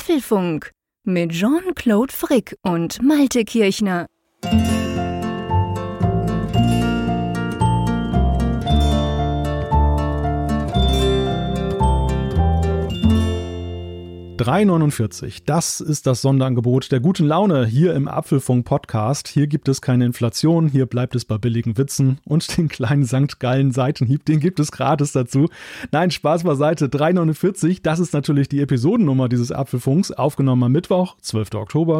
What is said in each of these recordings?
Apfelfunk mit Jean-Claude Frick und Malte Kirchner. €3,49. Das ist das Sonderangebot der guten Laune hier im Apfelfunk-Podcast. Hier gibt es keine Inflation, hier bleibt es bei billigen Witzen und den kleinen St. Gallen-Seitenhieb, den gibt es gratis dazu. Nein, Spaß beiseite, €3,49, das ist natürlich die Episodennummer dieses Apfelfunks, aufgenommen am Mittwoch, 12. Oktober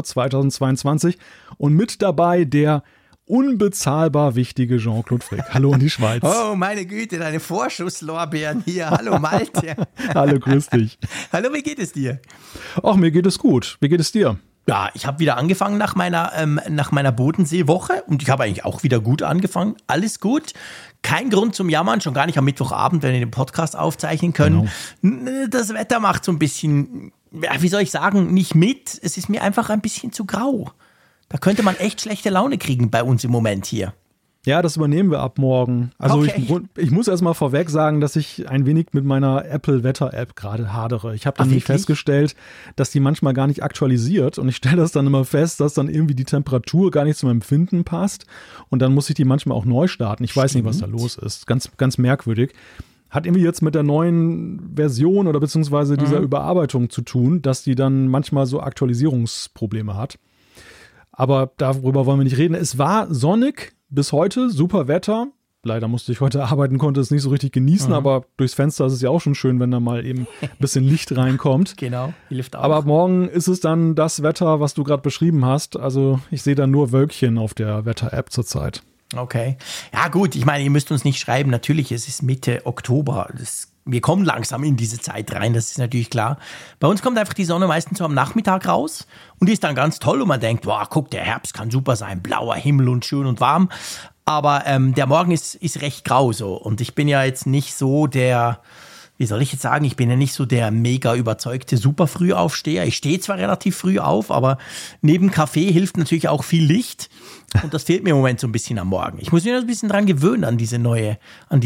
2022 und mit dabei der unbezahlbar wichtige Jean-Claude Frick. Hallo in die Schweiz. Oh, meine Güte, deine Vorschusslorbeeren hier. Hallo Malte. Hallo, grüß dich. Hallo, wie geht es dir? Ach, mir geht es gut. Wie geht es dir? Ja, ich habe wieder angefangen nach meiner Bodenseewoche und ich habe eigentlich auch wieder gut angefangen. Alles gut. Kein Grund zum Jammern, schon gar nicht am Mittwochabend, wenn wir den Podcast aufzeichnen können. Genau. Das Wetter macht so ein bisschen, wie soll ich sagen, nicht mit. Es ist mir einfach ein bisschen zu grau. Da könnte man echt schlechte Laune kriegen bei uns im Moment hier. Ja, das übernehmen wir ab morgen. Also okay. ich muss erst mal vorweg sagen, dass ich ein wenig mit meiner Apple-Wetter-App gerade hadere. Ich habe dann festgestellt, dass die manchmal gar nicht aktualisiert und ich stelle das dann immer fest, dass dann irgendwie die Temperatur gar nicht zum Empfinden passt und dann muss ich die manchmal auch neu starten. Ich weiß nicht, was da los ist. Ganz, ganz merkwürdig. Hat irgendwie jetzt mit der neuen Version oder beziehungsweise dieser Überarbeitung zu tun, dass die dann manchmal so Aktualisierungsprobleme hat. Aber darüber wollen wir nicht reden. Es war sonnig bis heute, super Wetter. Leider musste ich heute arbeiten, konnte es nicht so richtig genießen, aber durchs Fenster ist es ja auch schon schön, wenn da mal eben ein bisschen Licht reinkommt. Genau, hilft auch. Aber morgen ist es dann das Wetter, was du gerade beschrieben hast. Also ich sehe da nur Wölkchen auf der Wetter-App zurzeit. Okay. Ja gut, ich meine, ihr müsst uns nicht schreiben. Natürlich, es ist Mitte Oktober. Wir kommen langsam in diese Zeit rein, das ist natürlich klar. Bei uns kommt einfach die Sonne meistens so am Nachmittag raus und die ist dann ganz toll und man denkt, wow, guck, der Herbst kann super sein, blauer Himmel und schön und warm. Aber der Morgen ist recht grau so und ich bin ja jetzt nicht so der, wie soll ich jetzt sagen, ich bin ja nicht so der mega überzeugte Superfrühaufsteher. Ich stehe zwar relativ früh auf, aber neben Kaffee hilft natürlich auch viel Licht. Und das fehlt mir im Moment so ein bisschen am Morgen. Ich muss mich ein bisschen dran gewöhnen an dieses neue,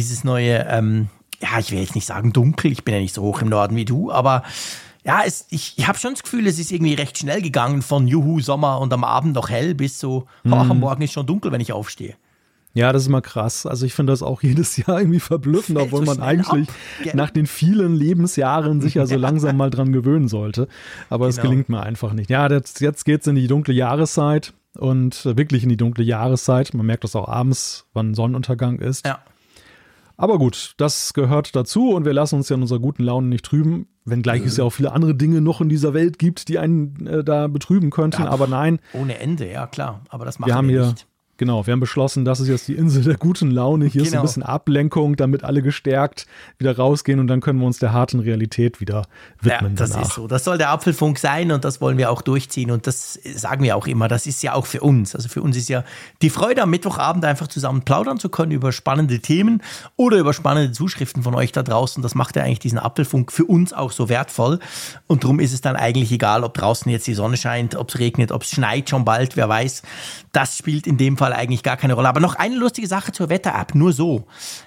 ja, ich will jetzt nicht sagen dunkel, ich bin ja nicht so hoch im Norden wie du, aber ja, ich habe schon das Gefühl, es ist irgendwie recht schnell gegangen von Juhu, Sommer und am Abend noch hell bis so, am Morgen ist schon dunkel, wenn ich aufstehe. Ja, das ist mal krass. Also ich finde das auch jedes Jahr irgendwie verblüffend, obwohl man eigentlich nach den vielen Lebensjahren sich ja so langsam mal dran gewöhnen sollte. Aber es gelingt mir einfach nicht. Ja, jetzt geht's in die dunkle Jahreszeit und wirklich in die dunkle Jahreszeit. Man merkt das auch abends, wann Sonnenuntergang ist. Ja. Aber gut, das gehört dazu und wir lassen uns ja in unserer guten Laune nicht trüben, wenngleich es ja auch viele andere Dinge noch in dieser Welt gibt, die einen da betrüben könnten, aber nein. Ohne Ende, ja klar, aber das machen wir nicht. Genau, wir haben beschlossen, das ist jetzt die Insel der guten Laune. Hier ist ein bisschen Ablenkung, damit alle gestärkt wieder rausgehen und dann können wir uns der harten Realität wieder widmen. Ja, das ist so. Das soll der Apfelfunk sein und das wollen wir auch durchziehen und das sagen wir auch immer. Das ist ja auch für uns. Also für uns ist ja die Freude, am Mittwochabend einfach zusammen plaudern zu können über spannende Themen oder über spannende Zuschriften von euch da draußen. Das macht ja eigentlich diesen Apfelfunk für uns auch so wertvoll und darum ist es dann eigentlich egal, ob draußen jetzt die Sonne scheint, ob es regnet, ob es schneit schon bald, wer weiß. Das spielt in dem Fall eigentlich gar keine Rolle. Aber noch eine lustige Sache zur Wetter-App, nur so.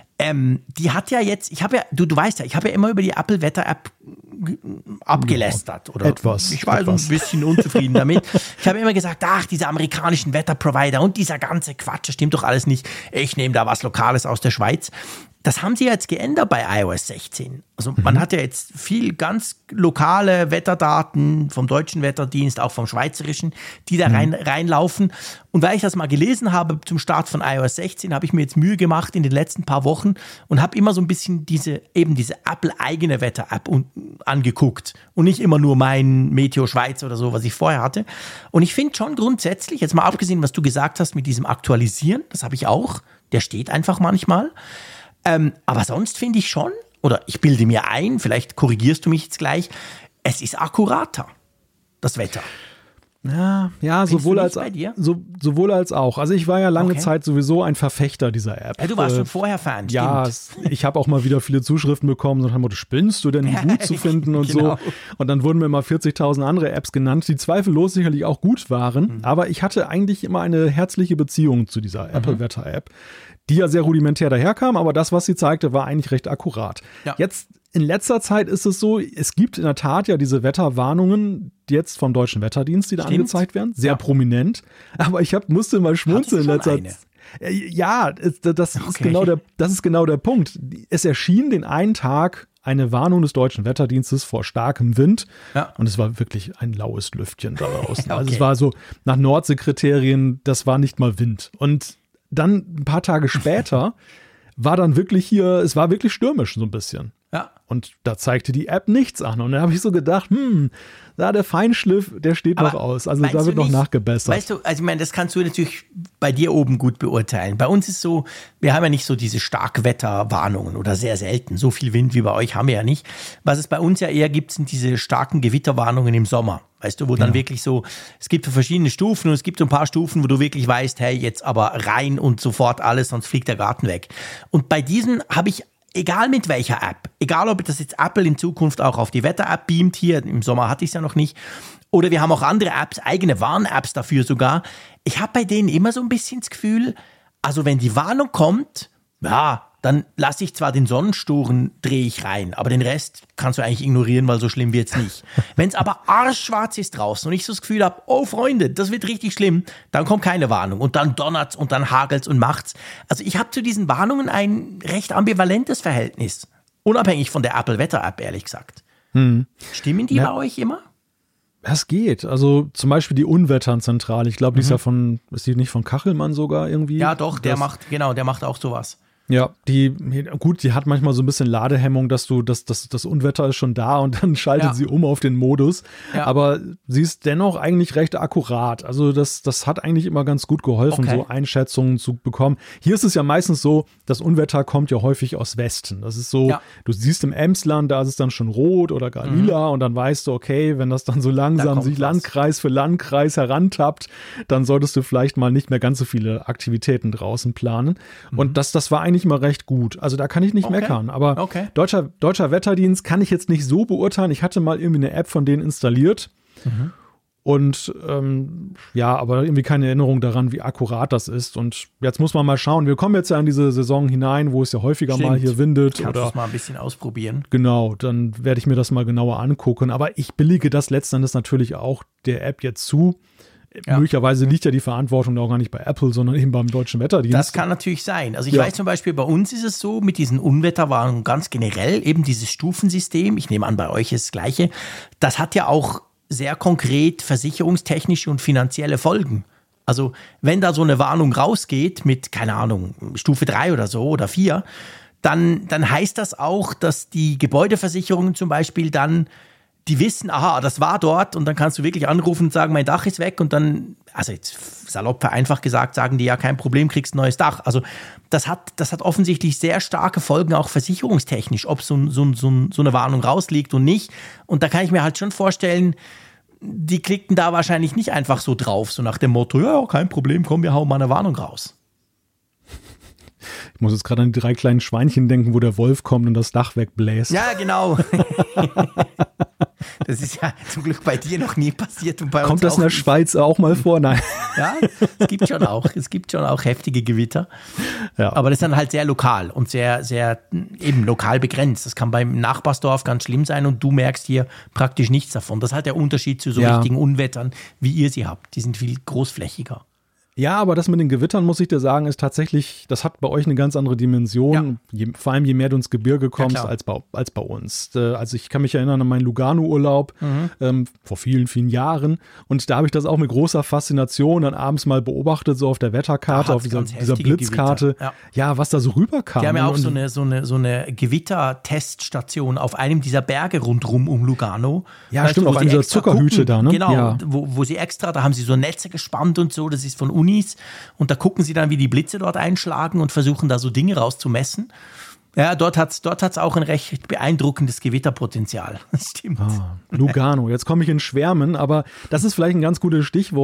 Die hat ja jetzt, du weißt ja, ich habe ja immer über die Apple-Wetter-App abgelästert. Oder ich war so ein bisschen unzufrieden damit. Ich habe immer gesagt, diese amerikanischen Wetterprovider und dieser ganze Quatsch, das stimmt doch alles nicht. Ich nehme da was Lokales aus der Schweiz. Das haben sie jetzt geändert bei iOS 16. Also man hat ja jetzt viel ganz lokale Wetterdaten vom deutschen Wetterdienst, auch vom schweizerischen, die da reinlaufen. Und weil ich das mal gelesen habe zum Start von iOS 16, habe ich mir jetzt Mühe gemacht in den letzten paar Wochen und habe immer so ein bisschen diese Apple-eigene Wetter-App angeguckt und nicht immer nur mein Meteo Schweiz oder so, was ich vorher hatte. Und ich finde schon grundsätzlich, jetzt mal abgesehen, was du gesagt hast mit diesem Aktualisieren, das habe ich auch, der steht einfach manchmal. Aber sonst finde ich schon, oder ich bilde mir ein, vielleicht korrigierst du mich jetzt gleich, es ist akkurater, das Wetter. Ja, sowohl als auch. Also ich war ja lange Zeit sowieso ein Verfechter dieser App. Ja, du warst schon vorher Fan, ja, ich habe auch mal wieder viele Zuschriften bekommen, so haben wir, spinnst du denn, die gut zu finden und so. Und dann wurden mir mal 40.000 andere Apps genannt, die zweifellos sicherlich auch gut waren. Aber ich hatte eigentlich immer eine herzliche Beziehung zu dieser Apple-Wetter-App. die ja sehr rudimentär daherkam, aber das, was sie zeigte, war eigentlich recht akkurat. Ja. Jetzt in letzter Zeit ist es so, es gibt in der Tat ja diese Wetterwarnungen jetzt vom Deutschen Wetterdienst, die da angezeigt werden, sehr prominent, aber ich musste mal schmunzeln in letzter Zeit. Ja, das ist genau der Punkt. Es erschien den einen Tag eine Warnung des Deutschen Wetterdienstes vor starkem Wind. Ja. Und es war wirklich ein laues Lüftchen da draußen. Okay. Also es war so nach Nordseekriterien, das war nicht mal Wind. Und dann ein paar Tage später war dann wirklich es war wirklich stürmisch so ein bisschen. Ja. Und da zeigte die App nichts an. Und da habe ich so gedacht, der Feinschliff, der steht noch aus. Also da wird noch nachgebessert. Weißt du, also ich meine, das kannst du natürlich bei dir oben gut beurteilen. Bei uns ist so, wir haben ja nicht so diese Starkwetterwarnungen oder sehr selten. So viel Wind wie bei euch haben wir ja nicht. Was es bei uns ja eher gibt, sind diese starken Gewitterwarnungen im Sommer. Weißt du, wo dann wirklich so, es gibt verschiedene Stufen und es gibt so ein paar Stufen, wo du wirklich weißt, hey, jetzt aber rein und sofort alles, sonst fliegt der Garten weg. Und bei diesen habe ich, egal mit welcher App, egal ob das jetzt Apple in Zukunft auch auf die Wetter-App beamt, hier im Sommer hatte ich es ja noch nicht, oder wir haben auch andere Apps, eigene Warn-Apps dafür sogar, ich habe bei denen immer so ein bisschen das Gefühl, also wenn die Warnung kommt, ja, dann lasse ich zwar den Sonnensturm, drehe ich rein, aber den Rest kannst du eigentlich ignorieren, weil so schlimm wird's nicht. Wenn es aber arschschwarz ist draußen und ich so das Gefühl habe, oh Freunde, das wird richtig schlimm, dann kommt keine Warnung und dann donnert's und dann hagelt's und macht's. Also ich habe zu diesen Warnungen ein recht ambivalentes Verhältnis, unabhängig von der Apple-Wetter-App, ehrlich gesagt. Stimmen die bei euch immer? Das geht. Also zum Beispiel die Unwetternzentrale. Ich glaube, die ist die nicht von Kachelmann sogar irgendwie? Ja, doch, der macht auch sowas. Ja, die hat manchmal so ein bisschen Ladehemmung, dass das Unwetter ist schon da und dann schaltet sie um auf den Modus. Ja. Aber sie ist dennoch eigentlich recht akkurat. Also das hat eigentlich immer ganz gut geholfen, so Einschätzungen zu bekommen. Hier ist es ja meistens so, das Unwetter kommt ja häufig aus Westen. Das ist so, du siehst im Emsland, da ist es dann schon rot oder gar lila und dann weißt du, okay, wenn das dann so langsam sich Landkreis für Landkreis herantappt, dann solltest du vielleicht mal nicht mehr ganz so viele Aktivitäten draußen planen. Und das war eigentlich mal recht gut. Also da kann ich nicht meckern. Aber Deutscher Wetterdienst kann ich jetzt nicht so beurteilen. Ich hatte mal irgendwie eine App von denen installiert und aber irgendwie keine Erinnerung daran, wie akkurat das ist. Und jetzt muss man mal schauen. Wir kommen jetzt ja in diese Saison hinein, wo es ja häufiger mal hier windet. Kannst du es mal ein bisschen ausprobieren. Genau, dann werde ich mir das mal genauer angucken. Aber ich billige das letzten Endes natürlich auch der App jetzt zu. Ja. Möglicherweise liegt ja die Verantwortung auch gar nicht bei Apple, sondern eben beim Deutschen Wetterdienst. Das kann natürlich sein. Also ich weiß zum Beispiel, bei uns ist es so, mit diesen Unwetterwarnungen ganz generell, eben dieses Stufensystem, ich nehme an, bei euch ist das Gleiche, das hat ja auch sehr konkret versicherungstechnische und finanzielle Folgen. Also wenn da so eine Warnung rausgeht mit, keine Ahnung, Stufe 3 oder so oder 4, dann heißt das auch, dass die Gebäudeversicherungen zum Beispiel dann die wissen, aha, das war dort und dann kannst du wirklich anrufen und sagen, mein Dach ist weg und dann, also jetzt salopp vereinfacht gesagt, sagen die ja, kein Problem, kriegst ein neues Dach. Also das hat offensichtlich sehr starke Folgen, auch versicherungstechnisch, ob so eine Warnung rausliegt und nicht. Und da kann ich mir halt schon vorstellen, die klickten da wahrscheinlich nicht einfach so drauf, so nach dem Motto, ja, kein Problem, komm, wir hauen mal eine Warnung raus. Ich muss jetzt gerade an die 3 kleinen Schweinchen denken, wo der Wolf kommt und das Dach wegbläst. Ja, genau. Das ist ja zum Glück bei dir noch nie passiert. Und bei Kommt uns das in der Schweiz auch mal vor? Nein. Ja, es gibt schon auch heftige Gewitter. Ja. Aber das ist dann halt sehr lokal und sehr, sehr eben lokal begrenzt. Das kann beim Nachbarsdorf ganz schlimm sein und du merkst hier praktisch nichts davon. Das ist halt der Unterschied zu so richtigen Unwettern, wie ihr sie habt. Die sind viel großflächiger. Ja, aber das mit den Gewittern, muss ich dir sagen, ist tatsächlich, das hat bei euch eine ganz andere Dimension, vor allem je mehr du ins Gebirge kommst, als bei uns. Also ich kann mich erinnern an meinen Lugano-Urlaub vor vielen, vielen Jahren und da habe ich das auch mit großer Faszination dann abends mal beobachtet, so auf der Wetterkarte, auf dieser Blitzkarte, was da so rüberkam. Die haben ja auch so eine Gewitterteststation auf einem dieser Berge rundrum um Lugano. Ja, stimmt, auf einer dieser Zuckerhüte da, ne? Genau, wo sie extra, da haben sie so Netze gespannt und so, das ist von Unis und da gucken sie dann, wie die Blitze dort einschlagen und versuchen da so Dinge rauszumessen. Ja, dort hat's auch ein recht beeindruckendes Gewitterpotenzial. Das stimmt. Lugano, jetzt komme ich in Schwärmen, aber das ist vielleicht ein ganz gutes Stichwort.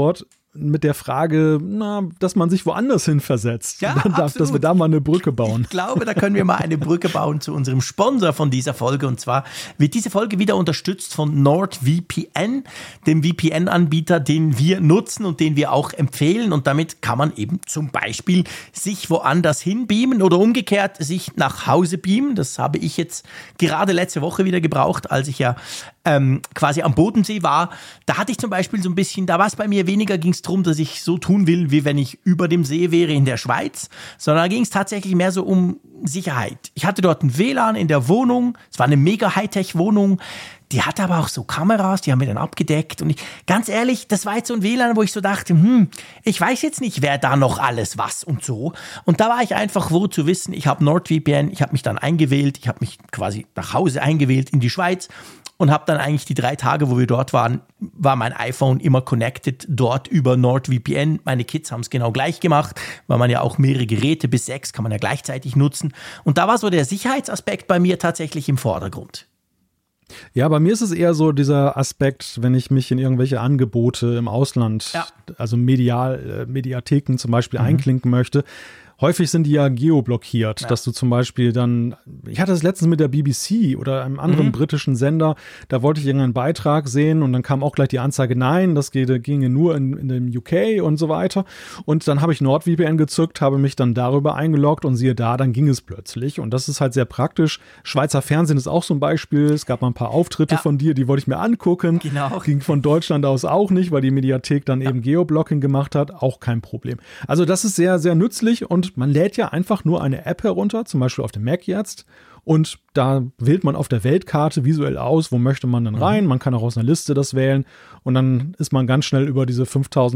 mit der Frage, dass man sich woanders hin versetzt. Ja, dass wir da mal eine Brücke bauen. Ich glaube, da können wir mal eine Brücke bauen zu unserem Sponsor von dieser Folge. Und zwar wird diese Folge wieder unterstützt von NordVPN, dem VPN-Anbieter, den wir nutzen und den wir auch empfehlen. Und damit kann man eben zum Beispiel sich woanders hin beamen oder umgekehrt sich nach Hause beamen. Das habe ich jetzt gerade letzte Woche wieder gebraucht, als ich ja quasi am Bodensee war. Da hatte ich zum Beispiel so ein bisschen, da war es bei mir weniger, ging es darum, dass ich so tun will, wie wenn ich über dem See wäre in der Schweiz, sondern da ging es tatsächlich mehr so um Sicherheit. Ich hatte dort ein WLAN in der Wohnung, es war eine mega Hightech-Wohnung, die hatte aber auch so Kameras, die haben wir dann abgedeckt und ganz ehrlich, das war jetzt so ein WLAN, wo ich so dachte, ich weiß jetzt nicht, wer da noch alles was und so. Und da war ich einfach froh zu wissen, ich habe NordVPN, ich habe mich dann eingewählt, ich habe mich quasi nach Hause eingewählt in die Schweiz und habe dann eigentlich die 3 Tage, wo wir dort waren, war mein iPhone immer connected dort über NordVPN. Meine Kids haben es genau gleich gemacht, weil man ja auch mehrere Geräte bis 6 kann man ja gleichzeitig nutzen. Und da war so der Sicherheitsaspekt bei mir tatsächlich im Vordergrund. Ja, bei mir ist es eher so dieser Aspekt, wenn ich mich in irgendwelche Angebote im Ausland, also Mediatheken zum Beispiel einklinken möchte. Häufig sind die ja geoblockiert, dass du zum Beispiel dann, ich hatte das letztens mit der BBC oder einem anderen britischen Sender, da wollte ich irgendeinen Beitrag sehen und dann kam auch gleich die Anzeige, nein, das ginge nur in dem UK und so weiter. Und dann habe ich NordVPN gezückt, habe mich dann darüber eingeloggt und siehe da, dann ging es plötzlich. Und das ist halt sehr praktisch. Schweizer Fernsehen ist auch so ein Beispiel. Es gab mal ein paar Auftritte von dir, die wollte ich mir angucken. Genau. Ging von Deutschland aus auch nicht, weil die Mediathek dann eben Geoblocking gemacht hat. Auch kein Problem. Also das ist sehr, sehr nützlich und man lädt ja einfach nur eine App herunter, zum Beispiel auf dem Mac jetzt. Und da wählt man auf der Weltkarte visuell aus, wo möchte man denn rein. Man kann auch aus einer Liste das wählen. Und dann ist man ganz schnell über diese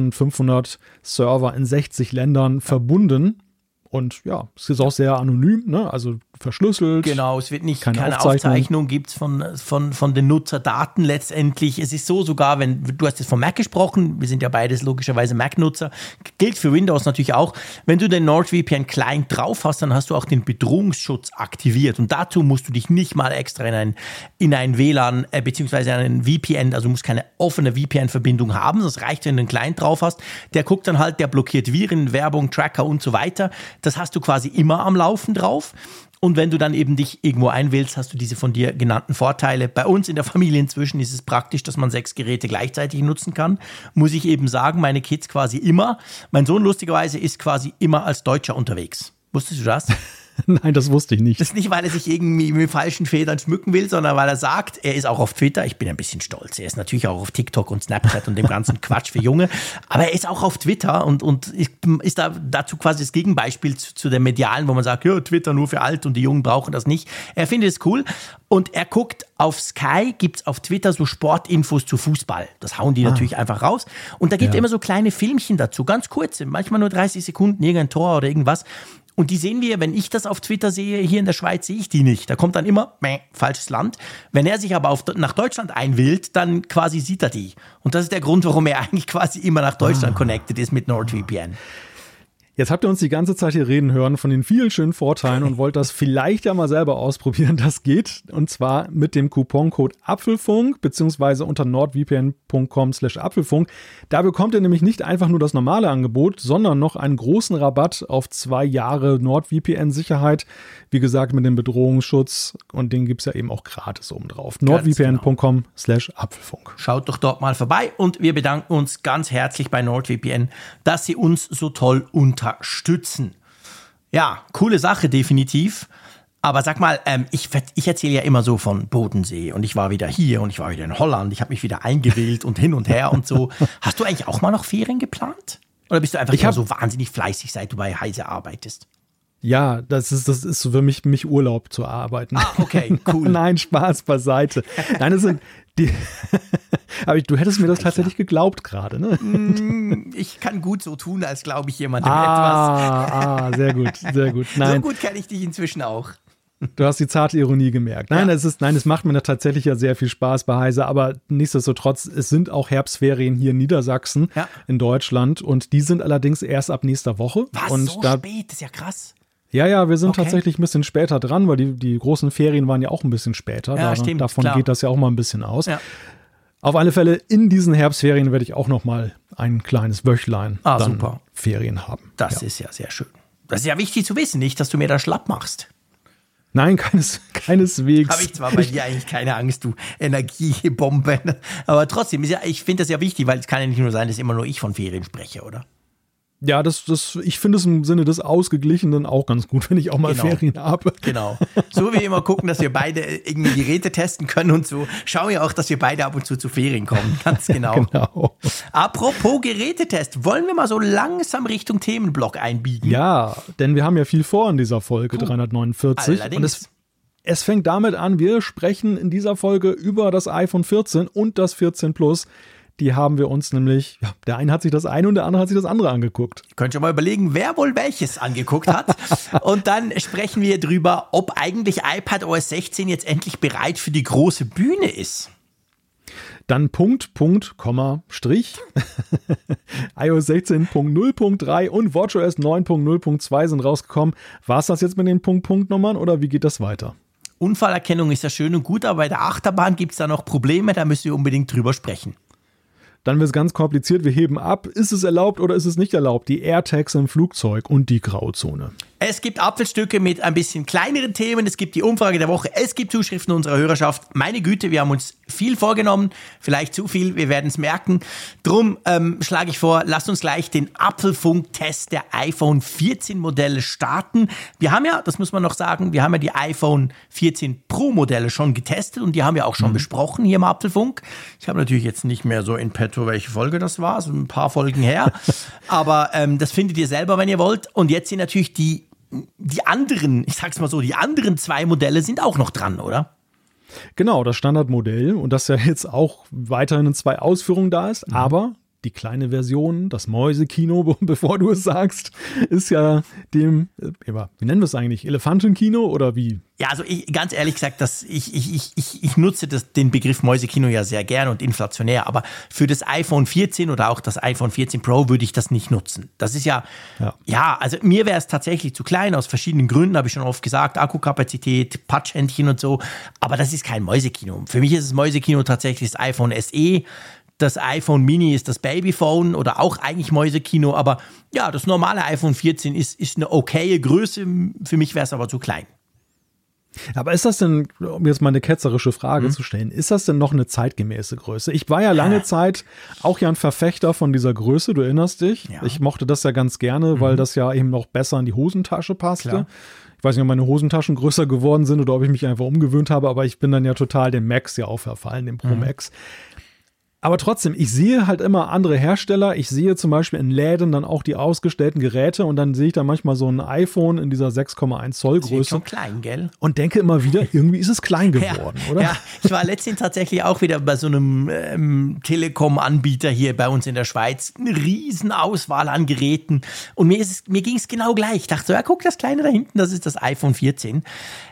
5500 Server in 60 Ländern verbunden. Und ja, es ist auch sehr anonym, ne? Also verschlüsselt. Genau, es wird nicht, keine Aufzeichnung gibt es von den Nutzerdaten letztendlich. Es ist so sogar, wenn du hast jetzt von Mac gesprochen, wir sind ja beides logischerweise Mac-Nutzer, gilt für Windows natürlich auch. Wenn du den NordVPN-Client drauf hast, dann hast du auch den Bedrohungsschutz aktiviert. Und dazu musst du dich nicht mal extra in ein WLAN beziehungsweise einen VPN, also du musst keine offene VPN-Verbindung haben. Das reicht, wenn du einen Client drauf hast. Der guckt dann halt, der blockiert Viren, Werbung, Tracker und so weiter. Das hast du quasi immer am Laufen drauf. Und wenn du dann eben dich irgendwo einwählst, hast du diese von dir genannten Vorteile. Bei uns in der Familie inzwischen ist es praktisch, dass man 6 Geräte gleichzeitig nutzen kann. Muss ich eben sagen, meine Kids quasi immer. Mein Sohn lustigerweise ist quasi immer als Deutscher unterwegs. Wusstest du das? Nein, das wusste ich nicht. Das ist nicht, weil er sich irgendwie mit falschen Federn schmücken will, sondern weil er sagt, er ist auch auf Twitter. Ich bin ein bisschen stolz. Er ist natürlich auch auf TikTok und Snapchat und dem ganzen Quatsch für Junge. Aber er ist auch auf Twitter und ist dazu quasi das Gegenbeispiel zu der Medialen, wo man sagt, ja, Twitter nur für alt und die Jungen brauchen das nicht. Er findet es cool. Und er guckt auf Sky, gibt's auf Twitter so Sportinfos zu Fußball. Das hauen die natürlich einfach raus. Und da gibt es immer so kleine Filmchen dazu, ganz kurze, manchmal nur 30 Sekunden, irgendein Tor oder irgendwas. Und die sehen wir, wenn ich das auf Twitter sehe, hier in der Schweiz sehe ich die nicht. Da kommt dann immer, falsches Land. Wenn er sich aber nach Deutschland einwählt, dann quasi sieht er die. Und das ist der Grund, warum er eigentlich quasi immer nach Deutschland connected ist mit NordVPN. Jetzt habt ihr uns die ganze Zeit hier reden hören von den vielen schönen Vorteilen und wollt das vielleicht ja mal selber ausprobieren. Das geht und zwar mit dem Couponcode Apfelfunk beziehungsweise unter nordvpn.com/Apfelfunk. Da bekommt ihr nämlich nicht einfach nur das normale Angebot, sondern noch einen großen Rabatt auf 2 Jahre NordVPN-Sicherheit. Wie gesagt, mit dem Bedrohungsschutz und den gibt es ja eben auch gratis obendrauf. nordvpn.com/Apfelfunk. Schaut doch dort mal vorbei und wir bedanken uns ganz herzlich bei NordVPN, dass sie uns so toll unterstützen. Ja, coole Sache, definitiv. Aber sag mal, ich erzähle ja immer so von Bodensee und ich war wieder hier und ich war wieder in Holland, ich habe mich wieder eingewählt und hin und her und so. Hast du eigentlich auch mal noch Ferien geplant? Oder bist du einfach immer so wahnsinnig fleißig, seit du bei Heise arbeitest? Ja, das ist für mich Urlaub zu arbeiten. Ah, okay, cool. Nein, Spaß beiseite. Nein, das sind die. Aber du hättest mir das tatsächlich geglaubt gerade, ne? Ich kann gut so tun, als glaube ich jemandem etwas. Sehr gut, sehr gut. Nein. So gut kenne ich dich inzwischen auch. Du hast die zarte Ironie gemerkt. Nein, es macht mir tatsächlich ja sehr viel Spaß bei Heise, aber nichtsdestotrotz, es sind auch Herbstferien hier in Niedersachsen, in Deutschland und die sind allerdings erst ab nächster Woche. Was, und so spät? Das ist ja krass. Ja, wir sind tatsächlich ein bisschen später dran, weil die großen Ferien waren ja auch ein bisschen später. Ja, stimmt, davon klar. geht das ja auch mal ein bisschen aus. Ja. Auf alle Fälle, in diesen Herbstferien werde ich auch noch mal ein kleines Wöchlein dann super. Ferien haben. Das ist ja sehr schön. Das ist ja wichtig zu wissen, nicht, dass du mir da schlapp machst. Nein, keineswegs. Habe ich zwar bei dir eigentlich keine Angst, du Energiebombe, aber trotzdem, ich finde das ja wichtig, weil es kann ja nicht nur sein, dass immer nur ich von Ferien spreche, oder? Ja, ich finde es im Sinne des Ausgeglichenen auch ganz gut, wenn ich auch mal Ferien habe. Genau. So wie wir immer gucken, dass wir beide irgendwie Geräte testen können und so, schauen wir auch, dass wir beide ab und zu Ferien kommen. Ganz genau. Genau. Apropos Gerätetest, wollen wir mal so langsam Richtung Themenblock einbiegen? Ja, denn wir haben ja viel vor in dieser Folge 349. Allerdings. Und es fängt damit an, wir sprechen in dieser Folge über das iPhone 14 und das 14 Plus. Die haben wir uns nämlich, der eine hat sich das eine und der andere hat sich das andere angeguckt. Ihr könnt schon mal überlegen, wer wohl welches angeguckt hat. Und dann sprechen wir drüber, ob eigentlich iPadOS 16 jetzt endlich bereit für die große Bühne ist. Dann Komma, Strich. iOS 16.0.3 und WatchOS 9.0.2 sind rausgekommen. War es das jetzt mit den Punkt-Nummern oder wie geht das weiter? Unfallerkennung ist ja schön und gut, aber bei der Achterbahn gibt es da noch Probleme, da müssen wir unbedingt drüber sprechen. Dann wird es ganz kompliziert, wir heben ab. Ist es erlaubt oder ist es nicht erlaubt? Die AirTags im Flugzeug und die Grauzone. Es gibt Apfelstücke mit ein bisschen kleineren Themen, es gibt die Umfrage der Woche, es gibt Zuschriften unserer Hörerschaft. Meine Güte, wir haben uns viel vorgenommen, vielleicht zu viel, wir werden es merken. Drum schlage ich vor, lasst uns gleich den Apfelfunk-Test der iPhone 14 Modelle starten. Wir haben ja, das muss man noch sagen, wir haben ja die iPhone 14 Pro Modelle schon getestet und die haben wir auch schon besprochen hier im Apfelfunk. Ich habe natürlich jetzt nicht mehr so in petto, welche Folge das war, so ein paar Folgen her. Aber das findet ihr selber, wenn ihr wollt. Und jetzt sind natürlich die anderen, ich sag's mal so, die anderen zwei Modelle sind auch noch dran, oder? Genau, das Standardmodell und das ja jetzt auch weiterhin in 2 Ausführungen da ist, aber die kleine Version, das Mäusekino, bevor du es sagst, ist ja dem, wie nennen wir es eigentlich, Elefantenkino oder wie? Ja, also ganz ehrlich gesagt, ich nutze den Begriff Mäusekino ja sehr gern und inflationär, aber für das iPhone 14 oder auch das iPhone 14 Pro würde ich das nicht nutzen. Das ist ja, also mir wäre es tatsächlich zu klein, aus verschiedenen Gründen, habe ich schon oft gesagt, Akkukapazität, Patschhändchen und so, aber das ist kein Mäusekino. Für mich ist das Mäusekino tatsächlich das iPhone SE, das iPhone Mini ist das Babyphone oder auch eigentlich Mäusekino, aber ja, das normale iPhone 14 ist eine okaye Größe, für mich wäre es aber zu klein. Aber ist das denn, um jetzt mal eine ketzerische Frage zu stellen, ist das denn noch eine zeitgemäße Größe? Ich war ja lange Zeit auch ja ein Verfechter von dieser Größe, du erinnerst dich? Ja. Ich mochte das ja ganz gerne, weil das ja eben noch besser in die Hosentasche passte. Klar. Ich weiß nicht, ob meine Hosentaschen größer geworden sind oder ob ich mich einfach umgewöhnt habe, aber ich bin dann ja total dem Max ja auch verfallen, dem Pro Max. Aber trotzdem, ich sehe halt immer andere Hersteller. Ich sehe zum Beispiel in Läden dann auch die ausgestellten Geräte und dann sehe ich da manchmal so ein iPhone in dieser 6,1 Zoll Größe. Ist schon klein, gell? Und denke immer wieder, irgendwie ist es klein geworden, oder? Ja, ich war letztens tatsächlich auch wieder bei so einem Telekom-Anbieter hier bei uns in der Schweiz. Eine riesen Auswahl an Geräten. Und mir ging es genau gleich. Ich dachte so, ja, guck, das Kleine da hinten, das ist das iPhone 14.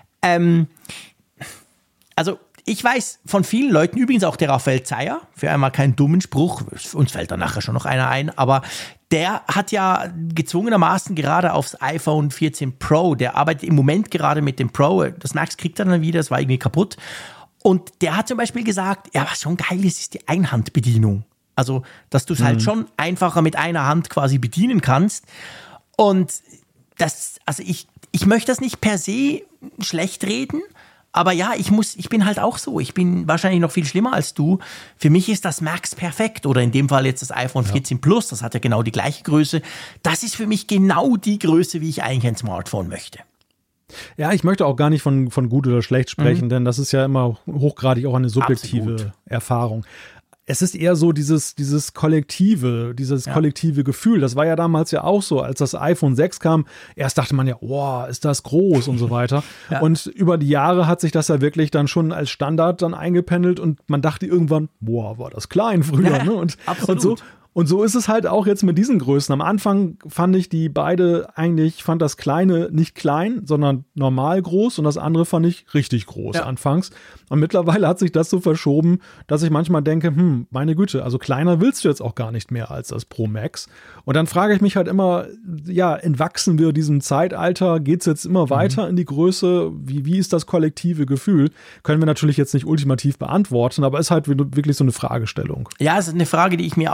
Ich weiß von vielen Leuten, übrigens auch der Raphael Zeyer, für einmal keinen dummen Spruch, uns fällt da nachher schon noch einer ein, aber der hat ja gezwungenermaßen gerade aufs iPhone 14 Pro, der arbeitet im Moment gerade mit dem Pro, das Max kriegt er dann wieder, das war irgendwie kaputt. Und der hat zum Beispiel gesagt, ja, was schon geil ist die Einhandbedienung. Also, dass du es halt schon einfacher mit einer Hand quasi bedienen kannst. Und ich möchte das nicht per se schlecht reden, aber ja, ich bin halt auch so. Ich bin wahrscheinlich noch viel schlimmer als du. Für mich ist das Max perfekt. Oder in dem Fall jetzt das iPhone 14 Plus. Das hat ja genau die gleiche Größe. Das ist für mich genau die Größe, wie ich eigentlich ein Smartphone möchte. Ja, ich möchte auch gar nicht von gut oder schlecht sprechen, denn das ist ja immer hochgradig auch eine subjektive Erfahrung. Es ist eher so dieses kollektive Gefühl. Das war ja damals ja auch so, als das iPhone 6 kam. Erst dachte man ja, wow, ist das groß und so weiter. Ja. Und über die Jahre hat sich das ja wirklich dann schon als Standard dann eingependelt und man dachte irgendwann, boah, war das klein früher. Ja, ne? Und so ist es halt auch jetzt mit diesen Größen. Am Anfang fand ich fand das Kleine nicht klein, sondern normal groß und das andere fand ich richtig groß anfangs. Und mittlerweile hat sich das so verschoben, dass ich manchmal denke, meine Güte, also kleiner willst du jetzt auch gar nicht mehr als das Pro Max. Und dann frage ich mich halt immer, ja, entwachsen wir diesem Zeitalter? Geht es jetzt immer weiter in die Größe? Wie ist das kollektive Gefühl? Können wir natürlich jetzt nicht ultimativ beantworten, aber ist halt wirklich so eine Fragestellung. Ja, es ist eine Frage, die ich mir auch stelle.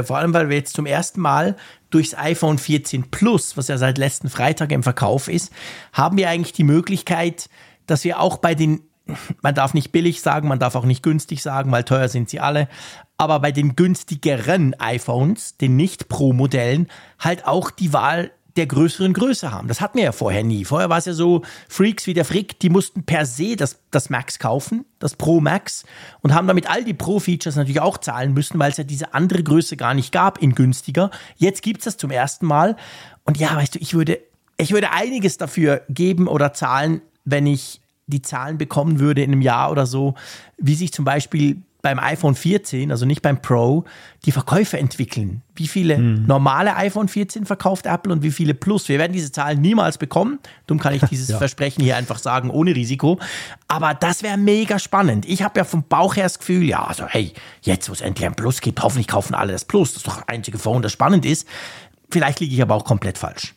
vor allem, weil wir jetzt zum ersten Mal durchs iPhone 14 Plus, was ja seit letzten Freitag im Verkauf ist, haben wir eigentlich die Möglichkeit, dass wir auch bei den, man darf nicht billig sagen, man darf auch nicht günstig sagen, weil teuer sind sie alle, aber bei den günstigeren iPhones, den Nicht-Pro-Modellen, halt auch die Wahl der größeren Größe haben. Das hatten wir ja vorher nie. Vorher war es ja so, Freaks wie der Frick, die mussten per se das Max kaufen, das Pro Max, und haben damit all die Pro-Features natürlich auch zahlen müssen, weil es ja diese andere Größe gar nicht gab in günstiger. Jetzt gibt es das zum ersten Mal. Und ja, weißt du, ich würde einiges dafür geben oder zahlen, wenn ich die Zahlen bekommen würde in einem Jahr oder so, wie sich zum Beispiel beim iPhone 14, also nicht beim Pro, die Verkäufe entwickeln. Wie viele normale iPhone 14 verkauft Apple und wie viele Plus? Wir werden diese Zahlen niemals bekommen. Darum kann ich dieses Versprechen hier einfach sagen, ohne Risiko. Aber das wäre mega spannend. Ich habe ja vom Bauch her das Gefühl, ja, also hey, jetzt wo es endlich ein Plus gibt, hoffentlich kaufen alle das Plus. Das ist doch das einzige Phone, das spannend ist. Vielleicht liege ich aber auch komplett falsch.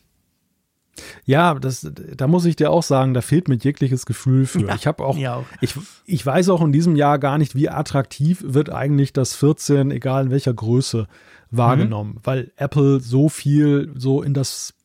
Ja, da muss ich dir auch sagen, da fehlt mir jegliches Gefühl für. Ja, ich habe auch, ich weiß auch in diesem Jahr gar nicht, wie attraktiv wird eigentlich das 14, egal in welcher Größe, wahrgenommen, weil Apple so viel so in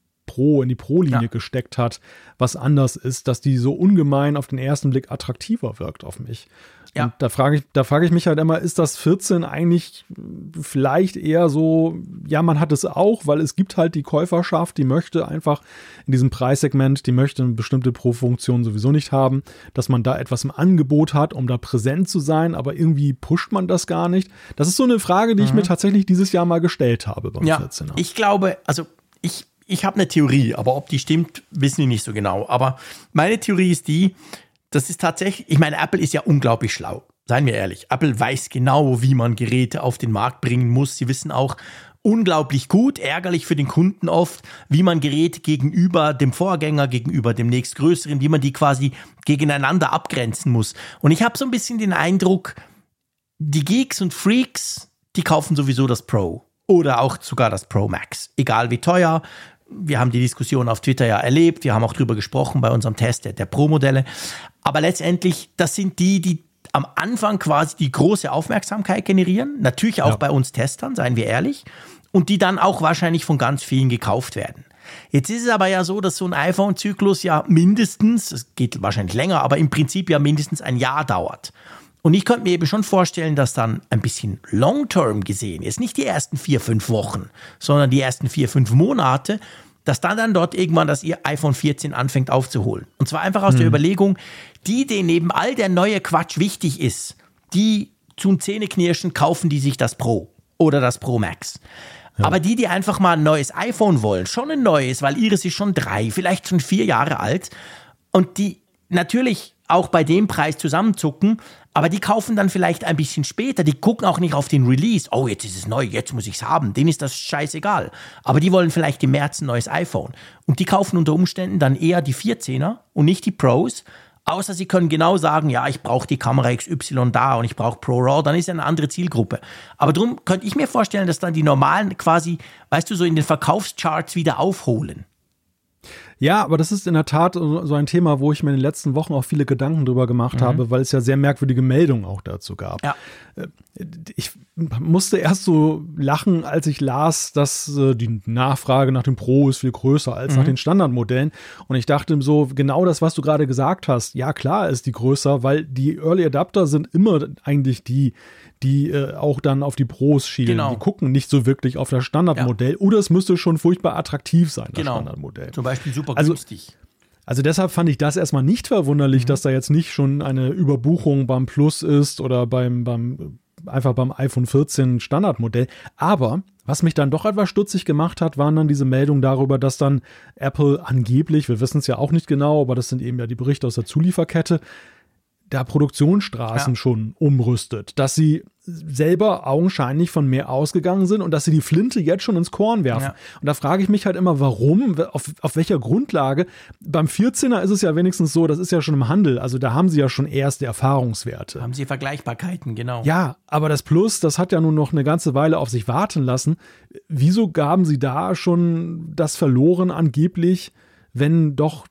die Pro-Linie gesteckt hat, was anders ist, dass die so ungemein auf den ersten Blick attraktiver wirkt auf mich. Ja. Und da frage ich mich halt immer, ist das 14 eigentlich vielleicht eher so, ja, man hat es auch, weil es gibt halt die Käuferschaft, die möchte einfach in diesem Preissegment, die möchte eine bestimmte Pro-Funktion sowieso nicht haben, dass man da etwas im Angebot hat, um da präsent zu sein, aber irgendwie pusht man das gar nicht. Das ist so eine Frage, die ich mir tatsächlich dieses Jahr mal gestellt habe beim 14er. Ich glaube, also ich habe eine Theorie, aber ob die stimmt, wissen wir nicht so genau. Aber meine Theorie ist die, das ist tatsächlich, ich meine, Apple ist ja unglaublich schlau. Seien wir ehrlich. Apple weiß genau, wie man Geräte auf den Markt bringen muss. Sie wissen auch unglaublich gut, ärgerlich für den Kunden oft, wie man Geräte gegenüber dem Vorgänger, gegenüber dem nächstgrößeren, wie man die quasi gegeneinander abgrenzen muss. Und ich habe so ein bisschen den Eindruck, die Geeks und Freaks, die kaufen sowieso das Pro oder auch sogar das Pro Max. Egal wie teuer. Wir haben die Diskussion auf Twitter ja erlebt. Wir haben auch drüber gesprochen bei unserem Test der Pro-Modelle. Aber letztendlich, das sind die am Anfang quasi die große Aufmerksamkeit generieren. Natürlich auch bei uns Testern, seien wir ehrlich. Und die dann auch wahrscheinlich von ganz vielen gekauft werden. Jetzt ist es aber ja so, dass so ein iPhone-Zyklus ja mindestens, es geht wahrscheinlich länger, aber im Prinzip ja mindestens ein Jahr dauert. Und ich könnte mir eben schon vorstellen, dass dann ein bisschen long-term gesehen, jetzt nicht die ersten 4-5 Wochen, sondern die ersten 4-5 Monate, dass dann dort irgendwann das iPhone 14 anfängt aufzuholen. Und zwar einfach aus der Überlegung, denen neben all der neue Quatsch wichtig ist, die zum Zähneknirschen kaufen die sich das Pro oder das Pro Max. Ja. Aber die einfach mal ein neues iPhone wollen, schon ein neues, weil ihres ist schon 3, vielleicht schon 4 Jahre alt und die natürlich auch bei dem Preis zusammenzucken, aber die kaufen dann vielleicht ein bisschen später, die gucken auch nicht auf den Release, oh, jetzt ist es neu, jetzt muss ich es haben, denen ist das scheißegal. Aber die wollen vielleicht im März ein neues iPhone und die kaufen unter Umständen dann eher die 14er und nicht die Pros, außer sie können genau sagen, ja, ich brauche die Kamera XY da und ich brauche Pro RAW, dann ist ja eine andere Zielgruppe. Aber darum könnte ich mir vorstellen, dass dann die normalen quasi, weißt du, so in den Verkaufscharts wieder aufholen. Ja, aber das ist in der Tat so ein Thema, wo ich mir in den letzten Wochen auch viele Gedanken drüber gemacht habe, weil es ja sehr merkwürdige Meldungen auch dazu gab. Ja. Ich musste erst so lachen, als ich las, dass die Nachfrage nach dem Pro ist viel größer als nach den Standardmodellen. Und ich dachte so, genau das, was du gerade gesagt hast, ja klar ist die größer, weil die Early Adapter sind immer eigentlich die auch dann auf die Pros schielen. Genau. Die gucken nicht so wirklich auf das Standardmodell. Ja. Oder es müsste schon furchtbar attraktiv sein, das Standardmodell. Zum Beispiel super günstig. Also deshalb fand ich das erstmal nicht verwunderlich, dass da jetzt nicht schon eine Überbuchung beim Plus ist oder einfach beim iPhone 14 Standardmodell. Aber was mich dann doch etwas stutzig gemacht hat, waren dann diese Meldungen darüber, dass dann Apple angeblich, wir wissen es ja auch nicht genau, aber das sind eben ja die Berichte aus der Zulieferkette, da Produktionsstraßen schon umrüstet, dass sie selber augenscheinlich von mehr ausgegangen sind und dass sie die Flinte jetzt schon ins Korn werfen. Ja. Und da frage ich mich halt immer, warum, auf welcher Grundlage. Beim 14er ist es ja wenigstens so, das ist ja schon im Handel, also da haben sie ja schon erste Erfahrungswerte. Haben sie Vergleichbarkeiten, genau. Ja, aber das Plus, das hat ja nun noch eine ganze Weile auf sich warten lassen. Wieso gaben sie da schon das verloren angeblich, wenn doch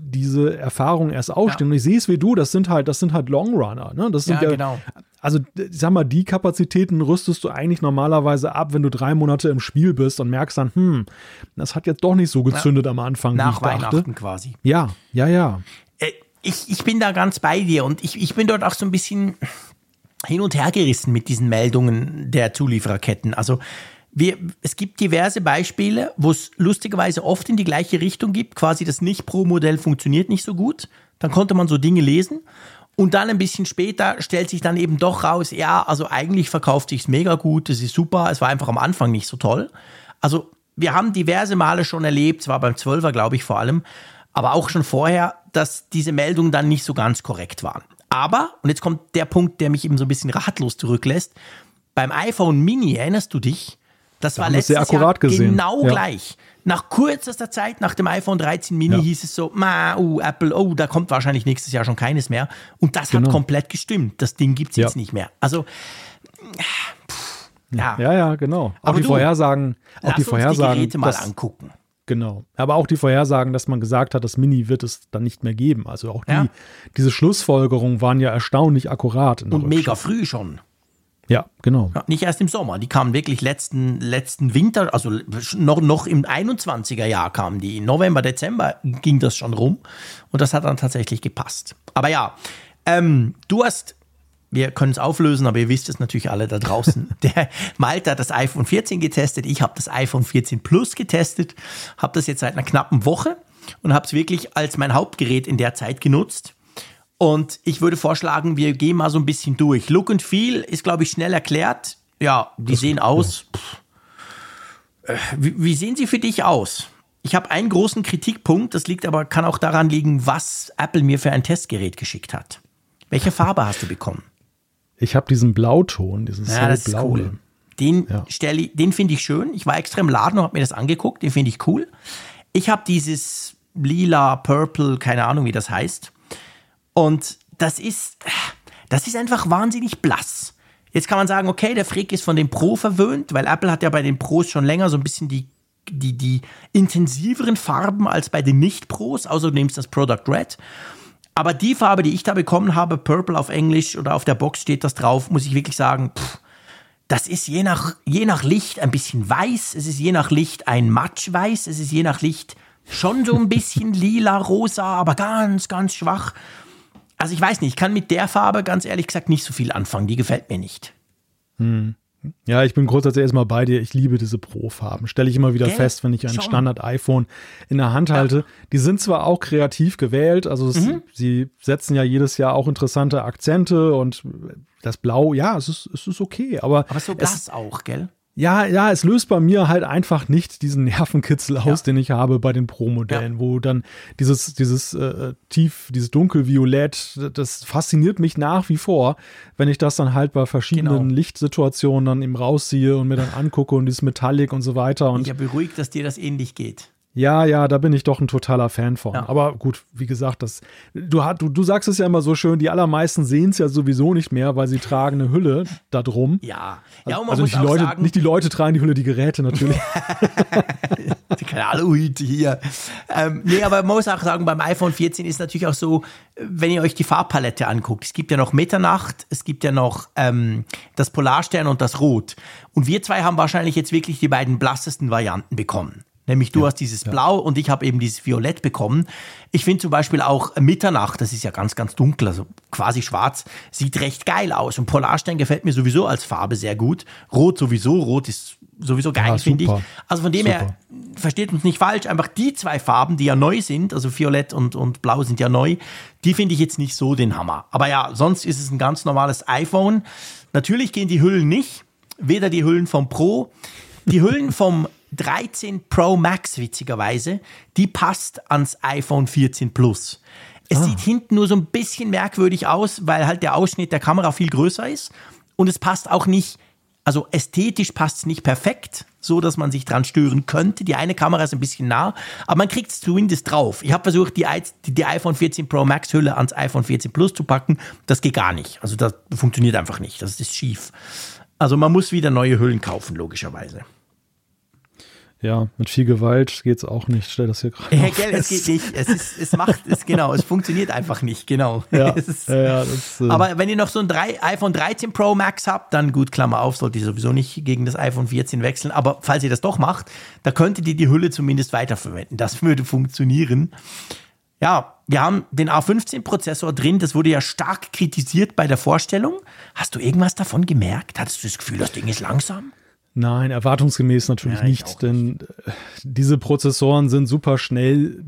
diese Erfahrung erst ausstehen. Und ich sehe es wie du, das sind halt Longrunner. Ne? Das sind genau. Also, ich sag mal, die Kapazitäten rüstest du eigentlich normalerweise ab, wenn du 3 Monate im Spiel bist und merkst dann, das hat jetzt doch nicht so gezündet am Anfang, nach wie ich dachte. Weihnachten quasi. Ja. Ich bin da ganz bei dir und ich bin dort auch so ein bisschen hin und her gerissen mit diesen Meldungen der Zuliefererketten. Also es gibt diverse Beispiele, wo es lustigerweise oft in die gleiche Richtung gibt. Quasi das Nicht-Pro-Modell funktioniert nicht so gut. Dann konnte man so Dinge lesen. Und dann ein bisschen später stellt sich dann eben doch raus, ja, also eigentlich verkauft sich's mega gut, das ist super, es war einfach am Anfang nicht so toll. Also wir haben diverse Male schon erlebt, zwar beim 12er, glaube ich, vor allem, aber auch schon vorher, dass diese Meldungen dann nicht so ganz korrekt waren. Aber, und jetzt kommt der Punkt, der mich eben so ein bisschen ratlos zurücklässt, beim iPhone Mini, erinnerst du dich? Das war letztes Jahr genau gleich. Nach kürzester Zeit, nach dem iPhone 13 Mini, hieß es so, Apple, da kommt wahrscheinlich nächstes Jahr schon keines mehr. Und das hat komplett gestimmt. Das Ding gibt es jetzt nicht mehr. Also, Ja, genau. Aber die Vorhersagen. Lass uns die Geräte mal angucken. Genau. Aber auch die Vorhersagen, dass man gesagt hat, das Mini wird es dann nicht mehr geben. Also auch diese Schlussfolgerungen waren ja erstaunlich akkurat. Und mega früh schon. Ja, genau. Ja, nicht erst im Sommer, die kamen wirklich letzten Winter, also noch im 21er Jahr kamen die. Im November, Dezember ging das schon rum und das hat dann tatsächlich gepasst. Aber ja, wir können es auflösen, aber ihr wisst es natürlich alle da draußen. Der Malte hat das iPhone 14 getestet, ich habe das iPhone 14 Plus getestet, habe das jetzt seit einer knappen Woche und habe es wirklich als mein Hauptgerät in der Zeit genutzt. Und ich würde vorschlagen, wir gehen mal so ein bisschen durch. Look and Feel ist, glaube ich, schnell erklärt. Ja, die sehen aus. Wie sehen sie für dich aus? Ich habe einen großen Kritikpunkt, kann auch daran liegen, was Apple mir für ein Testgerät geschickt hat. Welche Farbe hast du bekommen? Ich habe diesen Blauton, diesen das ist cool. Den finde ich schön. Ich war extra im Laden und habe mir das angeguckt. Den finde ich cool. Ich habe dieses lila, purple, keine Ahnung, wie das heißt. Und das ist einfach wahnsinnig blass. Jetzt kann man sagen, okay, der Frick ist von dem Pro verwöhnt, weil Apple hat ja bei den Pros schon länger so ein bisschen die intensiveren Farben als bei den Nicht-Pros, außer du nimmst das Product Red. Aber die Farbe, die ich da bekommen habe, Purple auf Englisch oder auf der Box steht das drauf, muss ich wirklich sagen, das ist je nach Licht ein bisschen weiß, es ist je nach Licht ein Matschweiß, es ist je nach Licht schon so ein bisschen lila, rosa, aber ganz, ganz schwach. Also ich weiß nicht, ich kann mit der Farbe ganz ehrlich gesagt nicht so viel anfangen. Die gefällt mir nicht. Ja, ich bin grundsätzlich erstmal bei dir. Ich liebe diese Pro-Farben. Stelle ich immer wieder fest, wenn ich ein Standard-iPhone in der Hand halte. Die sind zwar auch kreativ gewählt, also sie setzen ja jedes Jahr auch interessante Akzente und das Blau, ja, es ist okay. Aber so blass auch, gell? Ja, es löst bei mir halt einfach nicht diesen Nervenkitzel aus, den ich habe bei den Pro-Modellen, wo dann dieses dunkelviolett, das fasziniert mich nach wie vor, wenn ich das dann halt bei verschiedenen Lichtsituationen dann eben rausziehe und mir dann angucke und dieses Metallic und so weiter. Und ich bin beruhigt, dass dir das ähnlich geht. Ja, da bin ich doch ein totaler Fan von. Ja. Aber gut, wie gesagt, du sagst es ja immer so schön, die allermeisten sehen es ja sowieso nicht mehr, weil sie tragen eine Hülle da drum. Ja, und man also muss auch sagen, nicht die Leute tragen die Hülle, die Geräte natürlich. Keine Aluhüte hier. Aber man muss auch sagen, beim iPhone 14 ist natürlich auch so, wenn ihr euch die Farbpalette anguckt, es gibt ja noch Mitternacht, es gibt ja noch das Polarstern und das Rot. Und wir zwei haben wahrscheinlich jetzt wirklich die beiden blassesten Varianten bekommen. Nämlich du hast dieses Blau und ich habe eben dieses Violett bekommen. Ich finde zum Beispiel auch Mitternacht, das ist ja ganz, ganz dunkel, also quasi schwarz, sieht recht geil aus. Und Polarstern gefällt mir sowieso als Farbe sehr gut. Rot sowieso, Rot ist sowieso geil, finde ich. Also von dem her, versteht uns nicht falsch, einfach die zwei Farben, die ja neu sind, also Violett und Blau sind ja neu, die finde ich jetzt nicht so den Hammer. Aber ja, sonst ist es ein ganz normales iPhone. Natürlich gehen die Hüllen nicht, weder die Hüllen vom Pro, die Hüllen vom 13 Pro Max, witzigerweise, die passt ans iPhone 14 Plus. Es sieht hinten nur so ein bisschen merkwürdig aus, weil halt der Ausschnitt der Kamera viel größer ist und es passt auch nicht, also ästhetisch passt es nicht perfekt, so dass man sich dran stören könnte. Die eine Kamera ist ein bisschen nah, aber man kriegt es zumindest drauf. Ich habe versucht, die iPhone 14 Pro Max Hülle ans iPhone 14 Plus zu packen, das geht gar nicht. Also das funktioniert einfach nicht, das ist schief. Also man muss wieder neue Hüllen kaufen, logischerweise. Ja, mit viel Gewalt geht's auch nicht. Stell das hier gerade es geht nicht. Es funktioniert einfach nicht, genau. Ja, aber wenn ihr noch so ein iPhone 13 Pro Max habt, dann gut, Klammer auf, sollt ihr sowieso nicht gegen das iPhone 14 wechseln. Aber falls ihr das doch macht, da könntet ihr die Hülle zumindest weiterverwenden. Das würde funktionieren. Ja, wir haben den A15-Prozessor drin. Das wurde ja stark kritisiert bei der Vorstellung. Hast du irgendwas davon gemerkt? Hattest du das Gefühl, das Ding ist langsam? Nein, erwartungsgemäß natürlich nicht, denn diese Prozessoren sind super schnell.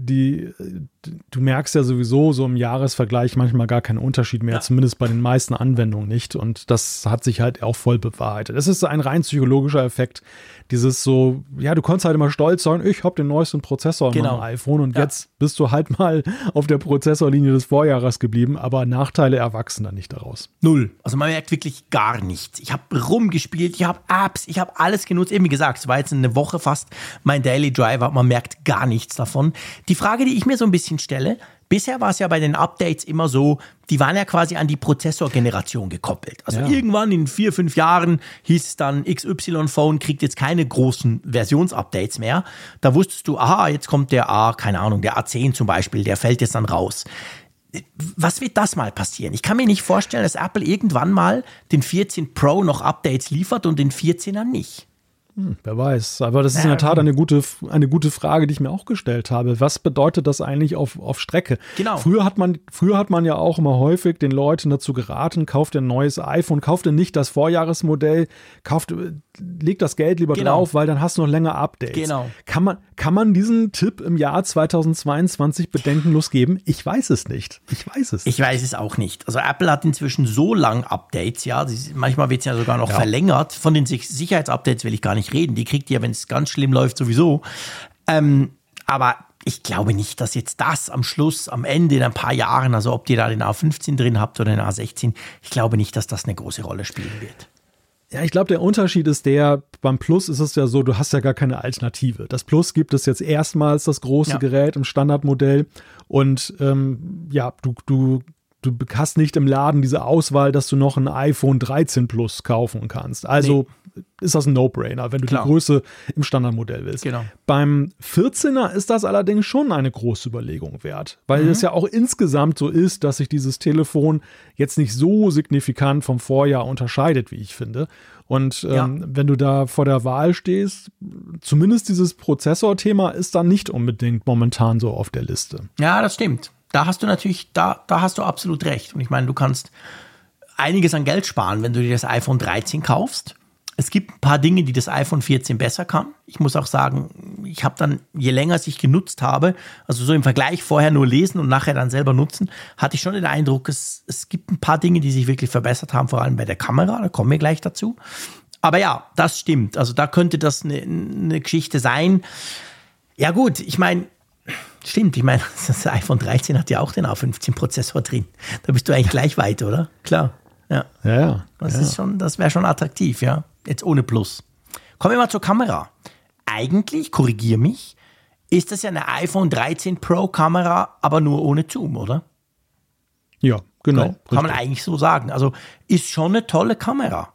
Du merkst ja sowieso so im Jahresvergleich manchmal gar keinen Unterschied mehr, zumindest bei den meisten Anwendungen nicht. Und das hat sich halt auch voll bewahrheitet. Es ist ein rein psychologischer Effekt. Dieses so, ja, du konntest halt immer stolz sein, ich habe den neuesten Prozessor in meinem iPhone und jetzt bist du halt mal auf der Prozessorlinie des Vorjahres geblieben, aber Nachteile erwachsen dann nicht daraus. Null. Also man merkt wirklich gar nichts. Ich habe rumgespielt, ich habe Apps, ich habe alles genutzt. Eben wie gesagt, es war jetzt eine Woche fast mein Daily Driver, man merkt gar nichts davon. Die Frage, die ich mir so ein bisschen stelle, bisher war es ja bei den Updates immer so, die waren ja quasi an die Prozessorgeneration gekoppelt. Also irgendwann in 4-5 Jahren hieß es dann, XY-Phone kriegt jetzt keine großen Versionsupdates mehr. Da wusstest du, aha, jetzt kommt der A10 zum Beispiel, der fällt jetzt dann raus. Was wird das mal passieren? Ich kann mir nicht vorstellen, dass Apple irgendwann mal den 14 Pro noch Updates liefert und den 14er nicht. Wer weiß. Aber das ist in der Tat eine gute Frage, die ich mir auch gestellt habe. Was bedeutet das eigentlich auf Strecke? Genau. Früher hat man ja auch immer häufig den Leuten dazu geraten, kauft ihr ein neues iPhone, kauft ihr nicht das Vorjahresmodell, leg das Geld lieber drauf, weil dann hast du noch länger Updates. Genau. Kann man diesen Tipp im Jahr 2022 bedenkenlos geben? Ich weiß es nicht. Ich weiß es auch nicht. Also Apple hat inzwischen so lang Updates, manchmal wird es ja sogar noch verlängert. Von den Sicherheitsupdates will ich gar nicht reden. Die kriegt ihr, wenn es ganz schlimm läuft, sowieso. Aber ich glaube nicht, dass jetzt das am Schluss, am Ende in ein paar Jahren, also ob ihr da den A15 drin habt oder den A16, ich glaube nicht, dass das eine große Rolle spielen wird. Ja, ich glaube, der Unterschied ist beim Plus ist es ja so, du hast ja gar keine Alternative. Das Plus gibt es jetzt erstmals, das große Gerät im Standardmodell und du hast nicht im Laden diese Auswahl, dass du noch ein iPhone 13 Plus kaufen kannst. Also ist das ein No-Brainer, wenn du die Größe im Standardmodell willst. Genau. Beim 14er ist das allerdings schon eine große Überlegung wert, weil es ja auch insgesamt so ist, dass sich dieses Telefon jetzt nicht so signifikant vom Vorjahr unterscheidet, wie ich finde. Und wenn du da vor der Wahl stehst, zumindest dieses Prozessorthema ist dann nicht unbedingt momentan so auf der Liste. Ja, das stimmt. Da hast du natürlich, da hast du absolut recht. Und ich meine, du kannst einiges an Geld sparen, wenn du dir das iPhone 13 kaufst. Es gibt ein paar Dinge, die das iPhone 14 besser kann. Ich muss auch sagen, ich habe dann, je länger ich genutzt habe, also so im Vergleich vorher nur lesen und nachher dann selber nutzen, hatte ich schon den Eindruck, es gibt ein paar Dinge, die sich wirklich verbessert haben, vor allem bei der Kamera, da kommen wir gleich dazu. Aber ja, das stimmt. Also da könnte das eine Geschichte sein. Ja gut, ich meine, stimmt, das iPhone 13 hat ja auch den A15-Prozessor drin. Da bist du eigentlich gleich weit, oder? Klar. Ja. Das wäre schon attraktiv, ja. Jetzt ohne Plus. Kommen wir mal zur Kamera. Eigentlich, korrigier mich, ist das ja eine iPhone 13 Pro Kamera, aber nur ohne Zoom, oder? Ja, genau. Kann man eigentlich so sagen. Also ist schon eine tolle Kamera.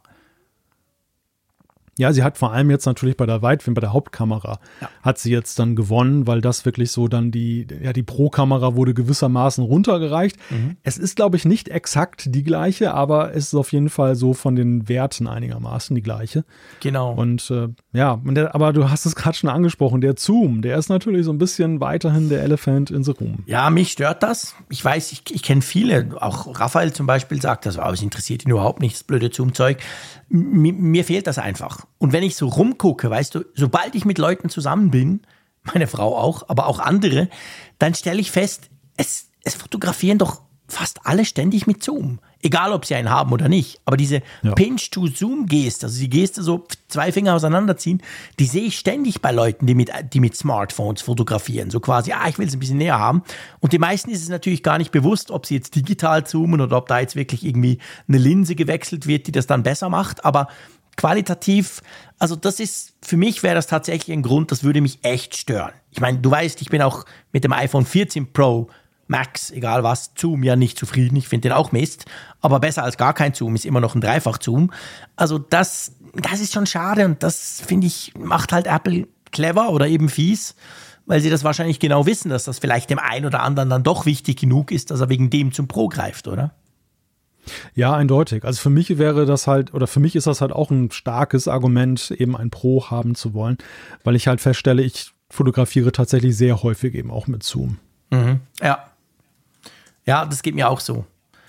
Ja, sie hat vor allem jetzt natürlich bei der Weitwinkel, bei der Hauptkamera, hat sie jetzt dann gewonnen, weil das wirklich so dann die Pro-Kamera wurde gewissermaßen runtergereicht. Es ist, glaube ich, nicht exakt die gleiche, aber es ist auf jeden Fall so von den Werten einigermaßen die gleiche. Genau. Und aber du hast es gerade schon angesprochen, der Zoom, der ist natürlich so ein bisschen weiterhin der Elephant in the room. Ja, mich stört das. Ich weiß, ich kenne viele, auch Raphael zum Beispiel sagt das, aber es interessiert ihn überhaupt nicht, das blöde Zoom-Zeug. Mir fehlt das einfach. Und wenn ich so rumgucke, weißt du, sobald ich mit Leuten zusammen bin, meine Frau auch, aber auch andere, dann stelle ich fest, es fotografieren doch fast alle ständig mit Zoom. Egal, ob sie einen haben oder nicht. Aber diese Pinch-to-Zoom-Geste, also die Geste so 2 Finger auseinanderziehen, die sehe ich ständig bei Leuten, die mit Smartphones fotografieren. So quasi, ich will es ein bisschen näher haben. Und den meisten ist es natürlich gar nicht bewusst, ob sie jetzt digital zoomen oder ob da jetzt wirklich irgendwie eine Linse gewechselt wird, die das dann besser macht. Aber qualitativ, also für mich wäre das tatsächlich ein Grund, das würde mich echt stören. Ich meine, du weißt, ich bin auch mit dem iPhone 14 Pro Max, egal was, Zoom ja nicht zufrieden. Ich finde den auch Mist, aber besser als gar kein Zoom ist immer noch ein Dreifach-Zoom. Also das ist schon schade und das, finde ich, macht halt Apple clever oder eben fies, weil sie das wahrscheinlich genau wissen, dass das vielleicht dem einen oder anderen dann doch wichtig genug ist, dass er wegen dem zum Pro greift, oder? Ja, eindeutig. Also für mich wäre das halt, oder für mich ist das halt auch ein starkes Argument, eben ein Pro haben zu wollen, weil ich halt feststelle, ich fotografiere tatsächlich sehr häufig eben auch mit Zoom. Mhm. Ja, das geht mir auch so.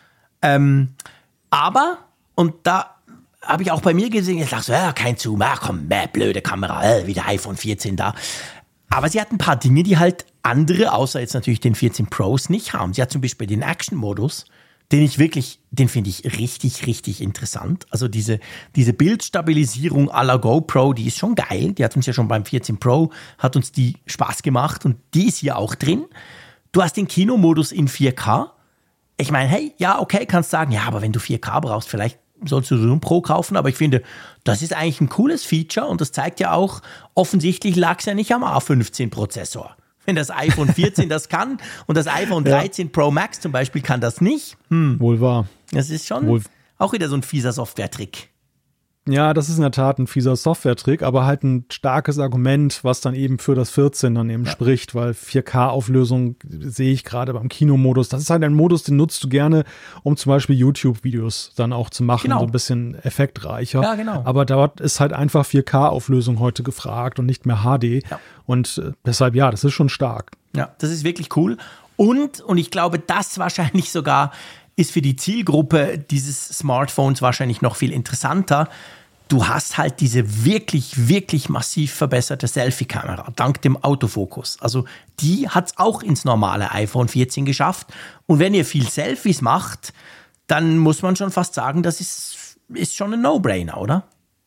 Aber, und da habe ich auch bei mir gesehen, ich dachte so, ja, kein Zoom, komm, blöde Kamera, wieder iPhone 14 da. Aber sie hat ein paar Dinge, die halt andere, außer jetzt natürlich den 14 Pros, nicht haben. Sie hat zum Beispiel den Action-Modus, den finde ich richtig, richtig interessant. Also diese Bildstabilisierung à la GoPro, die ist schon geil. Die hat uns ja schon beim 14 Pro, hat uns die Spaß gemacht und die ist hier auch drin. Du hast den Kinomodus in 4K. Ich meine, hey, ja, okay, kannst sagen, ja, aber wenn du 4K brauchst, vielleicht sollst du so ein Pro kaufen. Aber ich finde, das ist eigentlich ein cooles Feature und das zeigt ja auch, offensichtlich lag es ja nicht am A15-Prozessor. Wenn das iPhone 14 das kann und das iPhone 13 Pro Max zum Beispiel kann das nicht. Wohl wahr. Das ist schon auch wieder so ein fieser Software-Trick. Ja, das ist in der Tat ein fieser Software-Trick, aber halt ein starkes Argument, was dann eben für das 14 dann eben spricht, weil 4K-Auflösung sehe ich gerade beim Kinomodus. Das ist halt ein Modus, den nutzt du gerne, um zum Beispiel YouTube-Videos dann auch zu machen, so ein bisschen effektreicher. Ja, genau. Aber dort ist halt einfach 4K-Auflösung heute gefragt und nicht mehr HD. Ja. Und deshalb, ja, das ist schon stark. Ja, das ist wirklich cool. Und ich glaube, das wahrscheinlich sogar ist für die Zielgruppe dieses Smartphones wahrscheinlich noch viel interessanter. Du hast halt diese wirklich, wirklich massiv verbesserte Selfie-Kamera dank dem Autofokus. Also die hat es auch ins normale iPhone 14 geschafft. Und wenn ihr viel Selfies macht, dann muss man schon fast sagen, das ist schon ein No-Brainer, oder?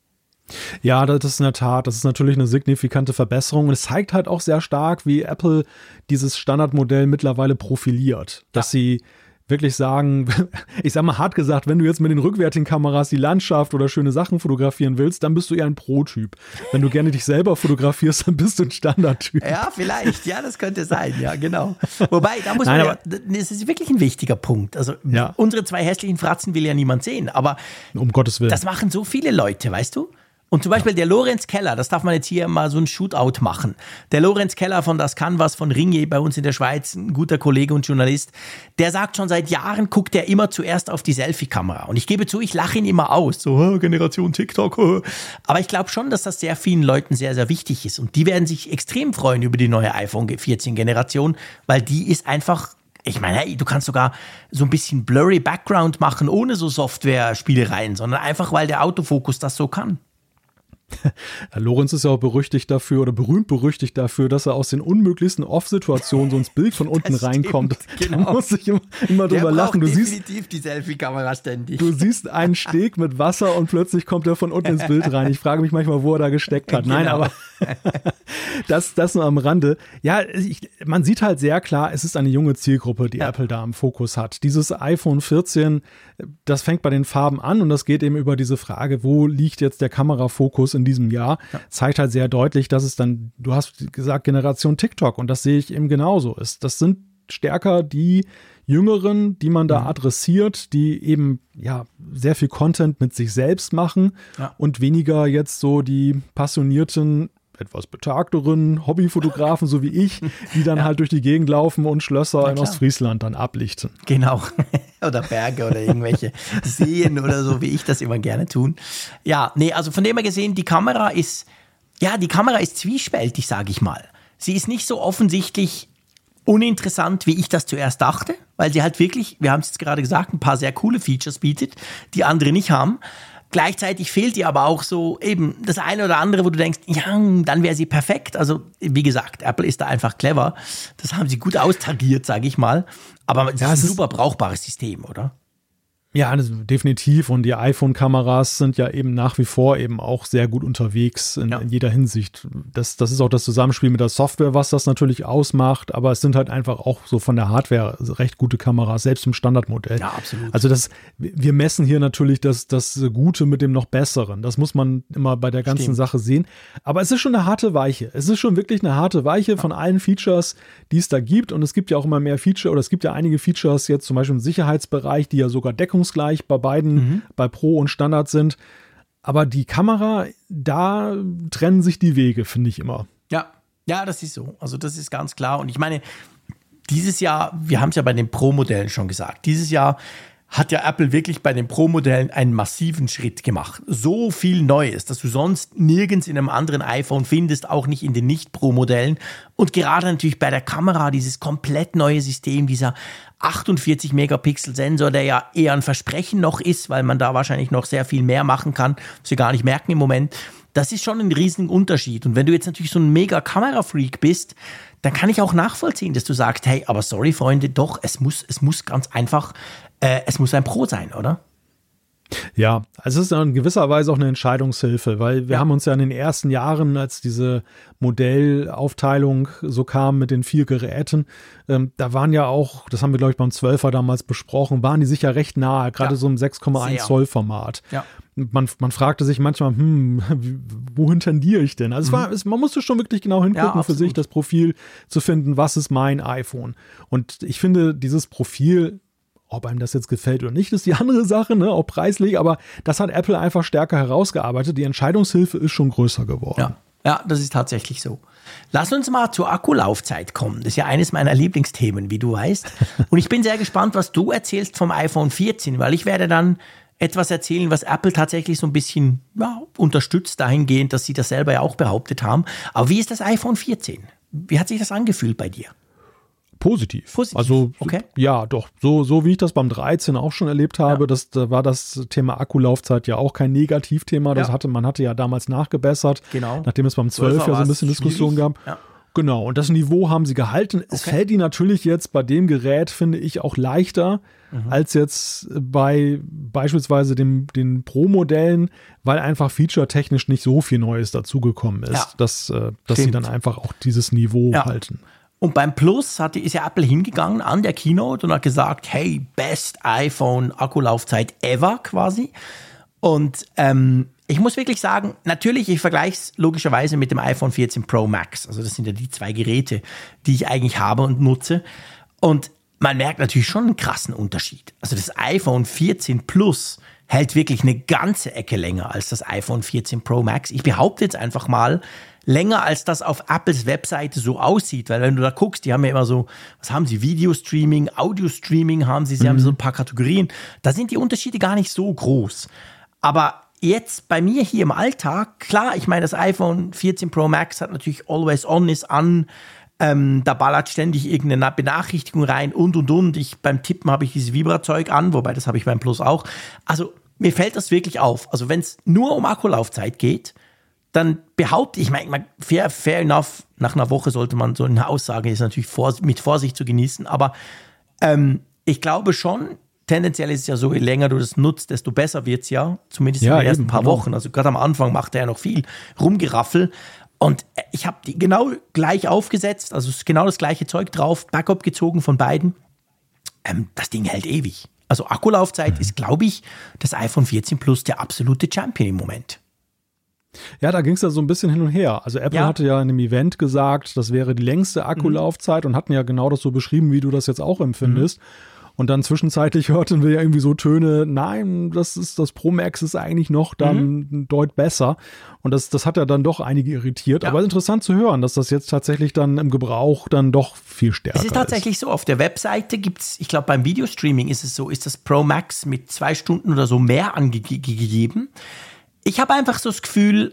Ja, das ist in der Tat, das ist natürlich eine signifikante Verbesserung und es zeigt halt auch sehr stark, wie Apple dieses Standardmodell mittlerweile profiliert, dass sie wirklich sagen, ich sag mal hart gesagt, wenn du jetzt mit den rückwärtigen Kameras die Landschaft oder schöne Sachen fotografieren willst, dann bist du eher ein Pro-Typ. Wenn du gerne dich selber fotografierst, dann bist du ein Standard-Typ. Ja, vielleicht. Ja, das könnte sein. Ja, genau. Wobei, da muss man das ist wirklich ein wichtiger Punkt. Also unsere zwei hässlichen Fratzen will ja niemand sehen, aber um Gottes Willen. Das machen so viele Leute, weißt du? Und zum Beispiel der Lorenz Keller, das darf man jetzt hier mal so ein Shootout machen. Der Lorenz Keller von Das Canvas von Ringier bei uns in der Schweiz, ein guter Kollege und Journalist, der sagt schon seit Jahren, guckt er immer zuerst auf die Selfie-Kamera. Und ich gebe zu, ich lache ihn immer aus. So, Generation TikTok. Aber ich glaube schon, dass das sehr vielen Leuten sehr, sehr wichtig ist. Und die werden sich extrem freuen über die neue iPhone 14-Generation, weil die ist einfach... Ich meine, hey, du kannst sogar so ein bisschen blurry Background machen, ohne so Software-Spielereien, sondern einfach, weil der Autofokus das so kann. Lorenz ist ja auch berüchtigt dafür oder berühmt-berüchtigt dafür, dass er aus den unmöglichsten Off-Situationen so ins Bild von unten reinkommt. Genau. Da muss ich immer drüber lachen. Du definitiv die Selfie-Kamera ständig. Du siehst einen Steg mit Wasser und plötzlich kommt er von unten ins Bild rein. Ich frage mich manchmal, wo er da gesteckt hat. Nein, aber das nur am Rande. Ja, man sieht halt sehr klar, es ist eine junge Zielgruppe, die Apple da im Fokus hat. Dieses iPhone 14, das fängt bei den Farben an und das geht eben über diese Frage, wo liegt jetzt der Kamerafokus in diesem Jahr, zeigt halt sehr deutlich, dass es dann, du hast gesagt, Generation TikTok und das sehe ich eben genauso ist. Das sind stärker die Jüngeren, die man da adressiert, die eben sehr viel Content mit sich selbst machen und weniger jetzt so die passionierten, etwas betagteren Hobbyfotografen, so wie ich, die dann halt durch die Gegend laufen und Schlösser in Ostfriesland dann ablichten. Genau. Oder Berge oder irgendwelche Seen oder so, wie ich das immer gerne tun. Ja, nee, also von dem her gesehen, die Kamera ist zwiespältig, sage ich mal. Sie ist nicht so offensichtlich uninteressant, wie ich das zuerst dachte, weil sie halt wirklich, wir haben es jetzt gerade gesagt, ein paar sehr coole Features bietet, die andere nicht haben. Gleichzeitig fehlt ihr aber auch so eben das eine oder andere, wo du denkst, ja, dann wäre sie perfekt. Also wie gesagt, Apple ist da einfach clever. Das haben sie gut austagiert, sage ich mal. Aber es ist ein super brauchbares System, oder? Ja, definitiv. Und die iPhone-Kameras sind ja eben nach wie vor eben auch sehr gut unterwegs in jeder Hinsicht. Das ist auch das Zusammenspiel mit der Software, was das natürlich ausmacht. Aber es sind halt einfach auch so von der Hardware recht gute Kameras, selbst im Standardmodell. Ja, absolut. Also wir messen hier natürlich das Gute mit dem noch Besseren. Das muss man immer bei der ganzen Sache sehen. Aber es ist schon eine harte Weiche. Es ist schon wirklich eine harte Weiche von allen Features, die es da gibt. Und es gibt ja auch immer mehr Feature oder es gibt ja einige Features jetzt zum Beispiel im Sicherheitsbereich, die ja sogar deckungsgleich bei beiden, bei Pro und Standard sind. Aber die Kamera, da trennen sich die Wege, finde ich immer. Ja, das ist so. Also das ist ganz klar. Und ich meine, dieses Jahr, wir haben es ja bei den Pro-Modellen schon gesagt, dieses Jahr hat ja Apple wirklich bei den Pro-Modellen einen massiven Schritt gemacht. So viel Neues, dass du sonst nirgends in einem anderen iPhone findest, auch nicht in den Nicht-Pro-Modellen. Und gerade natürlich bei der Kamera, dieses komplett neue System, dieser 48-Megapixel-Sensor, der ja eher ein Versprechen noch ist, weil man da wahrscheinlich noch sehr viel mehr machen kann, was wir gar nicht merken im Moment. Das ist schon ein riesiger Unterschied. Und wenn du jetzt natürlich so ein Mega-Kamera-Freak bist, dann kann ich auch nachvollziehen, dass du sagst, hey, aber sorry, Freunde, doch, es muss ganz einfach, es muss ein Pro sein, oder? Ja, also es ist in gewisser Weise auch eine Entscheidungshilfe, weil wir haben uns ja in den ersten Jahren, als diese Modellaufteilung so kam mit den 4 Geräten, da waren ja auch, das haben wir glaube ich beim 12er damals besprochen, waren die sicher recht nahe, gerade so im 6,1 Zoll Format. Ja. Man fragte sich manchmal, wohin tendiere ich denn? Also man musste schon wirklich genau hingucken, für sich das Profil zu finden, was ist mein iPhone? Und ich finde, dieses Profil, ob einem das jetzt gefällt oder nicht, ist die andere Sache, ne, auch preislich, aber das hat Apple einfach stärker herausgearbeitet. Die Entscheidungshilfe ist schon größer geworden. Ja, das ist tatsächlich so. Lass uns mal zur Akkulaufzeit kommen. Das ist ja eines meiner Lieblingsthemen, wie du weißt. Und ich bin sehr gespannt, was du erzählst vom iPhone 14, weil ich werde dann etwas erzählen, was Apple tatsächlich so ein bisschen unterstützt dahingehend, dass sie das selber ja auch behauptet haben. Aber wie ist das iPhone 14? Wie hat sich das angefühlt bei dir? Positiv. Also okay. Ja, doch. So wie ich das beim 13 auch schon erlebt habe, da war das Thema Akkulaufzeit ja auch kein Negativthema. Man hatte ja damals nachgebessert, nachdem es beim 12 ja so ein bisschen Diskussion gab. Ja. Genau, und das Niveau haben sie gehalten. Es fällt ihnen natürlich jetzt bei dem Gerät, finde ich, auch leichter als jetzt bei beispielsweise den Pro-Modellen, weil einfach featuretechnisch nicht so viel Neues dazugekommen ist, dass sie dann einfach auch dieses Niveau halten. Und beim Plus ist ja Apple hingegangen an der Keynote und hat gesagt, hey, best iPhone Akkulaufzeit ever quasi. Und ich muss wirklich sagen, natürlich, ich vergleiche es logischerweise mit dem iPhone 14 Pro Max. Also das sind ja die 2 Geräte, die ich eigentlich habe und nutze. Und man merkt natürlich schon einen krassen Unterschied. Also das iPhone 14 Plus hält wirklich eine ganze Ecke länger als das iPhone 14 Pro Max. Ich behaupte jetzt einfach mal, länger als das auf Apples Webseite so aussieht, weil wenn du da guckst, die haben ja immer so, was haben sie, Video-Streaming, Audio-Streaming haben sie haben so ein paar Kategorien, da sind die Unterschiede gar nicht so groß. Aber jetzt bei mir hier im Alltag, klar, ich meine, das iPhone 14 Pro Max hat natürlich Always On ist an, da ballert ständig irgendeine Benachrichtigung rein und. Beim Tippen habe ich dieses Vibra-Zeug an, wobei das habe ich beim Plus auch. Also mir fällt das wirklich auf. Also wenn es nur um Akkulaufzeit geht, dann behaupte ich, fair enough, nach einer Woche sollte man so eine Aussage, ist natürlich mit Vorsicht zu genießen, aber ich glaube schon, tendenziell ist es ja so, je länger du das nutzt, desto besser wird es ja, zumindest in den ersten paar Wochen. Also gerade am Anfang macht er ja noch viel Rumgeraffel und ich habe die genau gleich aufgesetzt, also ist genau das gleiche Zeug drauf, Backup gezogen von beiden. Das Ding hält ewig. Also Akkulaufzeit ist, glaube ich, das iPhone 14 Plus der absolute Champion im Moment. Ja, da ging es ja so ein bisschen hin und her. Also Apple hatte ja in einem Event gesagt, das wäre die längste Akkulaufzeit und hatten ja genau das so beschrieben, wie du das jetzt auch empfindest. Und dann zwischenzeitlich hörten wir ja irgendwie so Töne, nein, das Pro Max ist eigentlich noch dann deutlich besser. Und das hat ja dann doch einige irritiert. Ja. Aber interessant zu hören, dass das jetzt tatsächlich dann im Gebrauch dann doch viel stärker ist. Es ist tatsächlich so, auf der Webseite gibt's, ich glaube beim Videostreaming ist es so, ist das Pro Max mit 2 Stunden oder so mehr angegeben. Ich habe einfach so das Gefühl,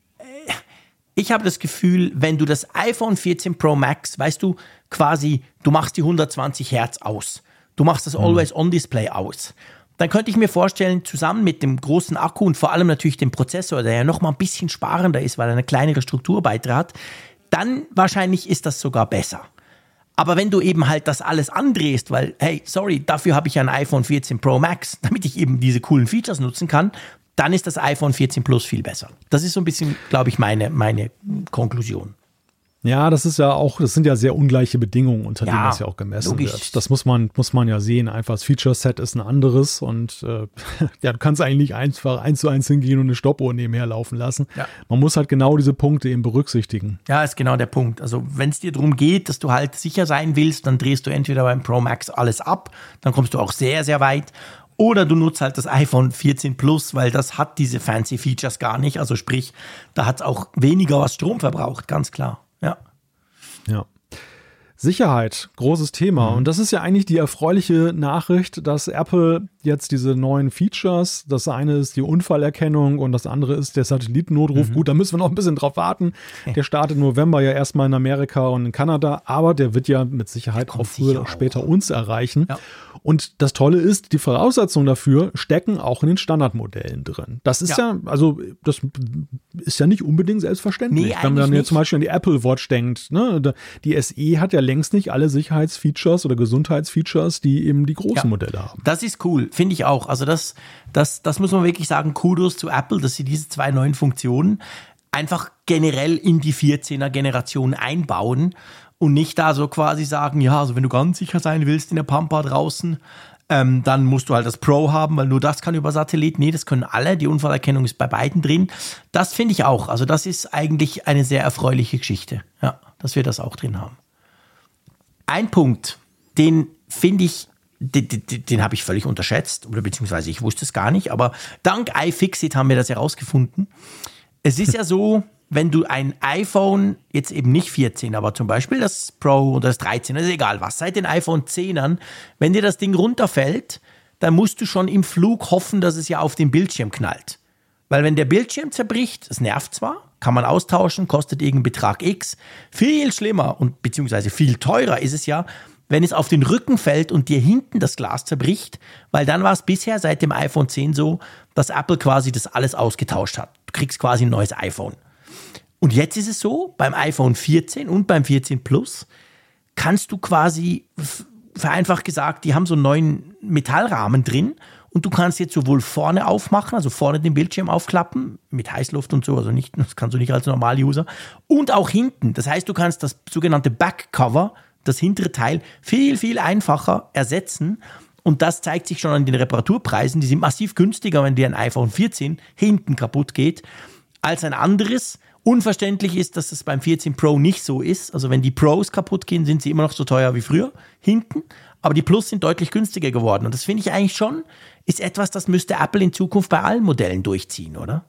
wenn du das iPhone 14 Pro Max, weißt du, quasi, du machst die 120 Hertz aus. Du machst das Always-On-Display aus. Dann könnte ich mir vorstellen, zusammen mit dem großen Akku und vor allem natürlich dem Prozessor, der ja noch mal ein bisschen sparender ist, weil er eine kleinere Struktur beitrat, dann wahrscheinlich ist das sogar besser. Aber wenn du eben halt das alles andrehst, weil, hey, sorry, dafür habe ich ja ein iPhone 14 Pro Max, damit ich eben diese coolen Features nutzen kann, dann ist das iPhone 14 Plus viel besser. Das ist so ein bisschen, glaube ich, meine Konklusion. Ja, das sind ja sehr ungleiche Bedingungen, unter denen das ja auch gemessen wird. Das muss man ja sehen. Einfach das Feature-Set ist ein anderes und du kannst eigentlich nicht einfach 1:1 hingehen und eine Stoppuhr nebenher laufen lassen. Ja. Man muss halt genau diese Punkte eben berücksichtigen. Ja, ist genau der Punkt. Also wenn es dir darum geht, dass du halt sicher sein willst, dann drehst du entweder beim Pro Max alles ab, dann kommst du auch sehr, sehr weit. Oder du nutzt halt das iPhone 14 Plus, weil das hat diese fancy Features gar nicht. Also sprich, da hat es auch weniger was Strom verbraucht, ganz klar. Ja. Ja. Sicherheit, großes Thema. Und das ist ja eigentlich die erfreuliche Nachricht, dass Apple jetzt diese neuen Features, das eine ist die Unfallerkennung und das andere ist der Satellitennotruf. Gut, da müssen wir noch ein bisschen drauf warten. Der startet im November ja erstmal in Amerika und in Kanada, aber der wird ja mit Sicherheit auch früher oder später uns erreichen. Ja. Und das Tolle ist, die Voraussetzungen dafür stecken auch in den Standardmodellen drin. Das ist das ist ja nicht unbedingt selbstverständlich. Nee, wenn man jetzt zum Beispiel an die Apple Watch denkt, ne? Die SE hat ja längst nicht alle Sicherheitsfeatures oder Gesundheitsfeatures, die eben die großen Modelle haben. Das ist cool, finde ich auch. Also das muss man wirklich sagen, Kudos zu Apple, dass sie diese 2 neuen Funktionen einfach generell in die 14er Generation einbauen und nicht da so quasi sagen, ja, also wenn du ganz sicher sein willst in der Pampa draußen, dann musst du halt das Pro haben, weil nur das kann über Satellit. Nee, das können alle. Die Unfallerkennung ist bei beiden drin. Das finde ich auch. Also das ist eigentlich eine sehr erfreuliche Geschichte, ja, dass wir das auch drin haben. Ein Punkt, den finde ich, den habe ich völlig unterschätzt, oder beziehungsweise ich wusste es gar nicht, aber dank iFixit haben wir das herausgefunden. Es ist ja so, wenn du ein iPhone, jetzt eben nicht 14, aber zum Beispiel das Pro oder das 13, ist egal was, seit den iPhone 10ern, wenn dir das Ding runterfällt, dann musst du schon im Flug hoffen, dass es ja auf den Bildschirm knallt. Weil wenn der Bildschirm zerbricht, das nervt zwar, kann man austauschen, kostet irgendeinen Betrag X. Viel schlimmer und beziehungsweise viel teurer ist es ja, wenn es auf den Rücken fällt und dir hinten das Glas zerbricht, weil dann war es bisher seit dem iPhone 10 so, dass Apple quasi das alles ausgetauscht hat. Du kriegst quasi ein neues iPhone. Und jetzt ist es so, beim iPhone 14 und beim 14 Plus kannst du quasi, vereinfacht gesagt, die haben so einen neuen Metallrahmen drin und du kannst jetzt sowohl vorne aufmachen, also vorne den Bildschirm aufklappen, mit Heißluft und so, also nicht, das kannst du nicht als Normal-User, und auch hinten. Das heißt, du kannst das sogenannte Backcover, das hintere Teil, viel, viel einfacher ersetzen. Und das zeigt sich schon an den Reparaturpreisen. Die sind massiv günstiger, wenn dir ein iPhone 14 hinten kaputt geht, als ein anderes. Unverständlich ist, dass es beim 14 Pro nicht so ist. Also wenn die Pros kaputt gehen, sind sie immer noch so teuer wie früher hinten. Aber die Plus sind deutlich günstiger geworden. Und das finde ich eigentlich schon, ist etwas, das müsste Apple in Zukunft bei allen Modellen durchziehen, oder?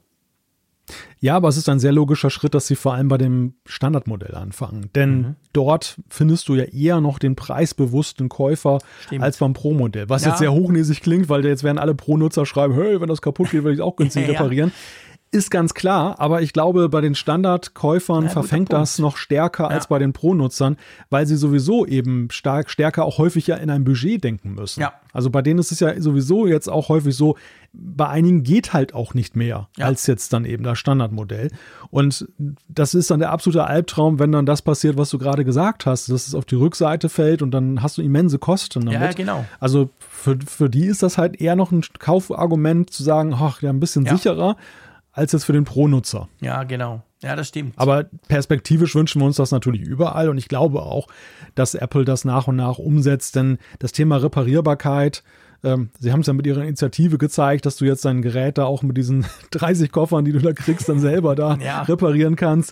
Ja, aber es ist ein sehr logischer Schritt, dass sie vor allem bei dem Standardmodell anfangen. Denn dort findest du ja eher noch den preisbewussten Käufer als beim Pro-Modell. Was jetzt sehr hochnäsig klingt, weil jetzt werden alle Pro-Nutzer schreiben, hey, wenn das kaputt geht, will ich es auch günstig reparieren. Ist ganz klar, aber ich glaube, bei den Standardkäufern verfängt das noch stärker als bei den Pro-Nutzern, weil sie sowieso eben stärker auch häufig ja in ein Budget denken müssen. Ja. Also bei denen ist es ja sowieso jetzt auch häufig so, bei einigen geht halt auch nicht mehr als jetzt dann eben das Standardmodell. Und das ist dann der absolute Albtraum, wenn dann das passiert, was du gerade gesagt hast, dass es auf die Rückseite fällt und dann hast du immense Kosten damit. Ja, genau. Also für die ist das halt eher noch ein Kaufargument zu sagen, ach, ja, ein bisschen sicherer, als jetzt für den Pro-Nutzer. Ja, genau. Ja, das stimmt. Aber perspektivisch wünschen wir uns das natürlich überall und ich glaube auch, dass Apple das nach und nach umsetzt, denn das Thema Reparierbarkeit, sie haben es ja mit ihrer Initiative gezeigt, dass du jetzt dein Gerät da auch mit diesen 30 Koffern, die du da kriegst, dann selber da reparieren kannst.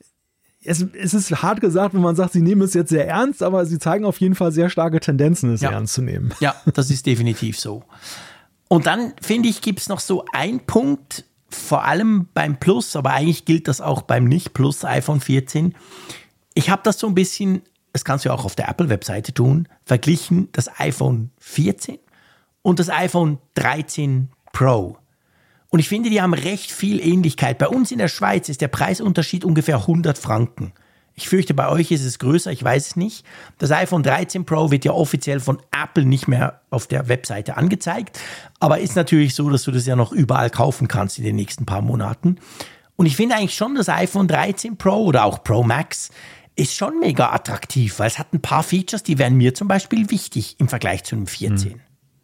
Es ist hart gesagt, wenn man sagt, sie nehmen es jetzt sehr ernst, aber sie zeigen auf jeden Fall sehr starke Tendenzen, es ernst zu nehmen. Ja, das ist definitiv so. Und dann, finde ich, gibt es noch so einen Punkt, vor allem beim Plus, aber eigentlich gilt das auch beim Nicht-Plus iPhone 14. Ich habe das so ein bisschen, das kannst du ja auch auf der Apple-Webseite tun, verglichen das iPhone 14 und das iPhone 13 Pro. Und ich finde, die haben recht viel Ähnlichkeit. Bei uns in der Schweiz ist der Preisunterschied ungefähr 100 Franken. Ich fürchte, bei euch ist es größer, ich weiß es nicht. Das iPhone 13 Pro wird ja offiziell von Apple nicht mehr auf der Webseite angezeigt, aber ist natürlich so, dass du das ja noch überall kaufen kannst in den nächsten paar Monaten. Und ich finde eigentlich schon, das iPhone 13 Pro oder auch Pro Max ist schon mega attraktiv, weil es hat ein paar Features, die wären mir zum Beispiel wichtig im Vergleich zu einem 14.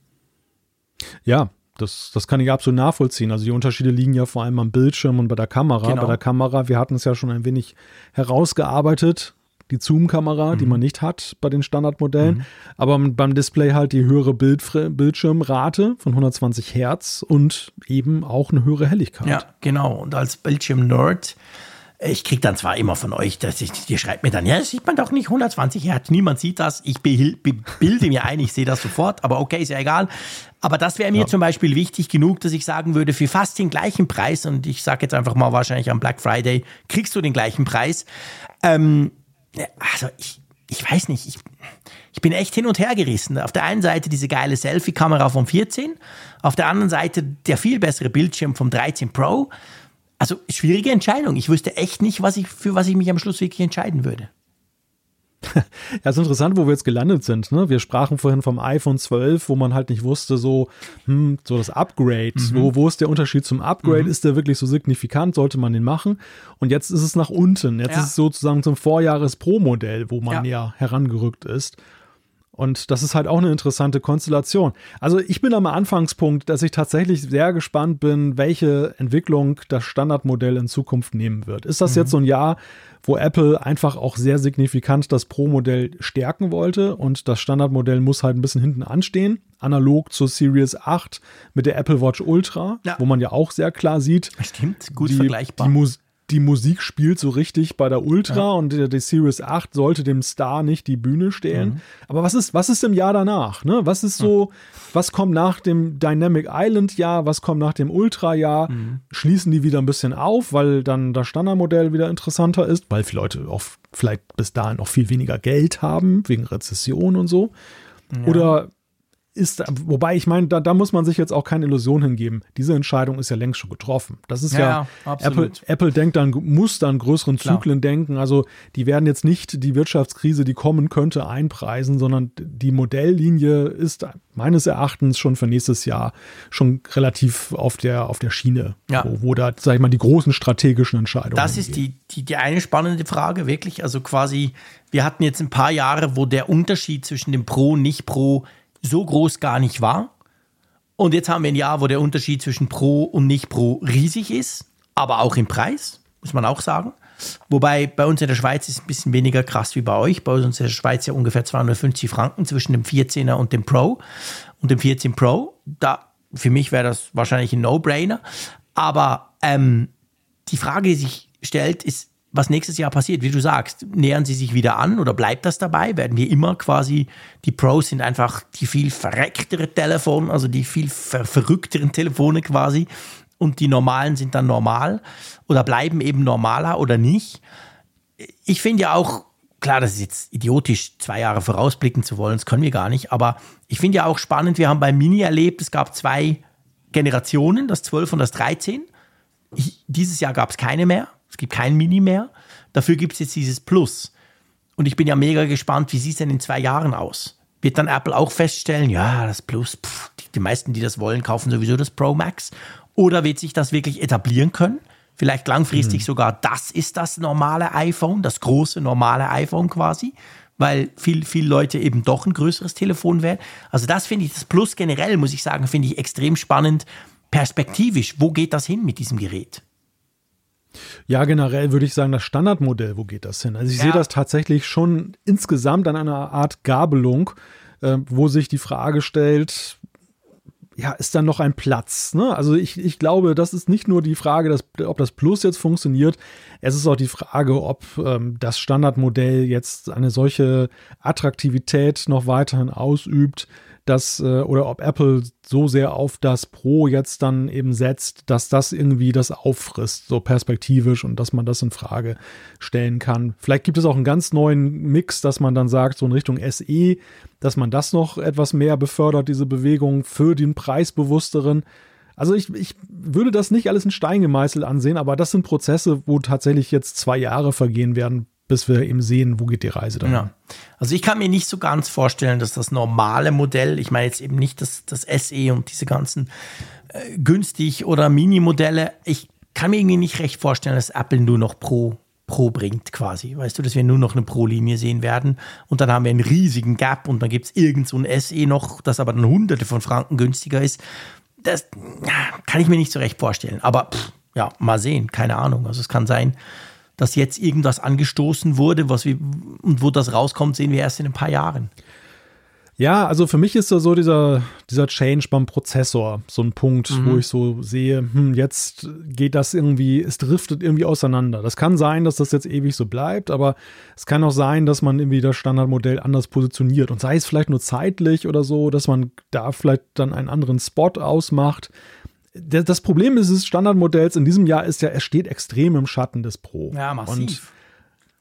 Ja, das kann ich absolut nachvollziehen. Also die Unterschiede liegen ja vor allem am Bildschirm und bei der Kamera. Genau. Bei der Kamera, wir hatten es ja schon ein wenig herausgearbeitet, die Zoom-Kamera, die man nicht hat bei den Standardmodellen. Aber beim Display halt die höhere Bildschirmrate von 120 Hertz und eben auch eine höhere Helligkeit. Ja, genau. Und als Bildschirm-Nerd, ich kriege dann zwar immer von euch, ihr schreibt mir dann, ja, das sieht man doch nicht, 120 Hertz, niemand sieht das. Ich bilde mir ein, ich sehe das sofort, aber okay, ist ja egal. Aber das wäre mir zum Beispiel wichtig genug, dass ich sagen würde, für fast den gleichen Preis, und ich sage jetzt einfach mal wahrscheinlich am Black Friday, kriegst du den gleichen Preis, Also ich weiß nicht, ich bin echt hin und her gerissen. Auf der einen Seite diese geile Selfie-Kamera vom 14, auf der anderen Seite der viel bessere Bildschirm vom 13 Pro. Also schwierige Entscheidung. Ich wüsste echt nicht, für was ich mich am Schluss wirklich entscheiden würde. Ja, ist interessant, wo wir jetzt gelandet sind. Ne? Wir sprachen vorhin vom iPhone 12, wo man halt nicht wusste, so das Upgrade. Wo ist der Unterschied zum Upgrade? Ist der wirklich so signifikant? Sollte man den machen? Und jetzt ist es nach unten. Jetzt ist es sozusagen zum Vorjahres-Pro-Modell, wo man näher herangerückt ist. Und das ist halt auch eine interessante Konstellation. Also ich bin am Anfangspunkt, dass ich tatsächlich sehr gespannt bin, welche Entwicklung das Standardmodell in Zukunft nehmen wird. Ist das jetzt so ein Jahr, wo Apple einfach auch sehr signifikant das Pro-Modell stärken wollte und das Standardmodell muss halt ein bisschen hinten anstehen, analog zur Series 8 mit der Apple Watch Ultra, wo man ja auch sehr klar sieht, stimmt, gut vergleichbar. Die Musik spielt so richtig bei der Ultra und die Series 8 sollte dem Star nicht die Bühne stehlen. Aber was ist im Jahr danach? Ne? Was ist so, was kommt nach dem Dynamic Island Jahr? Was kommt nach dem Ultra Jahr? Schließen die wieder ein bisschen auf, weil dann das Standardmodell wieder interessanter ist, weil viele Leute auch vielleicht bis dahin noch viel weniger Geld haben, wegen Rezession und so. Ja. Oder wobei ich meine, da muss man sich jetzt auch keine Illusion hingeben. Diese Entscheidung ist ja längst schon getroffen. Das ist Apple denkt muss dann größeren Zyklen denken. Also die werden jetzt nicht die Wirtschaftskrise, die kommen könnte, einpreisen, sondern die Modelllinie ist meines Erachtens schon für nächstes Jahr schon relativ auf der Schiene, wo da, sag ich mal, die großen strategischen Entscheidungen Das ist die eine spannende Frage, wirklich. Also quasi, wir hatten jetzt ein paar Jahre, wo der Unterschied zwischen dem Pro und Nicht-Pro so groß gar nicht war. Und jetzt haben wir ein Jahr, wo der Unterschied zwischen Pro und Nicht-Pro riesig ist, aber auch im Preis, muss man auch sagen. Wobei bei uns in der Schweiz ist es ein bisschen weniger krass wie bei euch. Bei uns in der Schweiz ja ungefähr 250 Franken zwischen dem 14er und dem Pro und dem 14 Pro. Für mich wäre das wahrscheinlich ein No-Brainer. Aber die Frage, die sich stellt, ist, was nächstes Jahr passiert. Wie du sagst, nähern sie sich wieder an oder bleibt das dabei? Werden wir immer quasi, die Pros sind einfach die viel verrecktere Telefone, also die viel verrückteren Telefone quasi und die normalen sind dann normal oder bleiben eben normaler oder nicht? Ich finde ja auch, klar, das ist jetzt idiotisch, 2 Jahre vorausblicken zu wollen, das können wir gar nicht, aber ich finde ja auch spannend, wir haben beim Mini erlebt, es gab 2 Generationen, das 12 und das 13. Dieses Jahr gab es keine mehr. Es gibt kein Mini mehr. Dafür gibt es jetzt dieses Plus. Und ich bin ja mega gespannt, wie sieht es denn in 2 Jahren aus? Wird dann Apple auch feststellen, ja, das Plus, die meisten, die das wollen, kaufen sowieso das Pro Max? Oder wird sich das wirklich etablieren können? Vielleicht langfristig sogar, das ist das normale iPhone, das große normale iPhone quasi, weil viele Leute eben doch ein größeres Telefon wählen. Also das finde ich, das Plus generell, muss ich sagen, finde ich extrem spannend, perspektivisch. Wo geht das hin mit diesem Gerät? Ja, generell würde ich sagen, das Standardmodell, wo geht das hin? Also ich sehe das tatsächlich schon insgesamt an einer Art Gabelung, wo sich die Frage stellt, ja, ist dann noch ein Platz? Ne? Also ich glaube, das ist nicht nur die Frage, ob das Plus jetzt funktioniert, es ist auch die Frage, ob das Standardmodell jetzt eine solche Attraktivität noch weiterhin ausübt, oder ob Apple so sehr auf das Pro jetzt dann eben setzt, dass das irgendwie das auffrisst, so perspektivisch und dass man das in Frage stellen kann. Vielleicht gibt es auch einen ganz neuen Mix, dass man dann sagt, so in Richtung SE, dass man das noch etwas mehr befördert, diese Bewegung für den Preisbewussteren. Also ich würde das nicht alles in Stein gemeißelt ansehen, aber das sind Prozesse, wo tatsächlich jetzt 2 Jahre vergehen werden, bis wir eben sehen, wo geht die Reise dann. Ja. Also ich kann mir nicht so ganz vorstellen, dass das normale Modell, ich meine jetzt eben nicht das SE und diese ganzen günstig- oder Mini-Modelle, ich kann mir irgendwie nicht recht vorstellen, dass Apple nur noch Pro bringt quasi. Weißt du, dass wir nur noch eine Pro-Linie sehen werden und dann haben wir einen riesigen Gap und dann gibt es irgend so ein SE noch, das aber dann Hunderte von Franken günstiger ist. Das kann ich mir nicht so recht vorstellen. Aber mal sehen, keine Ahnung. Also es kann sein, dass jetzt irgendwas angestoßen wurde, und wo das rauskommt, sehen wir erst in ein paar Jahren. Ja, also für mich ist da so dieser Change beim Prozessor so ein Punkt, wo ich so sehe, jetzt geht das irgendwie, es driftet irgendwie auseinander. Das kann sein, dass das jetzt ewig so bleibt, aber es kann auch sein, dass man irgendwie das Standardmodell anders positioniert und sei es vielleicht nur zeitlich oder so, dass man da vielleicht dann einen anderen Spot ausmacht. Das Problem des Standardmodells in diesem Jahr ist ja, es steht extrem im Schatten des Pro. Ja, massiv.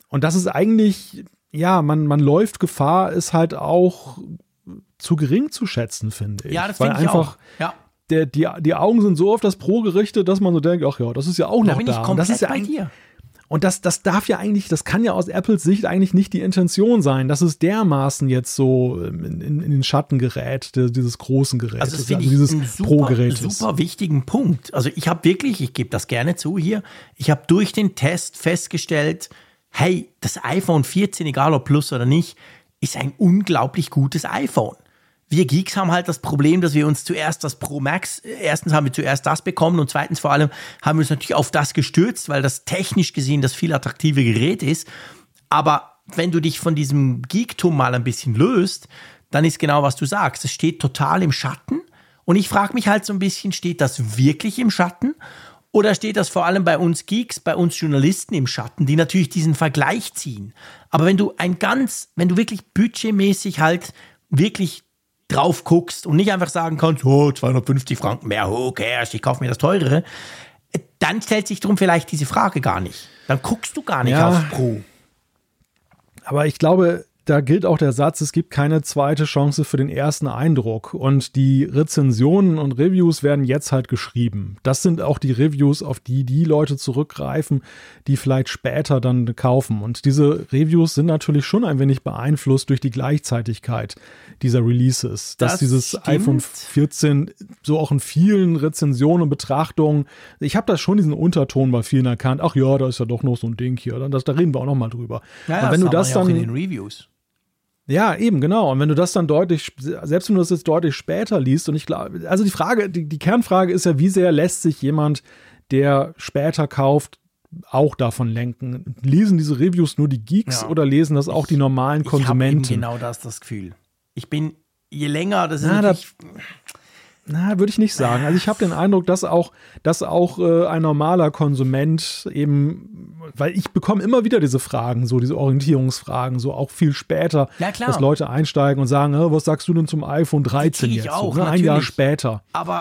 Und das ist eigentlich, ja, man läuft Gefahr, es halt auch zu gering zu schätzen, finde ich. Ja, das finde ich auch. Ja. Die Augen sind so auf das Pro gerichtet, dass man so denkt, ach ja, das ist ja auch noch da. Da bin ich komplett das ist ja bei dir. Und das darf ja eigentlich, das kann ja aus Apples Sicht eigentlich nicht die Intention sein, dass es dermaßen jetzt so in den Schatten gerät, dieses großen Gerät. Also das finde ich dieses einen super wichtigen Punkt. Also ich habe wirklich, ich gebe das gerne zu hier, ich habe durch den Test festgestellt, hey, das iPhone 14, egal ob Plus oder nicht, ist ein unglaublich gutes iPhone. Wir Geeks haben halt das Problem, dass wir uns zuerst das Pro Max, erstens haben wir zuerst das bekommen und zweitens vor allem haben wir uns natürlich auf das gestürzt, weil das technisch gesehen das viel attraktive Gerät ist. Aber wenn du dich von diesem Geektum mal ein bisschen löst, dann ist genau, was du sagst. Es steht total im Schatten und ich frage mich halt so ein bisschen, steht das wirklich im Schatten? Oder steht das vor allem bei uns Geeks, bei uns Journalisten im Schatten, die natürlich diesen Vergleich ziehen? Aber wenn du wirklich budgetmäßig halt wirklich drauf guckst und nicht einfach sagen kannst, oh, 250 Franken mehr, who cares, ich kaufe mir das teurere, dann stellt sich drum vielleicht diese Frage gar nicht. Dann guckst du gar nicht aufs Pro. Aber ich glaube, da gilt auch der Satz, es gibt keine zweite Chance für den ersten Eindruck. Und die Rezensionen und Reviews werden jetzt halt geschrieben. Das sind auch die Reviews, auf die Leute zurückgreifen, die vielleicht später dann kaufen. Und diese Reviews sind natürlich schon ein wenig beeinflusst durch die Gleichzeitigkeit dieser Releases. Dass dieses stimmt. iPhone 14 so auch in vielen Rezensionen und Betrachtungen, ich habe da schon diesen Unterton bei vielen erkannt, ach ja, da ist ja doch noch so ein Ding hier. Da reden wir auch noch mal drüber. Ja, und wenn du das dann auch in den Reviews. Ja, eben, genau. Und wenn du das dann selbst wenn du das jetzt deutlich später liest, und ich glaube, also die Kernfrage ist ja, wie sehr lässt sich jemand, der später kauft, auch davon lenken? Lesen diese Reviews nur die Geeks oder lesen das auch die normalen Konsumenten? Ich habe genau das Gefühl. Je länger, das ist natürlich... würde ich nicht sagen. Also ich habe den Eindruck, dass auch ein normaler Konsument eben, weil ich bekomme immer wieder diese Fragen, so diese Orientierungsfragen, so auch viel später, dass Leute einsteigen und sagen, was sagst du denn zum iPhone 13 jetzt? Auch, so, ein Jahr später. Aber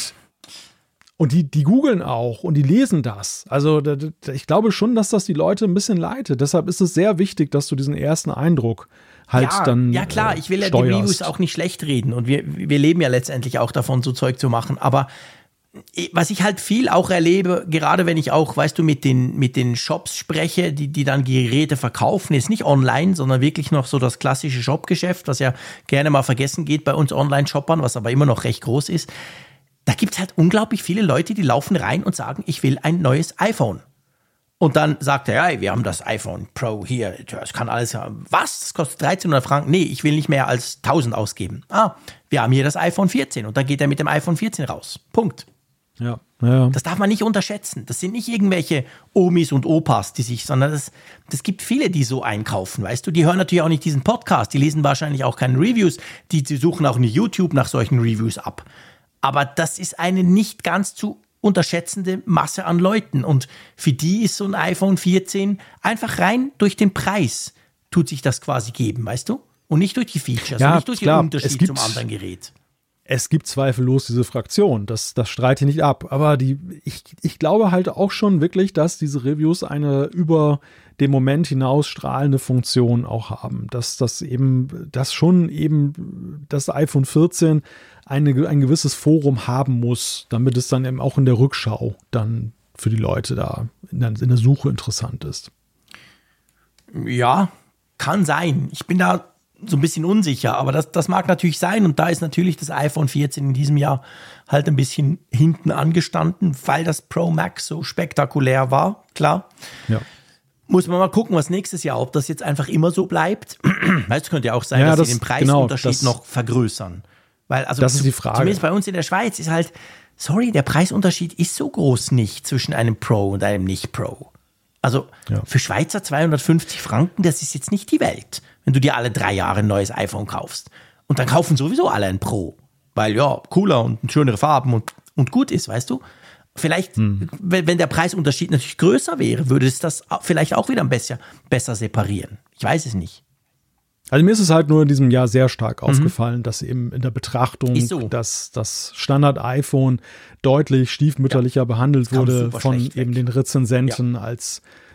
und die googeln auch und die lesen das. Also ich glaube schon, dass das die Leute ein bisschen leitet. Deshalb ist es sehr wichtig, dass du diesen ersten Eindruck dann ja klar, ich will ja steuerst. Die Reviews auch nicht schlecht reden und wir leben ja letztendlich auch davon, so Zeug zu machen, aber was ich halt viel auch erlebe, gerade wenn ich auch, weißt du, mit den Shops spreche, die dann Geräte verkaufen, jetzt nicht online, sondern wirklich noch so das klassische Shopgeschäft, was ja gerne mal vergessen geht bei uns Online-Shoppern, was aber immer noch recht groß ist, da gibt es halt unglaublich viele Leute, die laufen rein und sagen, ich will ein neues iPhone. Und dann sagt er, ja, wir haben das iPhone Pro hier, das kann alles, was, das kostet 1300 Franken? Nee, ich will nicht mehr als 1000 ausgeben. Wir haben hier das iPhone 14 und dann geht er mit dem iPhone 14 raus. Punkt. Ja. Das darf man nicht unterschätzen. Das sind nicht irgendwelche Omis und Opas, sondern das gibt viele, die so einkaufen, weißt du. Die hören natürlich auch nicht diesen Podcast, die lesen wahrscheinlich auch keine Reviews, die suchen auch nicht YouTube nach solchen Reviews ab. Aber das ist eine nicht ganz zu unterschätzende Masse an Leuten. Und für die ist so ein iPhone 14 einfach rein durch den Preis tut sich das quasi geben, weißt du? Und nicht durch die Features, und nicht durch den Unterschied zum anderen Gerät. Es gibt zweifellos diese Fraktion, das streite ich nicht ab. Aber ich glaube halt auch schon wirklich, dass diese Reviews eine über den Moment hinaus strahlende Funktion auch haben. Dass das iPhone 14 ein gewisses Forum haben muss, damit es dann eben auch in der Rückschau dann für die Leute da in der Suche interessant ist. Ja, kann sein. Ich bin da so ein bisschen unsicher, aber das mag natürlich sein und da ist natürlich das iPhone 14 in diesem Jahr halt ein bisschen hinten angestanden, weil das Pro Max so spektakulär war, klar. Ja. Muss man mal gucken, was nächstes Jahr, ob das jetzt einfach immer so bleibt. Weißt du, könnte ja auch sein, dass sie den Preisunterschied noch vergrößern. Weil, also das ist die Frage. Zumindest bei uns in der Schweiz ist halt, der Preisunterschied ist so groß nicht zwischen einem Pro und einem Nicht-Pro. Also für Schweizer 250 Franken, das ist jetzt nicht die Welt, wenn du dir alle 3 Jahre ein neues iPhone kaufst. Und dann kaufen sowieso alle ein Pro, weil cooler und schönere Farben und gut ist, weißt du. Vielleicht, wenn der Preisunterschied natürlich größer wäre, würde es das vielleicht auch wieder besser separieren. Ich weiß es nicht. Also mir ist es halt nur in diesem Jahr sehr stark aufgefallen, dass eben in der Betrachtung das Standard-iPhone deutlich stiefmütterlicher behandelt wurde von eben den Rezensenten als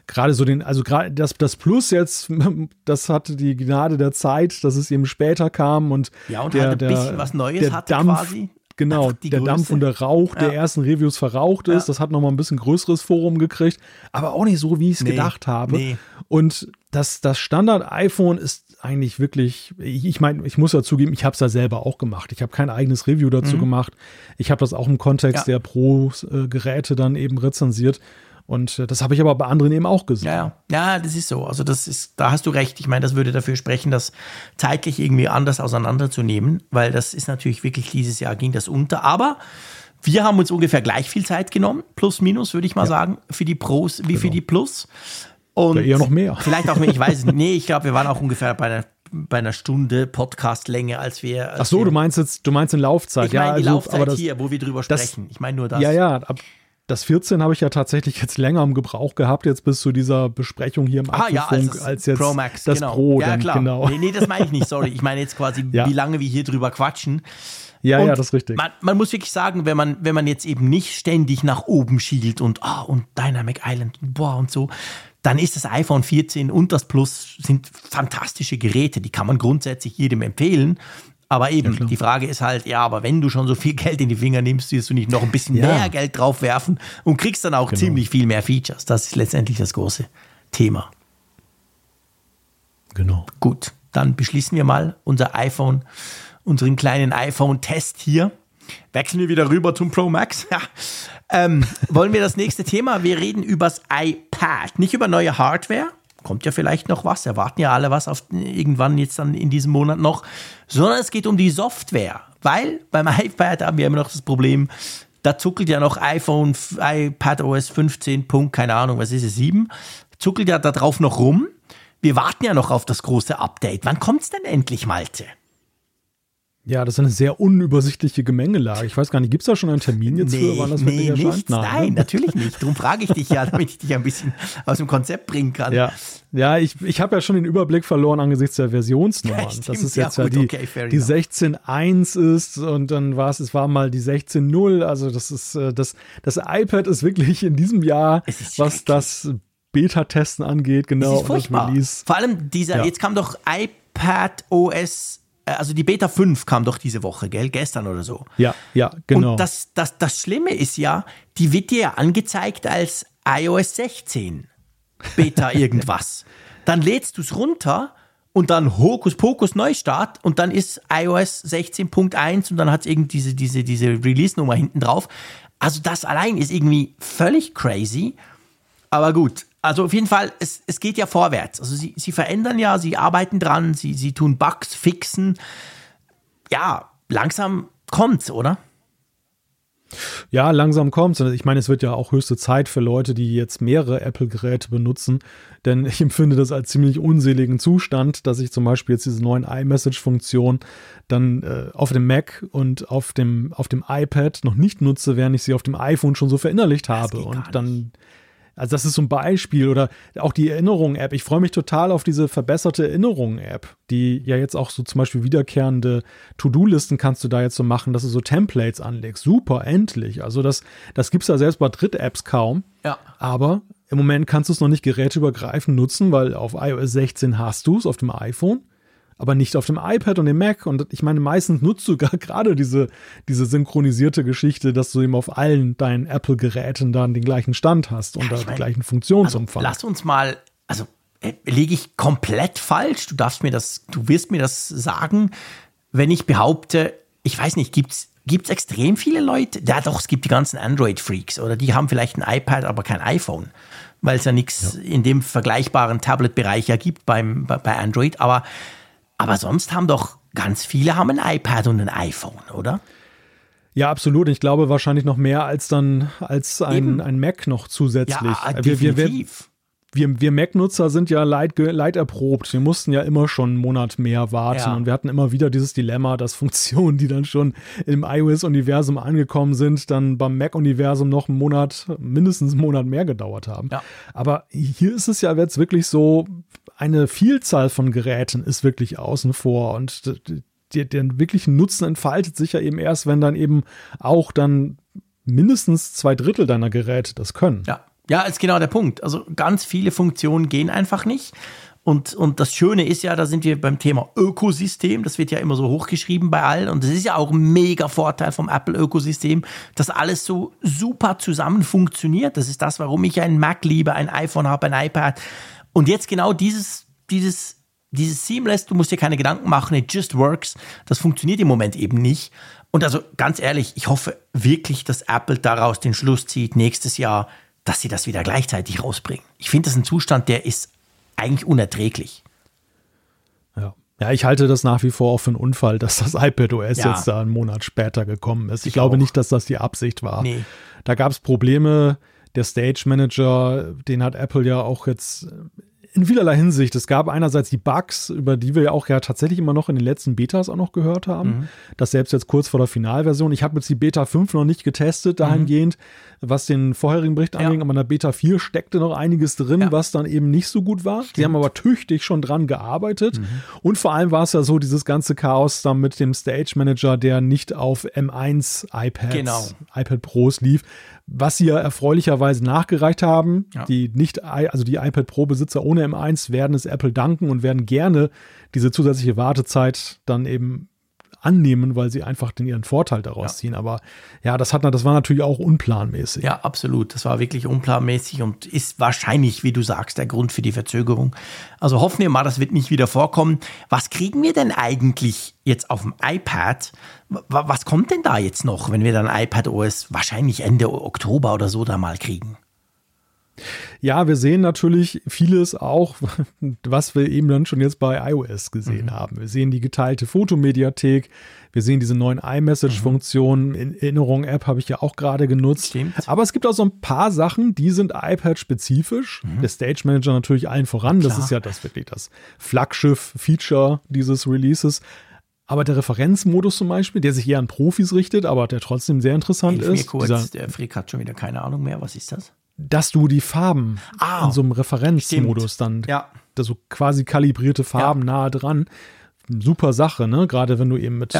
gerade so gerade das Plus jetzt, das hatte die Gnade der Zeit, dass es eben später kam und und halt ein bisschen was Neues hatte quasi. Genau, der Dampf und der Rauch der ersten Reviews verraucht ist. Das hat nochmal ein bisschen größeres Forum gekriegt, aber auch nicht so, wie ich es gedacht habe. Nee. Und das Standard-iPhone ist eigentlich wirklich, ich meine, ich muss ja zugeben, ich habe es ja selber auch gemacht. Ich habe kein eigenes Review dazu gemacht. Ich habe das auch im Kontext der Pro-Geräte dann eben rezensiert. Und das habe ich aber bei anderen eben auch gesehen. Ja, das ist so. Also da hast du recht. Ich meine, das würde dafür sprechen, das zeitlich irgendwie anders auseinanderzunehmen, weil das ist natürlich wirklich, dieses Jahr ging das unter. Aber wir haben uns ungefähr gleich viel Zeit genommen, plus minus, würde ich mal sagen, für die Pros wie für die Plus. Und oder eher noch mehr. Vielleicht auch mehr, ich weiß es nicht. Nee, ich glaube, wir waren auch ungefähr bei einer Stunde Podcastlänge, als wir... Ach so, du meinst in Laufzeit. Ich meine die Laufzeit aber hier, wo wir drüber sprechen. Ich meine nur das. Ja, das 14 habe ich ja tatsächlich jetzt länger im Gebrauch gehabt, jetzt bis zu dieser Besprechung hier im Apfelfunk, als jetzt Pro Max, das genau. Pro. Ja, dann, klar. Genau. Nee, das meine ich nicht, sorry. Ich meine jetzt quasi, wie lange wir hier drüber quatschen. Ja, das ist richtig. Man muss wirklich sagen, wenn man jetzt eben nicht ständig nach oben schielt und Dynamic Island und so, dann ist das iPhone 14 und das Plus sind fantastische Geräte, die kann man grundsätzlich jedem empfehlen. Aber eben, die Frage ist halt, aber wenn du schon so viel Geld in die Finger nimmst, wirst du nicht noch ein bisschen mehr Geld drauf werfen und kriegst dann auch ziemlich viel mehr Features. Das ist letztendlich das große Thema. Genau. Gut, dann beschließen wir mal unseren kleinen iPhone-Test hier. Wechseln wir wieder rüber zum Pro Max. Wollen wir das nächste Thema? Wir reden übers iPad, nicht über neue Hardware. Kommt ja vielleicht noch was, erwarten ja alle was auf irgendwann jetzt dann in diesem Monat noch, sondern es geht um die Software, weil beim iPad haben wir immer noch das Problem, da zuckelt ja noch iPadOS 15. keine Ahnung, was ist es, 7, zuckelt ja da drauf noch rum. Wir warten ja noch auf das große Update. Wann kommt's denn endlich, Malte? Ja, das ist eine sehr unübersichtliche Gemengelage. Ich weiß gar nicht, gibt es da schon einen Termin jetzt für, wann das wirklich erscheint? Nein, natürlich nicht. Darum frage ich dich ja, damit ich dich ein bisschen aus dem Konzept bringen kann. Ja, ich habe ja schon den Überblick verloren angesichts der Versionsnummern. Stimmt, das ist jetzt die 16.1 ist und dann es war mal die 16.0. Also das ist das iPad ist wirklich in diesem Jahr, was das Beta-Testen angeht, genau. Das ist furchtbar. Und das Release. Vor allem jetzt kam doch iPadOS, also die Beta 5 kam doch diese Woche, gell? Gestern oder so. Ja, genau. Und das Schlimme ist ja, die wird dir ja angezeigt als iOS 16 Beta irgendwas. Dann lädst du es runter und dann Hokuspokus Neustart und dann ist iOS 16.1 und dann hat es irgendwie diese Release-Nummer hinten drauf. Also das allein ist irgendwie völlig crazy. Aber gut, also auf jeden Fall, es geht ja vorwärts. Also sie verändern ja, sie arbeiten dran, sie tun Bugs fixen. Ja, langsam kommt's, oder? Ja, langsam kommt's. Ich meine, es wird ja auch höchste Zeit für Leute, die jetzt mehrere Apple-Geräte benutzen. Denn ich empfinde das als ziemlich unseligen Zustand, dass ich zum Beispiel jetzt diese neuen iMessage-Funktion dann auf dem Mac und auf dem iPad noch nicht nutze, während ich sie auf dem iPhone schon so verinnerlicht habe. Und dann... Also das ist so ein Beispiel oder auch die Erinnerung-App. Ich freue mich total auf diese verbesserte Erinnerung-App, die ja jetzt auch so zum Beispiel wiederkehrende To-Do-Listen kannst du da jetzt so machen, dass du so Templates anlegst. Super, endlich. Also das gibt es ja selbst bei Dritt-Apps kaum. Ja. Aber im Moment kannst du es noch nicht geräteübergreifend nutzen, weil auf iOS 16 hast du es auf dem iPhone, aber nicht auf dem iPad und dem Mac. Und ich meine, meistens nutzt du gerade diese synchronisierte Geschichte, dass du eben auf allen deinen Apple-Geräten dann den gleichen Stand hast und den gleichen Funktionsumfang. Also lass uns mal, liege ich komplett falsch? Du wirst mir das sagen, wenn ich behaupte, ich weiß nicht, gibt's extrem viele Leute? Ja doch, es gibt die ganzen Android-Freaks oder die haben vielleicht ein iPad, aber kein iPhone, weil es ja nichts in dem vergleichbaren Tablet-Bereich ja gibt bei Android, aber sonst haben doch ganz viele ein iPad und ein iPhone, oder? Ja, absolut. Ich glaube wahrscheinlich noch mehr als ein Mac noch zusätzlich. Ja, definitiv. Wir Mac-Nutzer sind ja leiderprobt. Wir mussten ja immer schon einen Monat mehr warten und wir hatten immer wieder dieses Dilemma, dass Funktionen, die dann schon im iOS-Universum angekommen sind, dann beim Mac-Universum noch mindestens einen Monat mehr gedauert haben. Ja. Aber hier ist es ja jetzt wirklich so, eine Vielzahl von Geräten ist wirklich außen vor und der wirkliche Nutzen entfaltet sich ja eben erst, wenn dann eben auch dann mindestens 2/3 deiner Geräte das können. Ja. Ja, ist genau der Punkt. Also ganz viele Funktionen gehen einfach nicht. Und das Schöne ist ja, da sind wir beim Thema Ökosystem. Das wird ja immer so hochgeschrieben bei allen. Und das ist ja auch ein mega Vorteil vom Apple-Ökosystem, dass alles so super zusammen funktioniert. Das ist das, warum ich einen Mac liebe, ein iPhone habe, ein iPad. Und jetzt genau dieses Seamless, du musst dir keine Gedanken machen, it just works. Das funktioniert im Moment eben nicht. Und also ganz ehrlich, ich hoffe wirklich, dass Apple daraus den Schluss zieht, nächstes Jahr, dass sie das wieder gleichzeitig rausbringen. Ich finde das ein Zustand, der ist eigentlich unerträglich. Ja, ich halte das nach wie vor auch für einen Unfall, dass das iPadOS jetzt da einen Monat später gekommen ist. Ich glaube nicht, dass das die Absicht war. Nee. Da gab es Probleme. Der Stage Manager, den hat Apple ja auch jetzt in vielerlei Hinsicht. Es gab einerseits die Bugs, über die wir ja auch tatsächlich immer noch in den letzten Betas auch noch gehört haben. Das selbst jetzt kurz vor der Finalversion. Ich habe jetzt die Beta 5 noch nicht getestet dahingehend, was den vorherigen Bericht anging. Aber in der Beta 4 steckte noch einiges drin, was dann eben nicht so gut war. Sie haben aber tüchtig schon dran gearbeitet. Und vor allem war es ja so, dieses ganze Chaos dann mit dem Stage Manager, der nicht auf M1 iPads, iPad Pros lief, was sie ja erfreulicherweise nachgereicht haben. Die iPad Pro Besitzer ohne M1 werden es Apple danken und werden gerne diese zusätzliche Wartezeit dann eben annehmen, weil sie einfach ihren Vorteil daraus ziehen. Aber ja, das war natürlich auch unplanmäßig. Ja, absolut. Das war wirklich unplanmäßig und ist wahrscheinlich, wie du sagst, der Grund für die Verzögerung. Also hoffen wir mal, das wird nicht wieder vorkommen. Was kriegen wir denn eigentlich jetzt auf dem iPad? Was kommt denn da jetzt noch, wenn wir dann iPadOS wahrscheinlich Ende Oktober oder so da mal kriegen? Ja, wir sehen natürlich vieles auch, was wir eben dann schon jetzt bei iOS gesehen haben. Wir sehen die geteilte Fotomediathek, wir sehen diese neuen iMessage-Funktionen, Erinnerung-App habe ich ja auch gerade genutzt. Stimmt. Aber es gibt auch so ein paar Sachen, die sind iPad-spezifisch. Der Stage Manager natürlich allen voran, das ist ja wirklich das Flaggschiff-Feature dieses Releases. Aber der Referenzmodus zum Beispiel, der sich eher an Profis richtet, aber der trotzdem sehr interessant ist. Der Frick hat schon wieder keine Ahnung mehr, was ist das? Dass du die Farben in so einem Referenzmodus dann, so quasi kalibrierte Farben nahe dran, super Sache, ne? Gerade wenn du eben mit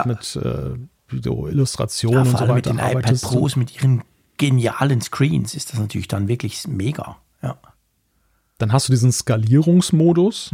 so Illustrationen und so weiter mit den iPad Pros, mit ihren genialen Screens ist das natürlich dann wirklich mega. Ja. Dann hast du diesen Skalierungsmodus.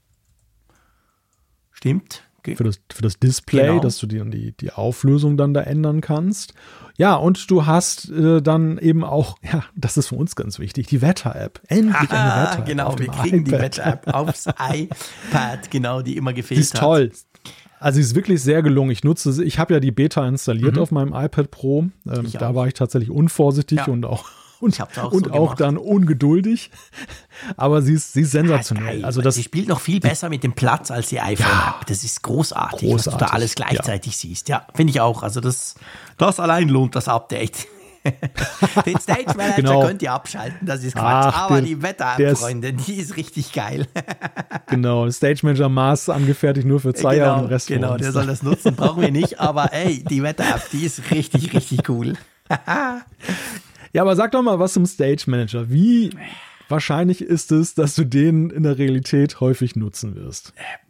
Stimmt. Für das Display, dass du die Auflösung dann da ändern kannst. Ja, und du hast dann eben auch, das ist für uns ganz wichtig, die Wetter-App. Endlich eine Wetter-App. Genau, wir kriegen die Wetter-App aufs iPad, die immer gefehlt hat. Die ist toll. Also sie ist wirklich sehr gelungen. Ich habe ja die Beta installiert auf meinem iPad Pro. Da war ich tatsächlich unvorsichtig und auch dann ungeduldig. Aber sie ist sensationell. Ja, sie spielt noch viel besser mit dem Platz als die iPhone-App. Das ist großartig, was du da alles gleichzeitig siehst. Ja, finde ich auch. Also das allein lohnt das Update. Den Stage Manager könnt ihr abschalten, das ist Quatsch. Aber die Wetter-App, Freunde, die ist richtig geil. Genau, Stage Manager Maß angefertigt nur für Zeier und Rest. Genau, der soll das nutzen, brauchen wir nicht. Aber die Wetter-App, die ist richtig, richtig cool. Ja, aber sag doch mal was zum Stage Manager. Wie wahrscheinlich ist es, dass du den in der Realität häufig nutzen wirst?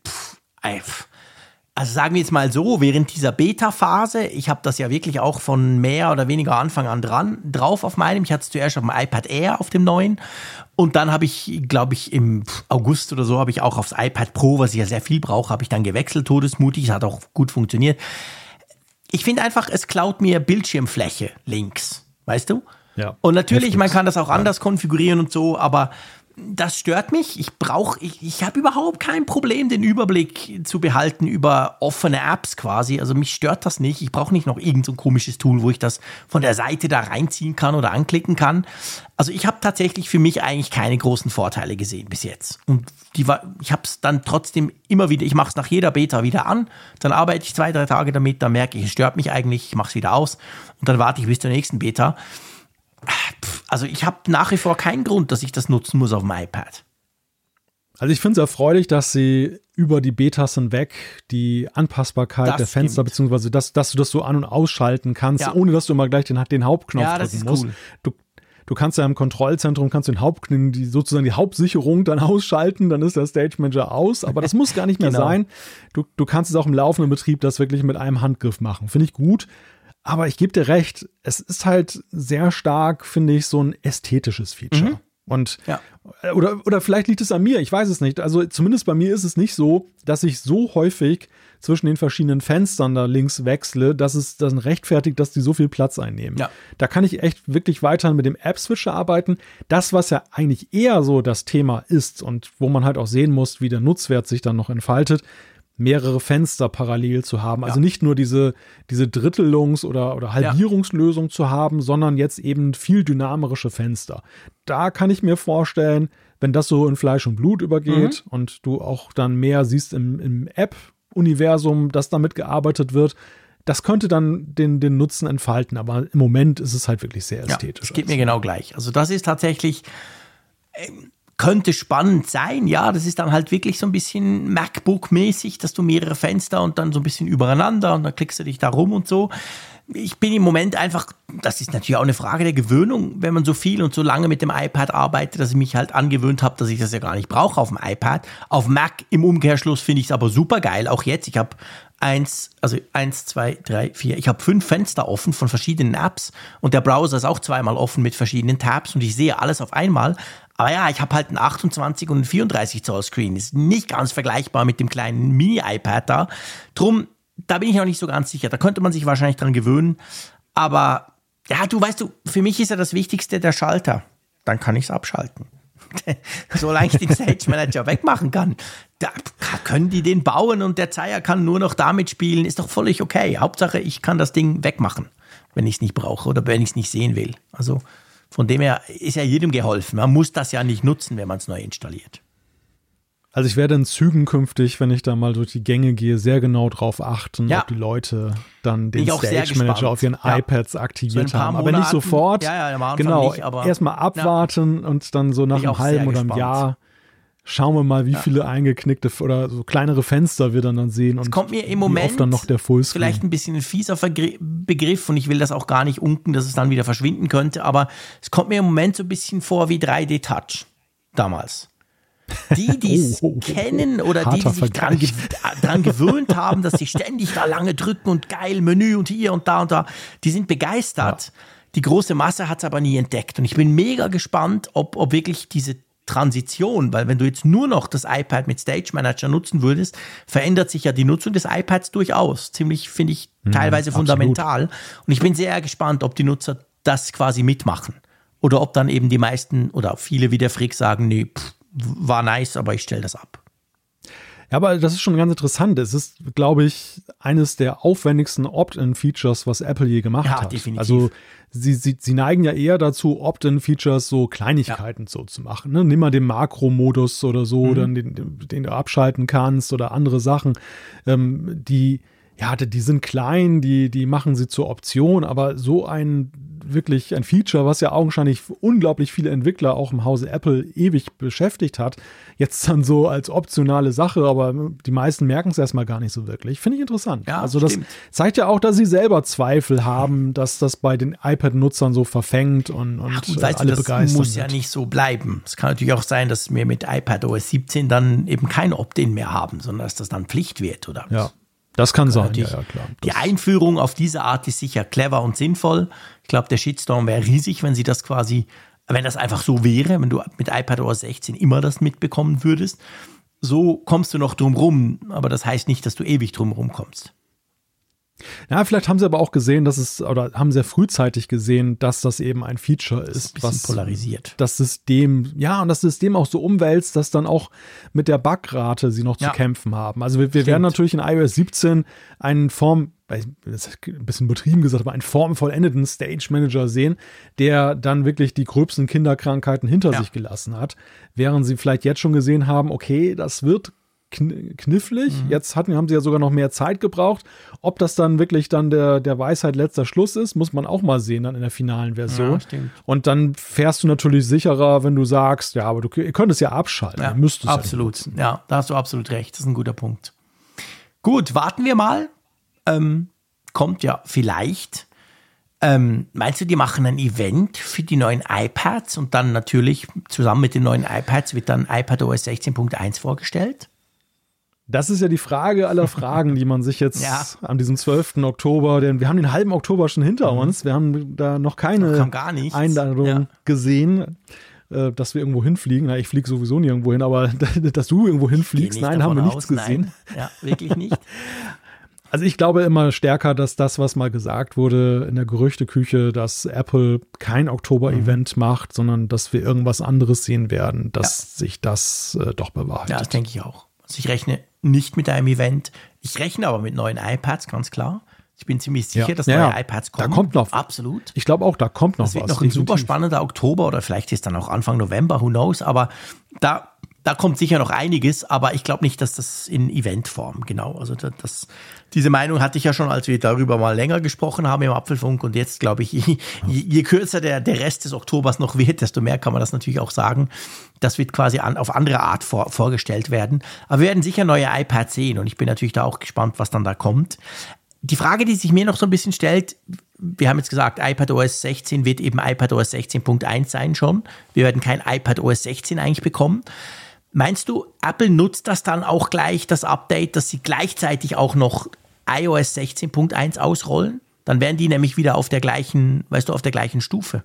Also sagen wir jetzt mal so, während dieser Beta-Phase, ich habe das ja wirklich auch von mehr oder weniger Anfang an drauf auf meinem. Ich hatte es zuerst auf dem iPad Air, auf dem neuen. Und dann habe ich, glaube ich, im August oder so, habe ich auch aufs iPad Pro, was ich ja sehr viel brauche, habe ich dann gewechselt, todesmutig. Es hat auch gut funktioniert. Ich finde einfach, es klaut mir Bildschirmfläche links, weißt du? Ja, und natürlich, man kann das auch anders konfigurieren und so, aber das stört mich. Ich habe überhaupt kein Problem, den Überblick zu behalten über offene Apps quasi. Also mich stört das nicht. Ich brauche nicht noch irgend so ein komisches Tool, wo ich das von der Seite da reinziehen kann oder anklicken kann. Also ich habe tatsächlich für mich eigentlich keine großen Vorteile gesehen bis jetzt. Und ich habe es dann trotzdem immer wieder, ich mache es nach jeder Beta wieder an, dann arbeite ich 2-3 Tage damit, dann merke ich, es stört mich eigentlich, ich mache es wieder aus und dann warte ich bis zur nächsten Beta. Also ich habe nach wie vor keinen Grund, dass ich das nutzen muss auf dem iPad. Also ich finde es erfreulich, dass sie über die Betas hinweg die Anpassbarkeit der Fenster, beziehungsweise dass du das so an- und ausschalten kannst, ohne dass du immer gleich den Hauptknopf drücken musst. Cool. Du kannst ja im Kontrollzentrum den Hauptknopf, sozusagen die Hauptsicherung dann ausschalten, dann ist der Stage Manager aus, aber das muss gar nicht mehr sein. Du kannst es auch im laufenden Betrieb das wirklich mit einem Handgriff machen. Finde ich gut. Aber ich gebe dir recht, es ist halt sehr stark, finde ich, so ein ästhetisches Feature. Und oder vielleicht liegt es an mir, ich weiß es nicht. Also zumindest bei mir ist es nicht so, dass ich so häufig zwischen den verschiedenen Fenstern da links wechsle, dass es dann rechtfertigt, dass die so viel Platz einnehmen. Ja. Da kann ich echt wirklich weiterhin mit dem App-Switcher arbeiten. Das, was ja eigentlich eher so das Thema ist und wo man halt auch sehen muss, wie der Nutzwert sich dann noch entfaltet, mehrere Fenster parallel zu haben. Also nicht nur diese Drittelungs- oder Halbierungslösung zu haben, sondern jetzt eben viel dynamische Fenster. Da kann ich mir vorstellen, wenn das so in Fleisch und Blut übergeht und du auch dann mehr siehst im App-Universum, dass damit gearbeitet wird, das könnte dann den Nutzen entfalten. Aber im Moment ist es halt wirklich sehr ästhetisch. Das geht mir genau gleich. Also das ist tatsächlich... könnte spannend sein, ja, das ist dann halt wirklich so ein bisschen MacBook-mäßig, dass du mehrere Fenster und dann so ein bisschen übereinander und dann klickst du dich da rum und so. Ich bin im Moment einfach, das ist natürlich auch eine Frage der Gewöhnung, wenn man so viel und so lange mit dem iPad arbeitet, dass ich mich halt angewöhnt habe, dass ich das ja gar nicht brauche auf dem iPad. Auf Mac im Umkehrschluss finde ich es aber super geil, auch jetzt. Ich habe 1, 2, 3, 4, ich habe 5 Fenster offen von verschiedenen Apps und der Browser ist auch zweimal offen mit verschiedenen Tabs und ich sehe alles auf einmal. Aber ja, ich habe halt einen 28 und einen 34 Zoll Screen. Ist nicht ganz vergleichbar mit dem kleinen Mini-iPad da. Drum, da bin ich noch nicht so ganz sicher. Da könnte man sich wahrscheinlich dran gewöhnen. Aber ja, für mich ist ja das Wichtigste der Schalter. Dann kann ich es abschalten. Solange ich den Stage Manager wegmachen kann, da können die den bauen und der Zeier kann nur noch damit spielen. Ist doch völlig okay. Hauptsache, ich kann das Ding wegmachen, wenn ich es nicht brauche oder wenn ich es nicht sehen will. Also von dem her ist ja jedem geholfen. Man muss das ja nicht nutzen, wenn man es neu installiert. Also ich werde in Zügen künftig, wenn ich da mal durch die Gänge gehe, sehr genau drauf achten, ob die Leute dann den Stage Manager auf ihren iPads aktiviert so haben. Aber nicht sofort. Genau, erstmal abwarten und dann so nach einem halben oder einem Jahr schauen wir mal, wie viele eingeknickte oder so kleinere Fenster wir dann sehen und kommt mir im Moment wie oft dann noch der Fullscreen. Vielleicht ein bisschen ein fieser Begriff und ich will das auch gar nicht unken, dass es dann wieder verschwinden könnte, aber es kommt mir im Moment so ein bisschen vor wie 3D-Touch damals. Die es kennen oder die sich dran gewöhnt haben, dass sie ständig da lange drücken und geil, Menü und hier und da, die sind begeistert. Ja. Die große Masse hat es aber nie entdeckt und ich bin mega gespannt, ob wirklich diese Transition, weil wenn du jetzt nur noch das iPad mit Stage Manager nutzen würdest, verändert sich ja die Nutzung des iPads durchaus. Ziemlich, finde ich, teilweise fundamental. Und ich bin sehr gespannt, ob die Nutzer das quasi mitmachen. Oder ob dann eben die meisten oder viele wie der Frick sagen, nee, war nice, aber ich stelle das ab. Ja, aber das ist schon ganz interessant. Es ist, glaube ich, eines der aufwendigsten Opt-in-Features, was Apple je gemacht hat. Definitiv. Also sie neigen ja eher dazu, Opt-in-Features so Kleinigkeiten so zu machen. Ne? Nimm mal den Makro-Modus oder so, den du abschalten kannst oder andere Sachen, die sind klein, die machen sie zur Option, aber so ein Feature, was ja augenscheinlich unglaublich viele Entwickler auch im Hause Apple ewig beschäftigt hat, jetzt dann so als optionale Sache, aber die meisten merken es erstmal gar nicht so wirklich. Finde ich interessant. Ja, also das zeigt ja auch, dass sie selber Zweifel haben, dass das bei den iPad-Nutzern so verfängt und alle begeistert. Das muss ja nicht so bleiben. Es kann natürlich auch sein, dass wir mit iPadOS 17 dann eben kein Opt-in mehr haben, sondern dass das dann Pflicht wird, oder? Ja. Das kann sein, ja klar. Die Einführung auf diese Art ist sicher clever und sinnvoll. Ich glaube, der Shitstorm wäre riesig, wenn das einfach so wäre, wenn du mit iPadOS 16 immer das mitbekommen würdest. So kommst du noch drum rum, aber das heißt nicht, dass du ewig drum rumkommst. Ja, vielleicht haben sie aber auch gesehen, haben sehr frühzeitig gesehen, dass das eben ein Feature ist, was polarisiert. Das System auch so umwälzt, dass dann auch mit der Bugrate sie noch zu kämpfen haben. Also wir werden natürlich in iOS 17 das ist ein bisschen übertrieben gesagt, aber einen formvollendeten Stage Manager sehen, der dann wirklich die gröbsten Kinderkrankheiten hinter sich gelassen hat, während sie vielleicht jetzt schon gesehen haben, okay, das wird knifflig. Jetzt haben sie ja sogar noch mehr Zeit gebraucht. Ob das dann wirklich dann der Weisheit letzter Schluss ist, muss man auch mal sehen dann in der finalen Version. Ja, und dann fährst du natürlich sicherer, wenn du sagst, ja, aber ihr könnt es ja abschalten. Ja, müsstest absolut. Ja, da hast du absolut recht. Das ist ein guter Punkt. Gut, warten wir mal. Kommt ja vielleicht. Meinst du, die machen ein Event für die neuen iPads und dann natürlich zusammen mit den neuen iPads wird dann iPadOS 16.1 vorgestellt? Das ist ja die Frage aller Fragen, die man sich jetzt an diesem 12. Oktober, denn wir haben den halben Oktober schon hinter uns, wir haben da noch keine Einladung gesehen, dass wir irgendwo hinfliegen. Na, ich fliege sowieso nirgendwo hin, aber dass du irgendwo hinfliegst, nein, haben wir nichts gesehen. Nein. Ja, wirklich nicht. Also ich glaube immer stärker, dass das, was mal gesagt wurde in der Gerüchteküche, dass Apple kein Oktober-Event macht, sondern dass wir irgendwas anderes sehen werden, dass sich das doch bewahrheitet. Ja, das denke ich auch. Also ich rechne nicht mit einem Event. Ich rechne aber mit neuen iPads, ganz klar. Ich bin ziemlich sicher, dass neue iPads kommen. Da kommt noch. Absolut. Ich glaube auch, da kommt noch was. Das wird noch ein super spannender Oktober oder vielleicht ist dann auch Anfang November, who knows. Aber da kommt sicher noch einiges, aber ich glaube nicht, dass das in Eventform, genau. Also diese Meinung hatte ich ja schon, als wir darüber mal länger gesprochen haben im Apfelfunk. Und jetzt glaube ich, je kürzer der Rest des Oktobers noch wird, desto mehr kann man das natürlich auch sagen. Das wird quasi auf andere Art vorgestellt werden. Aber wir werden sicher neue iPads sehen und ich bin natürlich da auch gespannt, was dann da kommt. Die Frage, die sich mir noch so ein bisschen stellt, wir haben jetzt gesagt, iPadOS 16 wird eben iPadOS 16.1 sein schon. Wir werden kein iPadOS 16 eigentlich bekommen. Meinst du, Apple nutzt das dann auch gleich, das Update, dass sie gleichzeitig auch noch iOS 16.1 ausrollen? Dann wären die nämlich wieder auf der gleichen Stufe.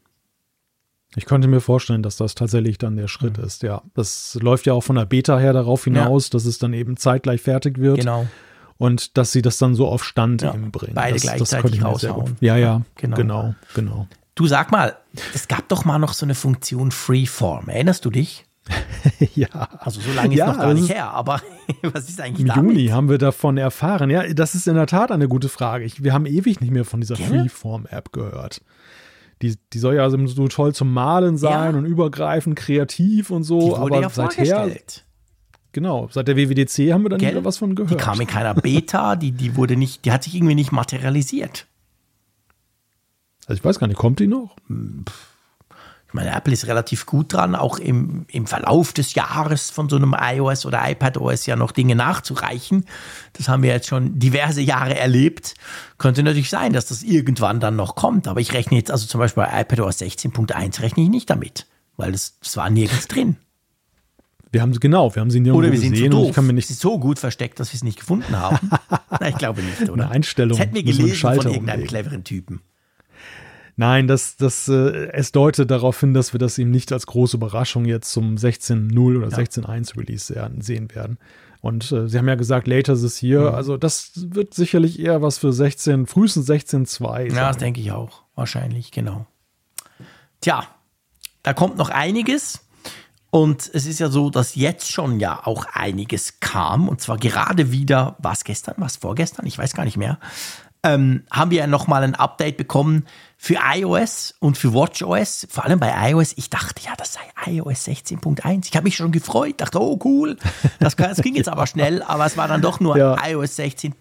Ich könnte mir vorstellen, dass das tatsächlich dann der Schritt ist, ja. Das läuft ja auch von der Beta her darauf hinaus, dass es dann eben zeitgleich fertig wird. Genau. Und dass sie das dann so auf Stand eben bringen. Beide gleichzeitig raushauen. Ja, genau. Du, sag mal, es gab doch mal noch so eine Funktion Freeform. Erinnerst du dich? Ja. Also so lange ist noch gar nicht her, aber was ist eigentlich damit? Im Juni haben wir davon erfahren. Ja, das ist in der Tat eine gute Frage. Wir haben ewig nicht mehr von dieser Freeform-App gehört. Die soll ja so toll zum Malen sein und übergreifend kreativ und so. Die wurde aber vorgestellt. Genau, seit der WWDC haben wir dann wieder was von gehört. Die kam in keiner Beta, die hat sich irgendwie nicht materialisiert. Also ich weiß gar nicht, kommt die noch? Ich meine, Apple ist relativ gut dran, auch im Verlauf des Jahres von so einem iOS oder iPadOS ja noch Dinge nachzureichen. Das haben wir jetzt schon diverse Jahre erlebt. Könnte natürlich sein, dass das irgendwann dann noch kommt. Aber ich rechne jetzt, also zum Beispiel bei iPadOS 16.1 rechne ich nicht damit, weil das war nirgends drin. Wir haben sie nirgendwo gesehen. Oder wir sind zu doof. Ich kann mir nicht es ist so gut versteckt, dass wir es nicht gefunden haben. Nein, ich glaube nicht, oder? Eine Einstellung. Das hätten wir gelesen von irgendeinem cleveren Typen. Nein, es deutet darauf hin, dass wir das eben nicht als große Überraschung jetzt zum 16.0 oder 16.1 Release sehen werden. Und sie haben ja gesagt, later this year. Also das wird sicherlich eher was für frühestens 16.2 sein. Ja, das denke ich auch. Wahrscheinlich, genau. Tja, da kommt noch einiges. Und es ist ja so, dass jetzt schon ja auch einiges kam. Und zwar gerade wieder, was vorgestern? Ich weiß gar nicht mehr. Haben wir ja nochmal ein Update bekommen für iOS und für WatchOS. Vor allem bei iOS. Ich dachte, ja, das sei iOS 16.1. Ich habe mich schon gefreut. Dachte, oh cool. Das ging jetzt aber schnell. Aber es war dann doch nur iOS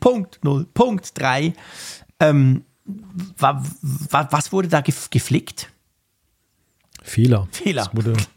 16.0.3. Was wurde da geflickt? Fehler. Fehler,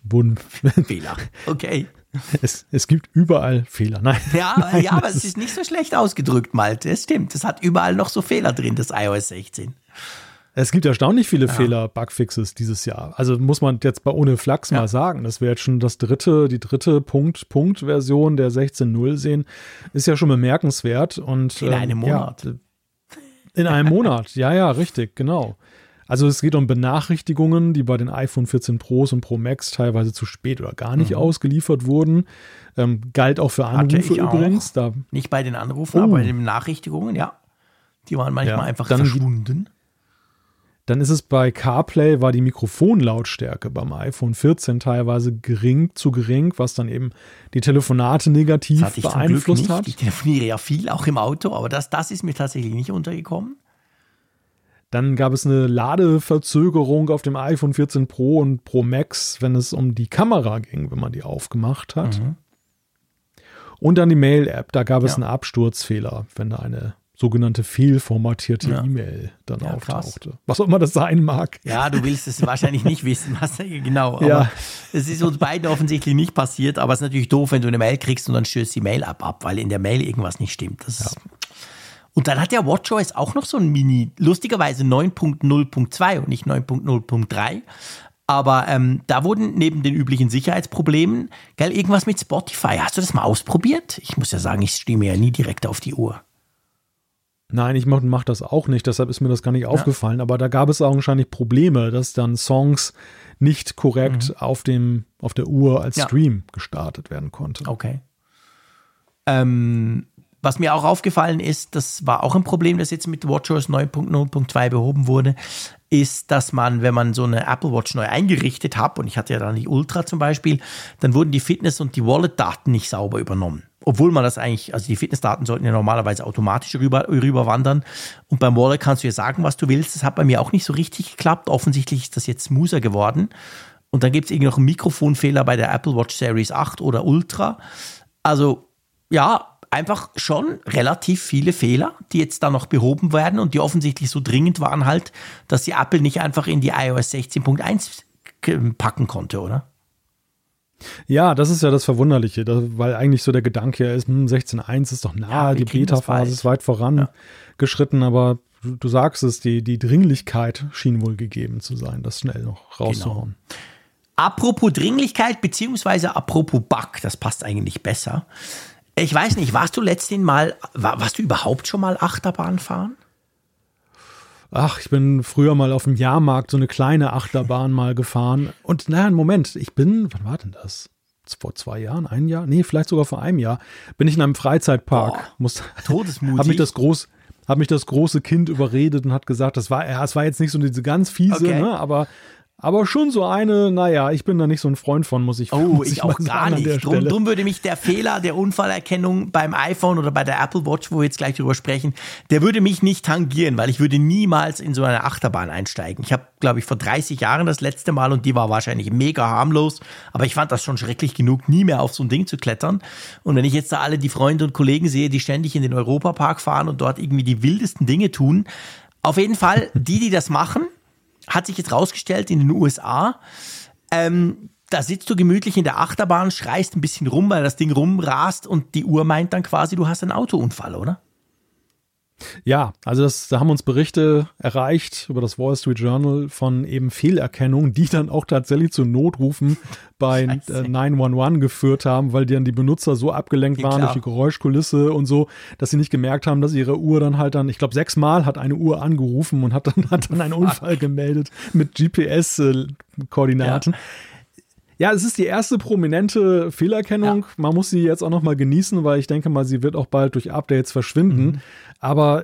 okay. Es gibt überall Fehler. Nein. Ja, aber es ist nicht so schlecht ausgedrückt, Malte. Es stimmt, es hat überall noch so Fehler drin, das iOS 16. Es gibt erstaunlich viele Fehler, Bugfixes dieses Jahr. Also muss man jetzt bei ohne Flachs mal sagen, das wäre jetzt schon die dritte Punkt-Version der 16.0 sehen, ist ja schon bemerkenswert. Und, in einem Monat. Ja, in einem Monat, ja, richtig, genau. Also es geht um Benachrichtigungen, die bei den iPhone 14 Pros und Pro Max teilweise zu spät oder gar nicht ausgeliefert wurden. Galt auch für Anrufe übrigens. Nicht bei den Anrufen, aber bei den Benachrichtigungen, ja. Die waren manchmal einfach verschwunden. Dann ist es bei CarPlay, war die Mikrofonlautstärke beim iPhone 14 teilweise zu gering, was dann eben die Telefonate negativ beeinflusst hat. Ich telefoniere ja viel, auch im Auto, aber das ist mir tatsächlich nicht untergekommen. Dann gab es eine Ladeverzögerung auf dem iPhone 14 Pro und Pro Max, wenn es um die Kamera ging, wenn man die aufgemacht hat. Und dann die Mail-App, da gab es einen Absturzfehler, wenn da eine sogenannte fehlformatierte E-Mail dann auftauchte. Krass. Was auch immer das sein mag. Ja, du willst es wahrscheinlich nicht wissen, was genau. Aber es ist uns beiden offensichtlich nicht passiert, aber es ist natürlich doof, wenn du eine Mail kriegst und dann stößt die Mail-App ab, weil in der Mail irgendwas nicht stimmt. Und dann hat der WatchOS auch noch so ein lustigerweise 9.0.2 und nicht 9.0.3. Aber da wurden neben den üblichen Sicherheitsproblemen, irgendwas mit Spotify. Hast du das mal ausprobiert? Ich muss ja sagen, ich stehe mir ja nie direkt auf die Uhr. Nein, ich mach das auch nicht, deshalb ist mir das gar nicht aufgefallen. Aber da gab es augenscheinlich Probleme, dass dann Songs nicht korrekt auf der Uhr als Stream gestartet werden konnten. Okay. Was mir auch aufgefallen ist, das war auch ein Problem, das jetzt mit WatchOS 9.0.2 behoben wurde, ist, dass man, wenn man so eine Apple Watch neu eingerichtet hat, und ich hatte ja dann die Ultra zum Beispiel, dann wurden die Fitness- und die Wallet-Daten nicht sauber übernommen. Obwohl man das eigentlich, also die Fitnessdaten sollten ja normalerweise automatisch rüber wandern. Und beim Wallet kannst du ja sagen, was du willst. Das hat bei mir auch nicht so richtig geklappt. Offensichtlich ist das jetzt smoother geworden. Und dann gibt es irgendwie noch einen Mikrofonfehler bei der Apple Watch Series 8 oder Ultra. Also ja, einfach schon relativ viele Fehler, die jetzt da noch behoben werden und die offensichtlich so dringend waren halt, dass die Apple nicht einfach in die iOS 16.1 packen konnte, oder? Ja, das ist ja das Verwunderliche, weil eigentlich so der Gedanke ja ist, 16.1 ist doch nahe, die Beta-Phase ist weit vorangeschritten, aber du sagst es, die Dringlichkeit schien wohl gegeben zu sein, das schnell noch rauszuhauen. Genau. Apropos Dringlichkeit, beziehungsweise apropos Bug, das passt eigentlich besser. Ich weiß nicht, warst du überhaupt schon mal Achterbahn fahren? Ach, ich bin früher mal auf dem Jahrmarkt so eine kleine Achterbahn mal gefahren. Und Moment, wann war denn das? Vor 2 Jahren, 1 Jahr? Nee, vielleicht sogar vor einem Jahr. Bin ich in einem Freizeitpark. Todesmutig. Hab mich das große Kind überredet und hat gesagt, es war jetzt nicht so diese ganz fiese, ne, aber schon so eine, ich bin da nicht so ein Freund von, muss ich ich auch gar nicht. Drum würde mich der Fehler der Unfallerkennung beim iPhone oder bei der Apple Watch, wo wir jetzt gleich drüber sprechen, der würde mich nicht tangieren, weil ich würde niemals in so eine Achterbahn einsteigen. Ich habe, glaube ich, vor 30 Jahren das letzte Mal und die war wahrscheinlich mega harmlos, aber ich fand das schon schrecklich genug, nie mehr auf so ein Ding zu klettern. Und wenn ich jetzt da alle die Freunde und Kollegen sehe, die ständig in den Europapark fahren und dort irgendwie die wildesten Dinge tun, auf jeden Fall, die das machen, hat sich jetzt rausgestellt in den USA, da sitzt du gemütlich in der Achterbahn, schreist ein bisschen rum, weil das Ding rumrast und die Uhr meint dann quasi, du hast einen Autounfall, oder? Ja, also da haben uns Berichte erreicht über das Wall Street Journal von eben Fehlerkennungen, die dann auch tatsächlich zu Notrufen bei 911 geführt haben, weil dann die Benutzer so abgelenkt waren durch die Geräuschkulisse und so, dass sie nicht gemerkt haben, dass ihre Uhr dann ich glaube 6-mal hat eine Uhr angerufen und hat dann einen Unfall gemeldet mit GPS-Koordinaten. Ja, es ist die erste prominente Fehlerkennung. Ja. Man muss sie jetzt auch noch mal genießen, weil ich denke mal, sie wird auch bald durch Updates verschwinden. Aber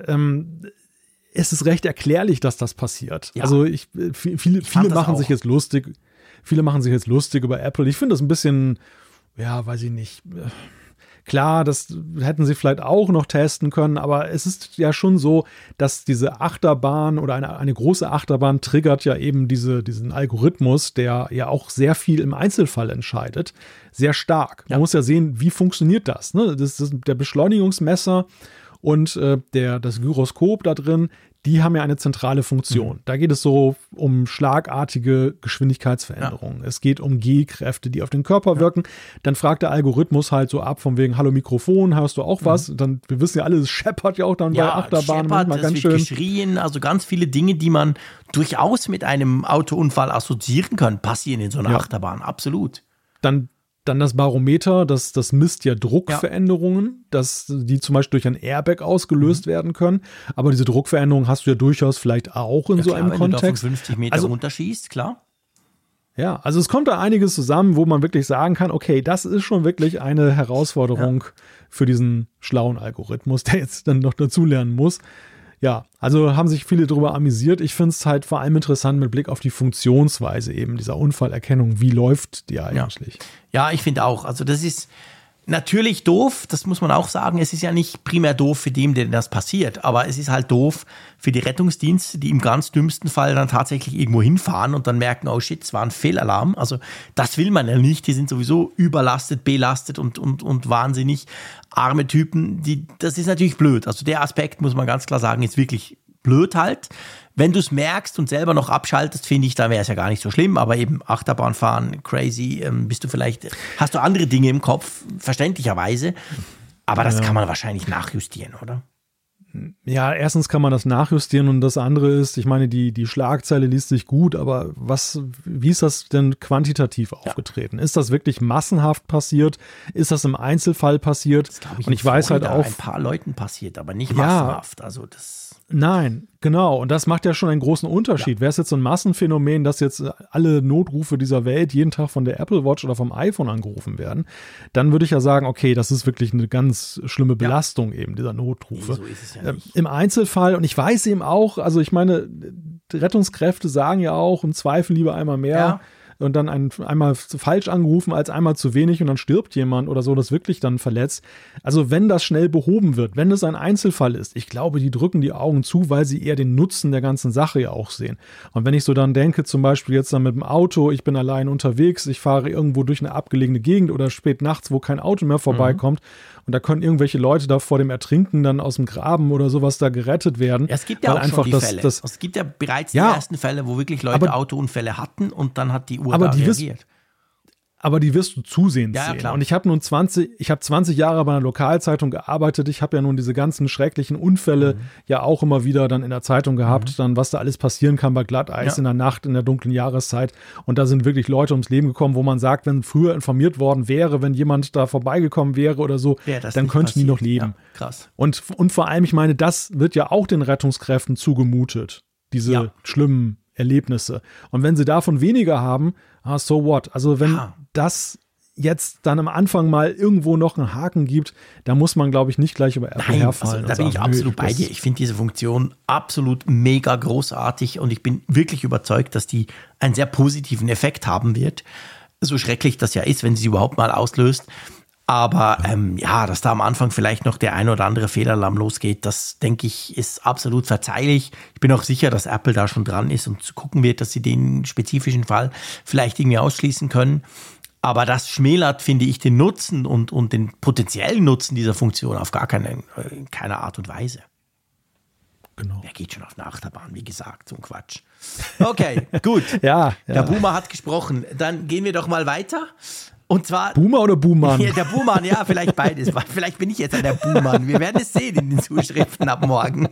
es ist recht erklärlich, dass das passiert. Ja. Also viele machen sich jetzt lustig. Viele machen sich jetzt lustig über Apple. Ich finde das ein bisschen, weiß ich nicht. Klar, das hätten sie vielleicht auch noch testen können, aber es ist ja schon so, dass diese Achterbahn oder eine große Achterbahn triggert ja eben diesen Algorithmus, der ja auch sehr viel im Einzelfall entscheidet, sehr stark. Man muss ja sehen, wie funktioniert das, ne? Das ist der Beschleunigungsmesser und das Gyroskop da drin, die haben ja eine zentrale Funktion. Da geht es so um schlagartige Geschwindigkeitsveränderungen. Es geht um G-Kräfte, die auf den Körper wirken. Dann fragt der Algorithmus halt so ab von wegen, hallo Mikrofon, hörst du auch was? Dann, wir wissen ja alle, es scheppert ja auch dann bei Achterbahnen manchmal ganz schön. Geschrien, also ganz viele Dinge, die man durchaus mit einem Autounfall assoziieren kann, passieren in so einer Achterbahn, absolut. Dann das Barometer, das misst ja Druckveränderungen, die zum Beispiel durch ein Airbag ausgelöst werden können. Aber diese Druckveränderungen hast du ja durchaus vielleicht auch in so einem Kontext. Wenn du da von 50 Meter runterschießt, klar. Ja, also es kommt da einiges zusammen, wo man wirklich sagen kann, okay, das ist schon wirklich eine Herausforderung für diesen schlauen Algorithmus, der jetzt dann noch dazulernen muss. Ja, also haben sich viele darüber amüsiert. Ich finde es halt vor allem interessant mit Blick auf die Funktionsweise eben dieser Unfallerkennung. Wie läuft die eigentlich? Ja, ich finde auch. Also das ist natürlich doof, das muss man auch sagen. Es ist ja nicht primär doof für den, dem das passiert, aber es ist halt doof für die Rettungsdienste, die im ganz dümmsten Fall dann tatsächlich irgendwo hinfahren und dann merken, oh shit, es war ein Fehlalarm. Also das will man ja nicht. Die sind sowieso überlastet, belastet und wahnsinnig arme Typen. Das ist natürlich blöd. Also der Aspekt, muss man ganz klar sagen, ist wirklich blöd halt. Wenn du es merkst und selber noch abschaltest, finde ich, dann wäre es ja gar nicht so schlimm. Aber eben Achterbahnfahren, crazy, hast du andere Dinge im Kopf, verständlicherweise. Aber das kann man wahrscheinlich nachjustieren, oder? Ja, erstens kann man das nachjustieren und das andere ist, ich meine, die Schlagzeile liest sich gut, aber wie ist das denn quantitativ aufgetreten? Ist das wirklich massenhaft passiert? Ist das im Einzelfall passiert? Das glaube ich, und ich weiß halt auch, ein paar Leuten passiert, aber nicht massenhaft. Also Nein, genau. Und das macht ja schon einen großen Unterschied. Wäre es jetzt so ein Massenphänomen, dass jetzt alle Notrufe dieser Welt jeden Tag von der Apple Watch oder vom iPhone angerufen werden, dann würde ich ja sagen, okay, das ist wirklich eine ganz schlimme Belastung eben dieser Notrufe. Nee, so ist es ja nicht. Im Einzelfall, und ich weiß eben auch, also ich meine, die Rettungskräfte sagen ja auch, im Zweifel lieber einmal mehr. Ja. Und dann einmal falsch angerufen als einmal zu wenig und dann stirbt jemand oder so, das wirklich dann verletzt. Also wenn das schnell behoben wird, wenn es ein Einzelfall ist, ich glaube, die drücken die Augen zu, weil sie eher den Nutzen der ganzen Sache ja auch sehen. Und wenn ich so dann denke, zum Beispiel jetzt dann mit dem Auto, ich bin allein unterwegs, ich fahre irgendwo durch eine abgelegene Gegend oder spät nachts, wo kein Auto mehr vorbeikommt, und da können irgendwelche Leute da vor dem Ertrinken dann aus dem Graben oder sowas da gerettet werden. Ja, es gibt ja auch einfach schon die Fälle. Es gibt ja bereits die ersten Fälle, wo wirklich Leute Autounfälle hatten und dann hat die Uhr da reagiert. Aber die wirst du zusehends sehen. Klar. Und ich habe 20 Jahre bei einer Lokalzeitung gearbeitet. Ich habe ja nun diese ganzen schrecklichen Unfälle ja auch immer wieder dann in der Zeitung gehabt, dann was da alles passieren kann bei Glatteis in der Nacht, in der dunklen Jahreszeit. Und da sind wirklich Leute ums Leben gekommen, wo man sagt, wenn früher informiert worden wäre, wenn jemand da vorbeigekommen wäre oder so, dann könnten die noch leben. Ja, krass. Und vor allem, ich meine, das wird ja auch den Rettungskräften zugemutet, diese schlimmen Erlebnisse. Und wenn sie davon weniger haben, so what? Also wenn das jetzt dann am Anfang mal irgendwo noch einen Haken gibt, da muss man, glaube ich, nicht gleich über Apple herfallen. Also, da bin ich absolut bei dir. Ich finde diese Funktion absolut mega großartig und ich bin wirklich überzeugt, dass die einen sehr positiven Effekt haben wird. So schrecklich das ja ist, wenn sie sie überhaupt mal auslöst. Aber dass da am Anfang vielleicht noch der ein oder andere Fehlalarm losgeht, das, denke ich, ist absolut verzeihlich. Ich bin auch sicher, dass Apple da schon dran ist und zu gucken wird, dass sie den spezifischen Fall vielleicht irgendwie ausschließen können. Aber das schmälert, finde ich, den Nutzen und den potenziellen Nutzen dieser Funktion auf gar keine Art und Weise. Genau. Er geht schon auf eine Achterbahn, wie gesagt, so ein Quatsch. Okay, gut. Ja. Der Boomer hat gesprochen. Dann gehen wir doch mal weiter. Und zwar. Boomer oder Buhmann? Ja, der Buhmann, ja, vielleicht beides. Vielleicht bin ich jetzt der Buhmann. Wir werden es sehen in den Zuschriften ab morgen.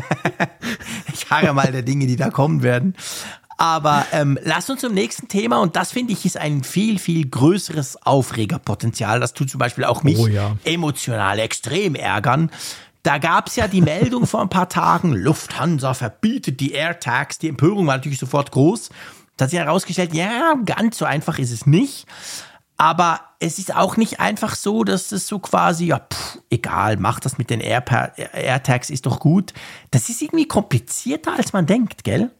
Ich harre mal der Dinge, die da kommen werden. Aber lass uns zum nächsten Thema, und das, finde ich, ist ein viel, viel größeres Aufregerpotenzial. Das tut zum Beispiel auch mich emotional extrem ärgern. Da gab es ja die Meldung vor ein paar Tagen, Lufthansa verbietet die AirTags. Die Empörung war natürlich sofort groß. Da hat sich herausgestellt, ja, ganz so einfach ist es nicht. Aber es ist auch nicht einfach so, dass es so quasi, egal, mach das mit den AirTags, ist doch gut. Das ist irgendwie komplizierter, als man denkt, gell?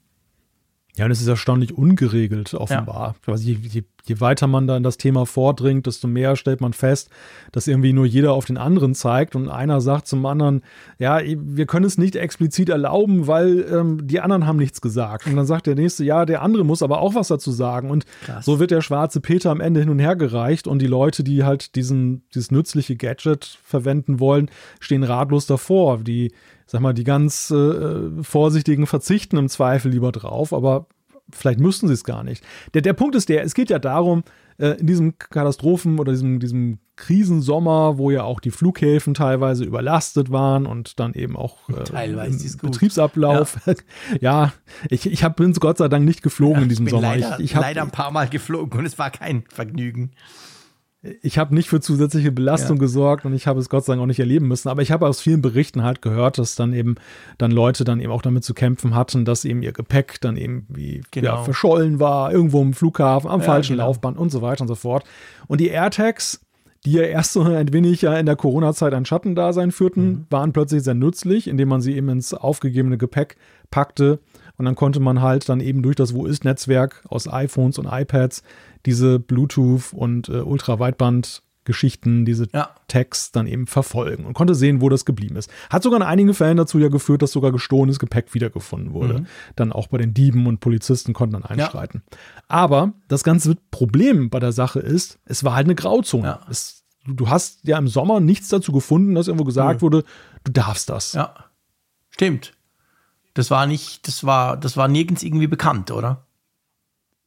Ja, das ist erstaunlich ungeregelt, offenbar. Ja. Also je weiter man da in das Thema vordringt, desto mehr stellt man fest, dass irgendwie nur jeder auf den anderen zeigt und einer sagt zum anderen, ja, wir können es nicht explizit erlauben, weil die anderen haben nichts gesagt. Und dann sagt der Nächste, ja, der andere muss aber auch was dazu sagen. Und so wird der schwarze Peter am Ende hin und her gereicht und die Leute, die halt dieses nützliche Gadget verwenden wollen, stehen ratlos davor. Die ganz Vorsichtigen verzichten im Zweifel lieber drauf, aber vielleicht müssten sie es gar nicht. Der Punkt ist es geht ja darum, in diesem Katastrophen- oder diesem Krisensommer, wo ja auch die Flughäfen teilweise überlastet waren und dann eben auch teilweise ist gut. Betriebsablauf. Ja, ich bin Gott sei Dank nicht geflogen in diesem Sommer. Ich bin leider ein paar Mal geflogen und es war kein Vergnügen. Ich habe nicht für zusätzliche Belastung gesorgt und ich habe es Gott sei Dank auch nicht erleben müssen. Aber ich habe aus vielen Berichten halt gehört, dass dann Leute dann eben auch damit zu kämpfen hatten, dass eben ihr Gepäck dann eben verschollen war, irgendwo im Flughafen, am falschen Laufband und so weiter und so fort. Und die AirTags, die ja erst so ein wenig in der Corona-Zeit ein Schattendasein führten, waren plötzlich sehr nützlich, indem man sie eben ins aufgegebene Gepäck packte. Und dann konnte man halt dann eben durch das Wo-Ist-Netzwerk aus iPhones und iPads diese Bluetooth- und Ultraweitband-Geschichten, diese Tags dann eben verfolgen und konnte sehen, wo das geblieben ist. Hat sogar in einigen Fällen dazu ja geführt, dass sogar gestohlenes Gepäck wiedergefunden wurde. Dann auch bei den Dieben und Polizisten konnten dann einschreiten. Ja. Aber das ganze Problem bei der Sache ist, es war halt eine Grauzone. Ja. Du hast ja im Sommer nichts dazu gefunden, dass irgendwo gesagt wurde, du darfst das. Ja, stimmt. Das war nirgends irgendwie bekannt, oder?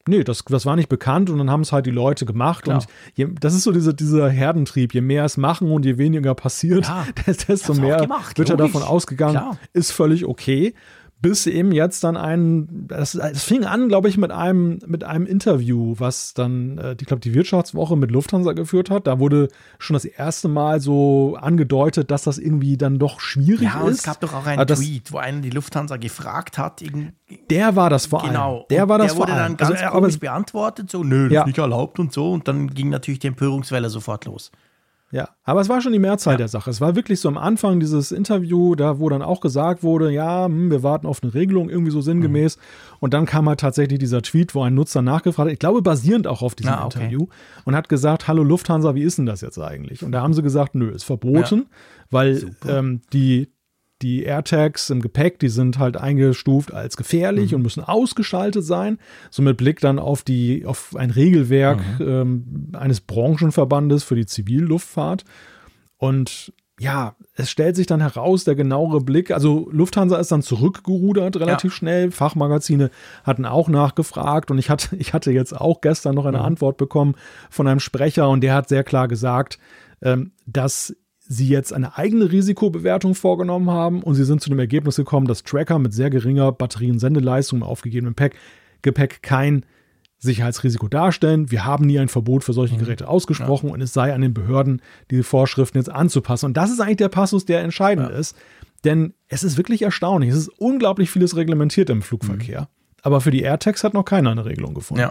Nee, das war nicht bekannt und dann haben es halt die Leute gemacht. Klar. Und das ist so dieser Herdentrieb. Je mehr es machen und je weniger passiert, desto mehr wird davon ausgegangen, ist völlig okay. Bis eben jetzt dann das fing an, glaube ich, mit einem Interview, was dann, ich glaube, die Wirtschaftswoche mit Lufthansa geführt hat. Da wurde schon das erste Mal so angedeutet, dass das irgendwie dann doch schwierig ist. Ja, und es gab doch auch einen Tweet, wo einer die Lufthansa gefragt hat. Der war das vor allem. Genau. Der wurde dann ganz komisch beantwortet, so, nö, das ist nicht erlaubt und so. Und dann ging natürlich die Empörungswelle sofort los. Ja, aber es war schon die Mehrzahl der Sache. Es war wirklich so am Anfang dieses Interview, da wo dann auch gesagt wurde, ja, wir warten auf eine Regelung, irgendwie so sinngemäß. Und dann kam halt tatsächlich dieser Tweet, wo ein Nutzer nachgefragt hat, ich glaube basierend auch auf diesem Interview, und hat gesagt, hallo Lufthansa, wie ist denn das jetzt eigentlich? Und da haben sie gesagt, nö, ist verboten, weil die AirTags im Gepäck, die sind halt eingestuft als gefährlich und müssen ausgeschaltet sein. So mit Blick dann auf ein Regelwerk eines Branchenverbandes für die Zivilluftfahrt. Und ja, es stellt sich dann heraus, der genauere Blick, also Lufthansa ist dann zurückgerudert relativ schnell. Fachmagazine hatten auch nachgefragt und ich hatte jetzt auch gestern noch eine Antwort bekommen von einem Sprecher und der hat sehr klar gesagt, dass sie jetzt eine eigene Risikobewertung vorgenommen haben und sie sind zu dem Ergebnis gekommen, dass Tracker mit sehr geringer Batteriensendeleistung im aufgegebenen Gepäck kein Sicherheitsrisiko darstellen. Wir haben nie ein Verbot für solche Geräte ausgesprochen und es sei an den Behörden, diese Vorschriften jetzt anzupassen. Und das ist eigentlich der Passus, der entscheidend ist, denn es ist wirklich erstaunlich. Es ist unglaublich vieles reglementiert im Flugverkehr, aber für die AirTags hat noch keiner eine Regelung gefunden.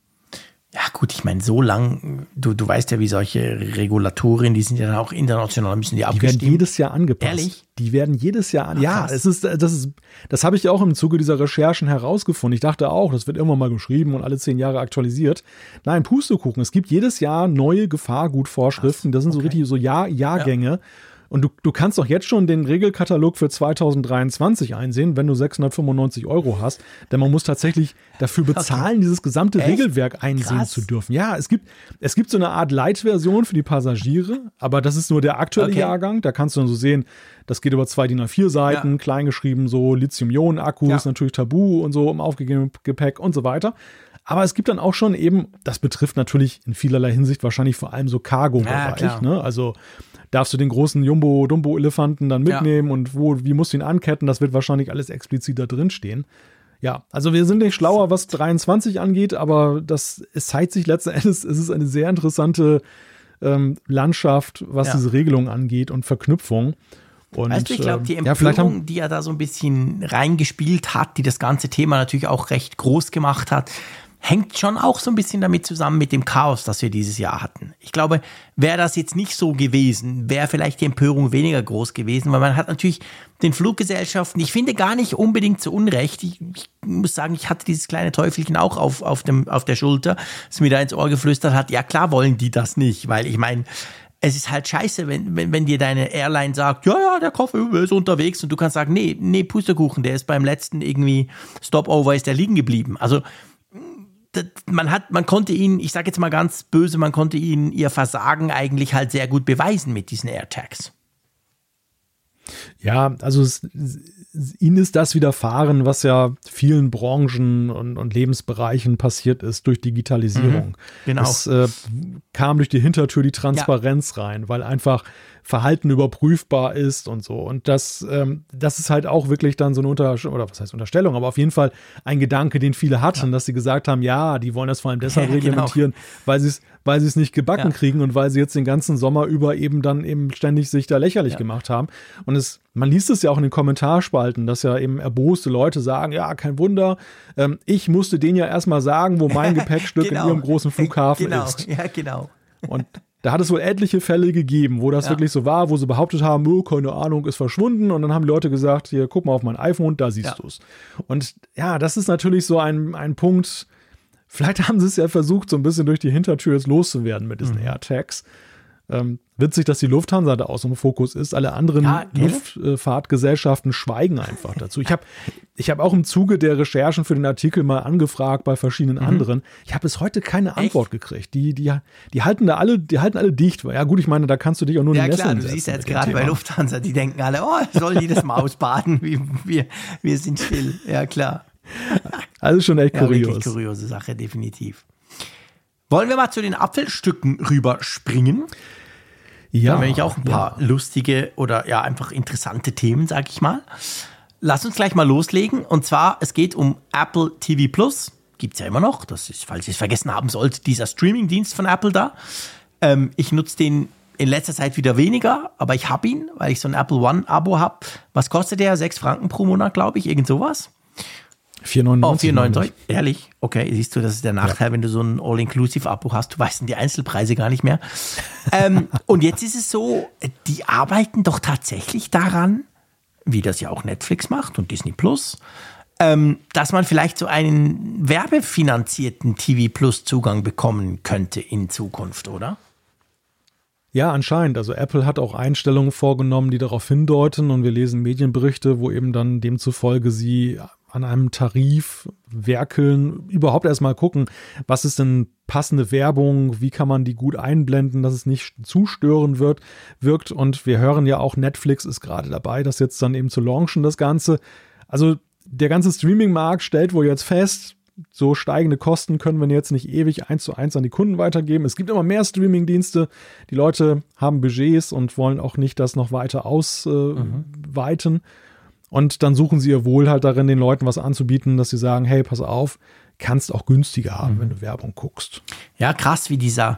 Ja gut, ich meine, so lang, du weißt ja, wie solche Regulatorien, die sind ja dann auch international, müssen die abgestimmt. Die werden jedes Jahr angepasst. Ehrlich? Die werden jedes Jahr angepasst. Ja, das habe ich auch im Zuge dieser Recherchen herausgefunden. Ich dachte auch, das wird irgendwann mal geschrieben und alle 10 Jahre aktualisiert. Nein, Pustekuchen. Es gibt jedes Jahr neue Gefahrgutvorschriften. Das sind so richtig so Jahrgänge. Und du kannst doch jetzt schon den Regelkatalog für 2023 einsehen, wenn du 695 € hast. Denn man muss tatsächlich dafür bezahlen, dieses gesamte Regelwerk einsehen zu dürfen. Ja, es gibt so eine Art Light-Version für die Passagiere, aber das ist nur der aktuelle Jahrgang. Da kannst du dann so sehen, das geht über 2 DIN A4 Seiten, kleingeschrieben, so Lithium-Ionen-Akkus, natürlich tabu und so im aufgegebenen Gepäck und so weiter. Aber es gibt dann auch schon eben, das betrifft natürlich in vielerlei Hinsicht wahrscheinlich vor allem so Cargo-Bereich, ne? Also darfst du den großen Dumbo-Elefanten dann mitnehmen und wie musst du ihn anketten? Das wird wahrscheinlich alles explizit da drin stehen. Ja, also wir sind nicht schlauer, was 23 angeht, aber es zeigt sich letzten Endes, es ist eine sehr interessante Landschaft, was diese Regelung angeht und Verknüpfung. Und, weißt du, ich glaube, die Empörung, die ja da so ein bisschen reingespielt hat, die das ganze Thema natürlich auch recht groß gemacht hat, hängt schon auch so ein bisschen damit zusammen mit dem Chaos, das wir dieses Jahr hatten. Ich glaube, wäre das jetzt nicht so gewesen, wäre vielleicht die Empörung weniger groß gewesen, weil man hat natürlich den Fluggesellschaften, ich finde gar nicht unbedingt zu Unrecht, ich muss sagen, ich hatte dieses kleine Teufelchen auch auf der Schulter, das mir da ins Ohr geflüstert hat, ja klar wollen die das nicht, weil ich meine, es ist halt scheiße, wenn dir deine Airline sagt, ja, der Koffer ist unterwegs und du kannst sagen, nee, Pustekuchen, der ist beim letzten irgendwie Stopover, ist der liegen geblieben. Also man konnte ihnen, ich sage jetzt mal ganz böse, man konnte ihnen ihr Versagen eigentlich halt sehr gut beweisen mit diesen AirTags. Ja, also ihnen ist das widerfahren, was ja vielen Branchen und Lebensbereichen passiert ist durch Digitalisierung. Genau. Es kam durch die Hintertür die Transparenz rein, weil einfach Verhalten überprüfbar ist und so. Und das ist halt auch wirklich dann so eine Unterstellung, aber auf jeden Fall ein Gedanke, den viele hatten, dass sie gesagt haben, ja, die wollen das vor allem deshalb reglementieren, weil sie es nicht gebacken kriegen und weil sie jetzt den ganzen Sommer über eben ständig sich da lächerlich gemacht haben. Und man liest es ja auch in den Kommentarspalten, dass ja eben erboste Leute sagen, ja, kein Wunder, ich musste denen ja erstmal sagen, wo mein Gepäckstück in ihrem großen Flughafen ist. Ja, genau. Und da hat es wohl etliche Fälle gegeben, wo das wirklich so war, wo sie behauptet haben, oh, keine Ahnung, ist verschwunden. Und dann haben die Leute gesagt, hier, guck mal auf mein iPhone, da siehst du es. Und ja, das ist natürlich so ein Punkt, vielleicht haben sie es ja versucht, so ein bisschen durch die Hintertür jetzt loszuwerden mit diesen AirTags. Witzig, dass die Lufthansa da auch so im Fokus ist. Alle anderen Luftfahrtgesellschaften schweigen einfach dazu. Ich hab auch im Zuge der Recherchen für den Artikel mal angefragt bei verschiedenen anderen. Ich habe bis heute keine Antwort gekriegt. Die halten alle dicht. Ja gut, ich meine, da kannst du dich auch nur in die Nesseln setzen. Ja klar, du siehst ja jetzt gerade bei Lufthansa, die denken alle, sollen die das mal ausbaden? Wir sind still. Ja klar. Also schon echt kurios. Wirklich kuriose Sache, definitiv. Wollen wir mal zu den Apfelstücken rüberspringen? Ja. Da haben wir nämlich auch ein paar lustige oder ja einfach interessante Themen, sag ich mal. Lass uns gleich mal loslegen. Und zwar, es geht um Apple TV Plus. Gibt es ja immer noch. Das ist, falls ihr es vergessen haben sollt, dieser Streaming-Dienst von Apple da. Ich nutze den in letzter Zeit wieder weniger, aber ich habe ihn, weil ich so ein Apple One-Abo habe. Was kostet der? 6 Franken pro Monat, glaube ich. Irgend sowas. 4,99. Oh, 4,99. Ehrlich? Okay, siehst du, das ist der Nachteil, wenn du so ein All-Inclusive-Abo hast. Du weißt die Einzelpreise gar nicht mehr. Und jetzt ist es so, die arbeiten doch tatsächlich daran, wie das ja auch Netflix macht und Disney Plus, dass man vielleicht so einen werbefinanzierten TV Plus Zugang bekommen könnte in Zukunft, oder? Ja, anscheinend. Also Apple hat auch Einstellungen vorgenommen, die darauf hindeuten, und wir lesen Medienberichte, wo eben dann demzufolge sie an einem Tarif werkeln, überhaupt erstmal gucken, was ist denn passende Werbung, wie kann man die gut einblenden, dass es nicht zu störend wirkt. Und wir hören ja auch, Netflix ist gerade dabei, das jetzt dann eben zu launchen, das Ganze. Also der ganze Streaming-Markt stellt wohl jetzt fest, so steigende Kosten können wir jetzt nicht ewig 1:1 an die Kunden weitergeben. Es gibt immer mehr Streaming-Dienste. Die Leute haben Budgets und wollen auch nicht das noch weiter ausweiten. Und dann suchen sie ihr Wohl halt darin, den Leuten was anzubieten, dass sie sagen, hey, pass auf, kannst auch günstiger haben, wenn du Werbung guckst. Ja, krass, wie diese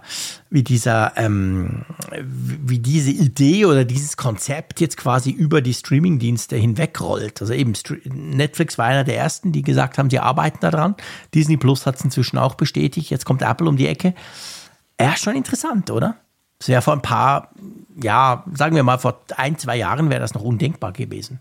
Idee oder dieses Konzept jetzt quasi über die Streaming-Dienste hinwegrollt. Also eben Netflix war einer der ersten, die gesagt haben, sie arbeiten daran. Disney Plus hat es inzwischen auch bestätigt. Jetzt kommt Apple um die Ecke. Ja, schon interessant, oder? Das wäre vor ein paar, ja, sagen wir mal, vor 1-2 Jahren wäre das noch undenkbar gewesen.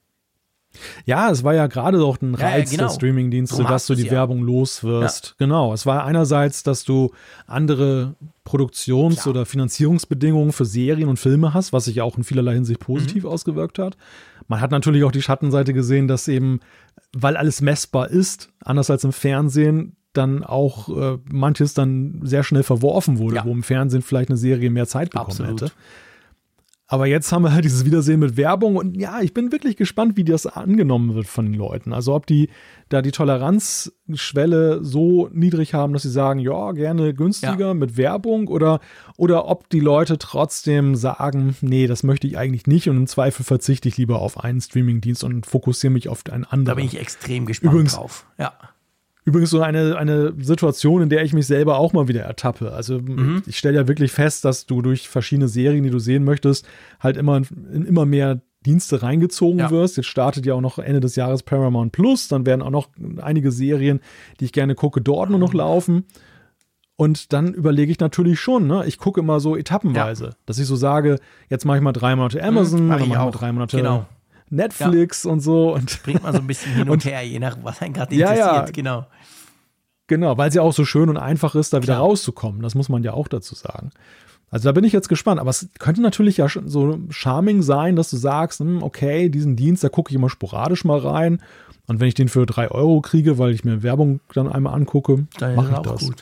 Ja, es war ja gerade auch ein Reiz der Streamingdienste, dass du die Werbung loswirst. Ja. Genau, es war einerseits, dass du andere Produktions- oder Finanzierungsbedingungen für Serien und Filme hast, was sich ja auch in vielerlei Hinsicht positiv ausgewirkt hat. Man hat natürlich auch die Schattenseite gesehen, dass eben, weil alles messbar ist, anders als im Fernsehen, dann auch manches dann sehr schnell verworfen wurde, wo im Fernsehen vielleicht eine Serie mehr Zeit bekommen hätte. Aber jetzt haben wir halt dieses Wiedersehen mit Werbung, und ja, ich bin wirklich gespannt, wie das angenommen wird von den Leuten. Also ob die da die Toleranzschwelle so niedrig haben, dass sie sagen, ja, gerne günstiger mit Werbung, oder ob die Leute trotzdem sagen, nee, das möchte ich eigentlich nicht, und im Zweifel verzichte ich lieber auf einen Streamingdienst und fokussiere mich auf einen anderen. Da bin ich extrem gespannt drauf. Ja. Übrigens so eine Situation, in der ich mich selber auch mal wieder ertappe. Also ich stelle ja wirklich fest, dass du durch verschiedene Serien, die du sehen möchtest, halt in immer mehr Dienste reingezogen wirst. Jetzt startet ja auch noch Ende des Jahres Paramount Plus. Dann werden auch noch einige Serien, die ich gerne gucke, dort nur noch laufen. Und dann überlege ich natürlich schon, ne? Ich gucke immer so etappenweise, dass ich so sage, jetzt mache ich mal 3 Monate Amazon, dann mache ich mal 3 Monate Netflix und so. Und bringt man so ein bisschen hin und her, je nach was einen gerade interessiert, Genau, weil es ja auch so schön und einfach ist, da wieder rauszukommen. Das muss man ja auch dazu sagen. Also da bin ich jetzt gespannt. Aber es könnte natürlich ja so charming sein, dass du sagst, okay, diesen Dienst, da gucke ich immer sporadisch mal rein. Und wenn ich den für 3 € kriege, weil ich mir Werbung dann einmal angucke, mache ich das. Gut.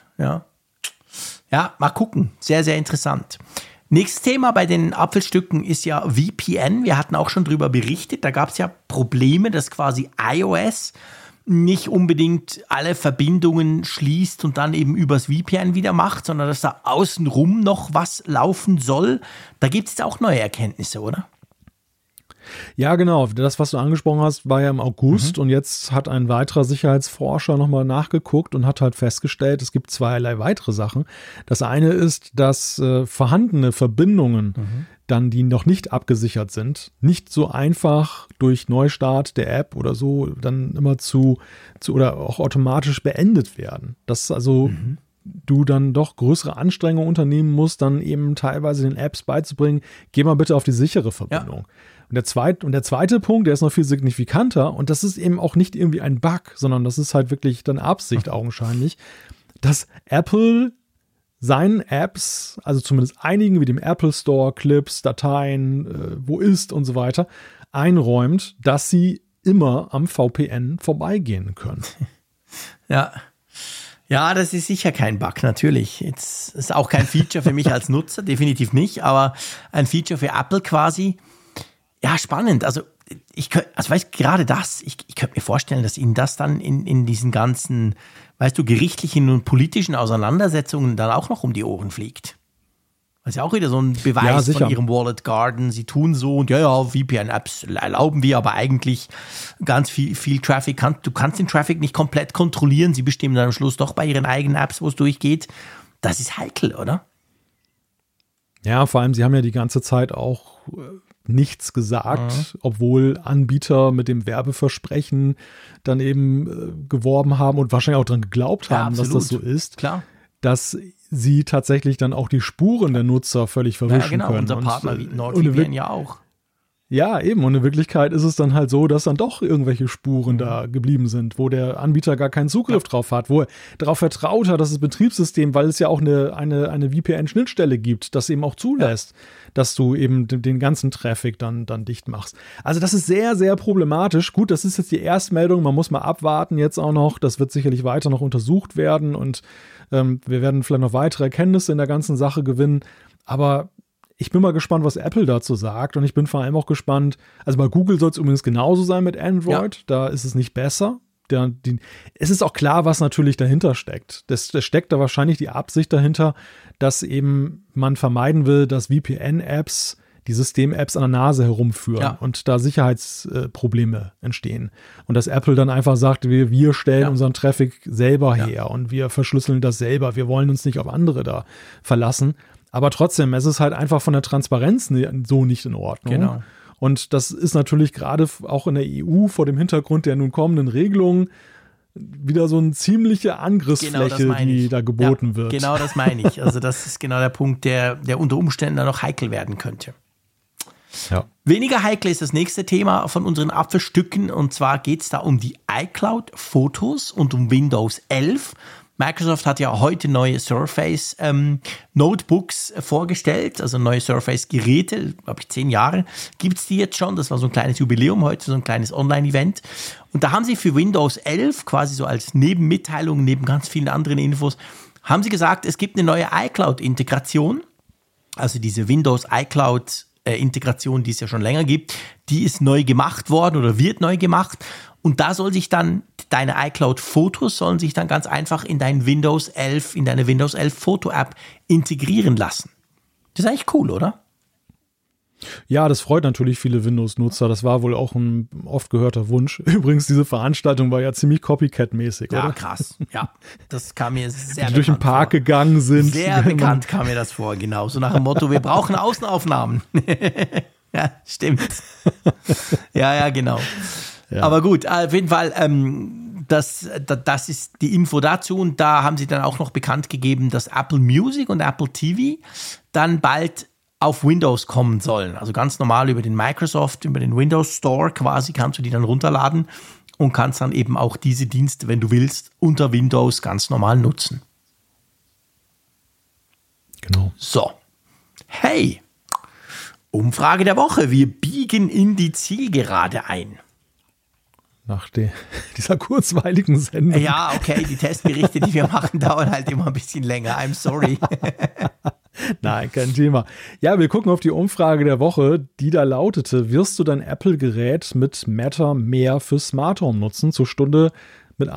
Ja, mal gucken. Sehr, sehr interessant. Nächstes Thema bei den Apfelstücken ist ja VPN. Wir hatten auch schon drüber berichtet. Da gab es ja Probleme, dass quasi iOS nicht unbedingt alle Verbindungen schließt und dann eben übers VPN wieder macht, sondern dass da außenrum noch was laufen soll. Da gibt es jetzt auch neue Erkenntnisse, oder? Ja, genau. Das, was du angesprochen hast, war ja im August, und jetzt hat ein weiterer Sicherheitsforscher nochmal nachgeguckt und hat halt festgestellt, es gibt zweierlei weitere Sachen. Das eine ist, dass vorhandene Verbindungen, dann die noch nicht abgesichert sind, nicht so einfach durch Neustart der App oder so dann immer zu oder auch automatisch beendet werden. Dass also du dann doch größere Anstrengungen unternehmen musst, dann eben teilweise den Apps beizubringen, geh mal bitte auf die sichere Verbindung. Ja. Und der zweite Punkt, der ist noch viel signifikanter, und das ist eben auch nicht irgendwie ein Bug, sondern das ist halt wirklich dann Absicht augenscheinlich, dass Apple seinen Apps, also zumindest einigen wie dem Apple Store, Clips, Dateien, wo ist und so weiter, einräumt, dass sie immer am VPN vorbeigehen können. Ja, das ist sicher kein Bug, natürlich. Jetzt ist auch kein Feature für mich als Nutzer, definitiv nicht, aber ein Feature für Apple quasi. Ja, spannend. Also gerade das, ich könnte mir vorstellen, dass Ihnen das dann in diesen ganzen, gerichtlichen und politischen Auseinandersetzungen dann auch noch um die Ohren fliegt. Das ist ja auch wieder so ein Beweis von Ihrem Walled Garden. Sie tun so und VPN-Apps erlauben wir, aber eigentlich ganz viel Traffic. Du kannst den Traffic nicht komplett kontrollieren. Sie bestimmen dann am Schluss doch bei Ihren eigenen Apps, wo es durchgeht. Das ist heikel, oder? Ja, vor allem, Sie haben ja die ganze Zeit auch nichts gesagt, obwohl Anbieter mit dem Werbeversprechen dann eben geworben haben und wahrscheinlich auch dran geglaubt haben, dass das so ist. Klar. Dass sie tatsächlich dann auch die Spuren der Nutzer völlig verwischen können. Unser Partner wie NordVPN ja auch. Ja, eben. Und in Wirklichkeit ist es dann halt so, dass dann doch irgendwelche Spuren da geblieben sind, wo der Anbieter gar keinen Zugriff drauf hat, wo er darauf vertraut hat, dass das Betriebssystem, weil es ja auch eine VPN-Schnittstelle gibt, das eben auch zulässt, dass du eben den ganzen Traffic dann dicht machst. Also das ist sehr, sehr problematisch. Gut, das ist jetzt die Erstmeldung. Man muss mal abwarten jetzt auch noch. Das wird sicherlich weiter noch untersucht werden und wir werden vielleicht noch weitere Erkenntnisse in der ganzen Sache gewinnen. Aber ich bin mal gespannt, was Apple dazu sagt und ich bin vor allem auch gespannt, also bei Google soll es übrigens genauso sein mit Android, da ist es nicht besser. Es ist auch klar, was natürlich dahinter steckt. Das steckt da wahrscheinlich die Absicht dahinter, dass eben man vermeiden will, dass VPN-Apps, die System-Apps an der Nase herumführen und da Sicherheitsprobleme entstehen. Und dass Apple dann einfach sagt, wir stellen unseren Traffic selber her und wir verschlüsseln das selber. Wir wollen uns nicht auf andere da verlassen. Aber trotzdem, es ist halt einfach von der Transparenz so nicht in Ordnung. Genau. Und das ist natürlich gerade auch in der EU vor dem Hintergrund der nun kommenden Regelungen wieder so eine ziemliche Angriffsfläche, die da geboten wird. Genau das meine ich. Also das ist genau der Punkt, der unter Umständen dann noch heikel werden könnte. Ja. Weniger heikel ist das nächste Thema von unseren Apfelstücken. Und zwar geht es da um die iCloud-Fotos und um Windows 11. Microsoft hat ja heute neue Surface Notebooks vorgestellt, also neue Surface-Geräte, glaube ich 10 Jahre gibt es die jetzt schon. Das war so ein kleines Jubiläum heute, so ein kleines Online-Event. Und da haben sie für Windows 11 quasi so als Nebenmitteilung, neben ganz vielen anderen Infos, haben sie gesagt, es gibt eine neue iCloud-Integration. Also diese Windows iCloud-Integration, die es ja schon länger gibt, die ist neu gemacht worden oder wird neu gemacht. Und da soll sich dann deine iCloud-Fotos sollen sich dann ganz einfach in deine Windows 11 Foto-App integrieren lassen. Das ist eigentlich cool, oder? Ja, das freut natürlich viele Windows-Nutzer. Das war wohl auch ein oft gehörter Wunsch. Übrigens, diese Veranstaltung war ja ziemlich Copycat-mäßig, oder? Ja, krass. Ja, das kam mir sehr bekannt vor. Die durch den Park gegangen sind. Sehr bekannt kam mir das vor, genau. So nach dem Motto, wir brauchen Außenaufnahmen. Ja, stimmt. Ja, genau. Ja. Aber gut, auf jeden Fall, das ist die Info dazu. Und da haben sie dann auch noch bekannt gegeben, dass Apple Music und Apple TV dann bald auf Windows kommen sollen. Also ganz normal über den Windows Store quasi kannst du die dann runterladen und kannst dann eben auch diese Dienste, wenn du willst, unter Windows ganz normal nutzen. Genau. So. Hey, Umfrage der Woche. Wir biegen in die Zielgerade ein. Nach dieser kurzweiligen Sendung. Ja, okay, die Testberichte, die wir machen, dauern halt immer ein bisschen länger. I'm sorry. Nein, kein Thema. Ja, wir gucken auf die Umfrage der Woche, die da lautete: Wirst du dein Apple-Gerät mit Matter mehr für Smart Home nutzen? Zur Stunde mit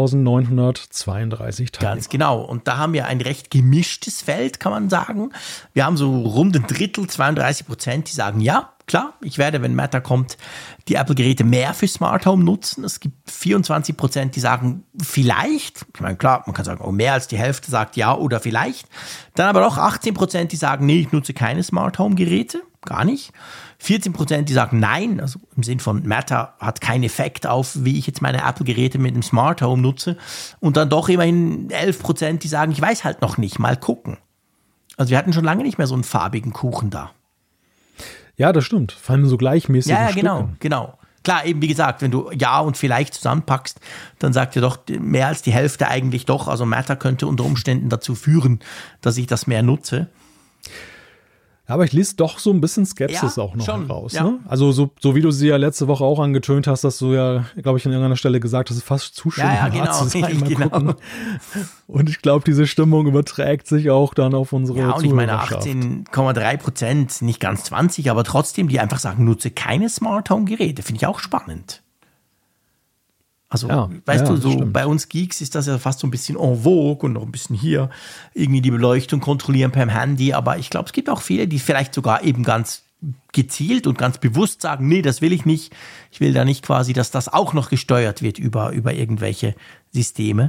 1932 Teilen. Ganz genau. Und da haben wir ein recht gemischtes Feld, kann man sagen. Wir haben so rund ein Drittel, 32%, die sagen ja. Klar, ich werde, wenn Matter kommt, die Apple-Geräte mehr für Smart Home nutzen. Es gibt 24%, die sagen vielleicht. Ich meine, klar, man kann sagen, mehr als die Hälfte sagt ja oder vielleicht. Dann aber auch 18%, die sagen, nee, ich nutze keine Smart Home-Geräte. Gar nicht. 14%, die sagen nein, also im Sinn von Matter hat keinen Effekt auf, wie ich jetzt meine Apple-Geräte mit dem Smart Home nutze. Und dann doch immerhin 11%, die sagen, ich weiß halt noch nicht, mal gucken. Also wir hatten schon lange nicht mehr so einen farbigen Kuchen da. Ja, das stimmt. Vor allem so gleichmäßig. Ja, genau. Klar, eben wie gesagt, wenn du ja und vielleicht zusammenpackst, dann sagt dir doch mehr als die Hälfte eigentlich doch. Also Matter könnte unter Umständen dazu führen, dass ich das mehr nutze. Aber ich lese doch so ein bisschen Skepsis auch noch raus. Ja. Ne? Also so wie du sie ja letzte Woche auch angetönt hast, dass du ja, glaube ich, an irgendeiner Stelle gesagt hast, fast zu schön genau. zu sein. Gucken. Und ich glaube, diese Stimmung überträgt sich auch dann auf unsere Zuhörerschaft. Ja, und ich meine 18,3%, nicht ganz 20, aber trotzdem, die einfach sagen, nutze keine Smart Home Geräte, finde ich auch spannend. Also, weißt du, so stimmt. Bei uns Geeks ist das ja fast so ein bisschen en vogue und noch ein bisschen hier irgendwie die Beleuchtung kontrollieren per Handy. Aber ich glaube, es gibt auch viele, die vielleicht sogar eben ganz gezielt und ganz bewusst sagen, nee, das will ich nicht. Ich will da nicht quasi, dass das auch noch gesteuert wird über irgendwelche Systeme.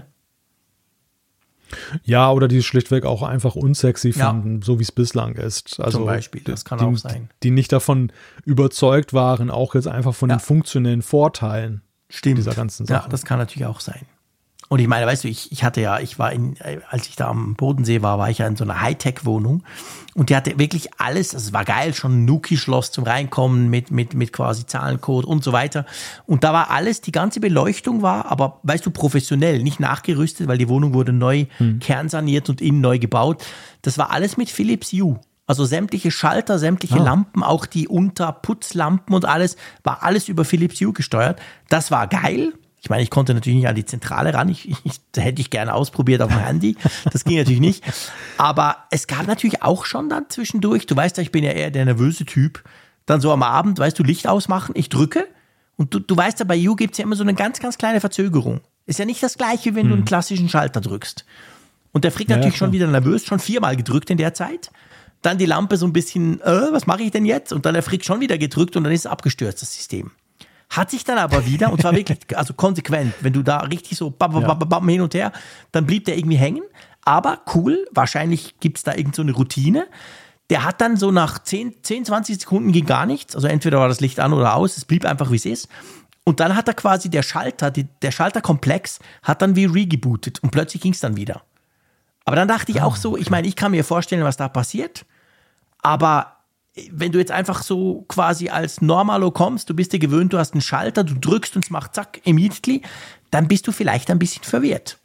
Ja, oder die schlichtweg auch einfach unsexy fanden, so wie es bislang ist. Also zum Beispiel, das kann auch sein. Die nicht davon überzeugt waren, auch jetzt einfach von den funktionellen Vorteilen. Stimmt. Dieser ganzen Sache. Ja, das kann natürlich auch sein. Und ich meine, weißt du, als ich da am Bodensee war ich ja in so einer Hightech-Wohnung und die hatte wirklich alles, also es war geil, schon ein Nuki-Schloss zum Reinkommen mit quasi Zahlencode und so weiter. Und da war alles, die ganze Beleuchtung war, aber weißt du, professionell, nicht nachgerüstet, weil die Wohnung wurde neu kernsaniert und innen neu gebaut. Das war alles mit Philips Hue. Also sämtliche Schalter, sämtliche Lampen, auch die Unterputzlampen und alles, war alles über Philips Hue gesteuert. Das war geil. Ich meine, ich konnte natürlich nicht an die Zentrale ran. Das hätte ich gerne ausprobiert auf dem Handy. Das ging natürlich nicht. Aber es gab natürlich auch schon dann zwischendurch, du weißt ja, ich bin ja eher der nervöse Typ, dann so am Abend, weißt du, Licht ausmachen, ich drücke und du weißt ja, bei Hue gibt es ja immer so eine ganz, ganz kleine Verzögerung. Ist ja nicht das Gleiche, wenn du einen klassischen Schalter drückst. Und der Frick natürlich schon wieder nervös, schon 4-mal gedrückt in der Zeit. Dann die Lampe so ein bisschen, was mache ich denn jetzt? Und dann der Frick schon wieder gedrückt und dann ist es abgestürzt, das System. Hat sich dann aber wieder, und zwar wirklich, also konsequent, wenn du da richtig so bam hin und her, dann blieb der irgendwie hängen. Aber cool, wahrscheinlich gibt es da irgend so eine Routine. Der hat dann so nach 10, 20 Sekunden ging gar nichts. Also entweder war das Licht an oder aus, es blieb einfach, wie es ist. Und dann hat er quasi der Schalterkomplex hat dann wie regebootet und plötzlich ging es dann wieder. Aber dann dachte ich auch so, ich meine, ich kann mir vorstellen, was da passiert, aber wenn du jetzt einfach so quasi als Normalo kommst, du bist dir gewöhnt, du hast einen Schalter, du drückst und es macht zack, immediately, dann bist du vielleicht ein bisschen verwirrt.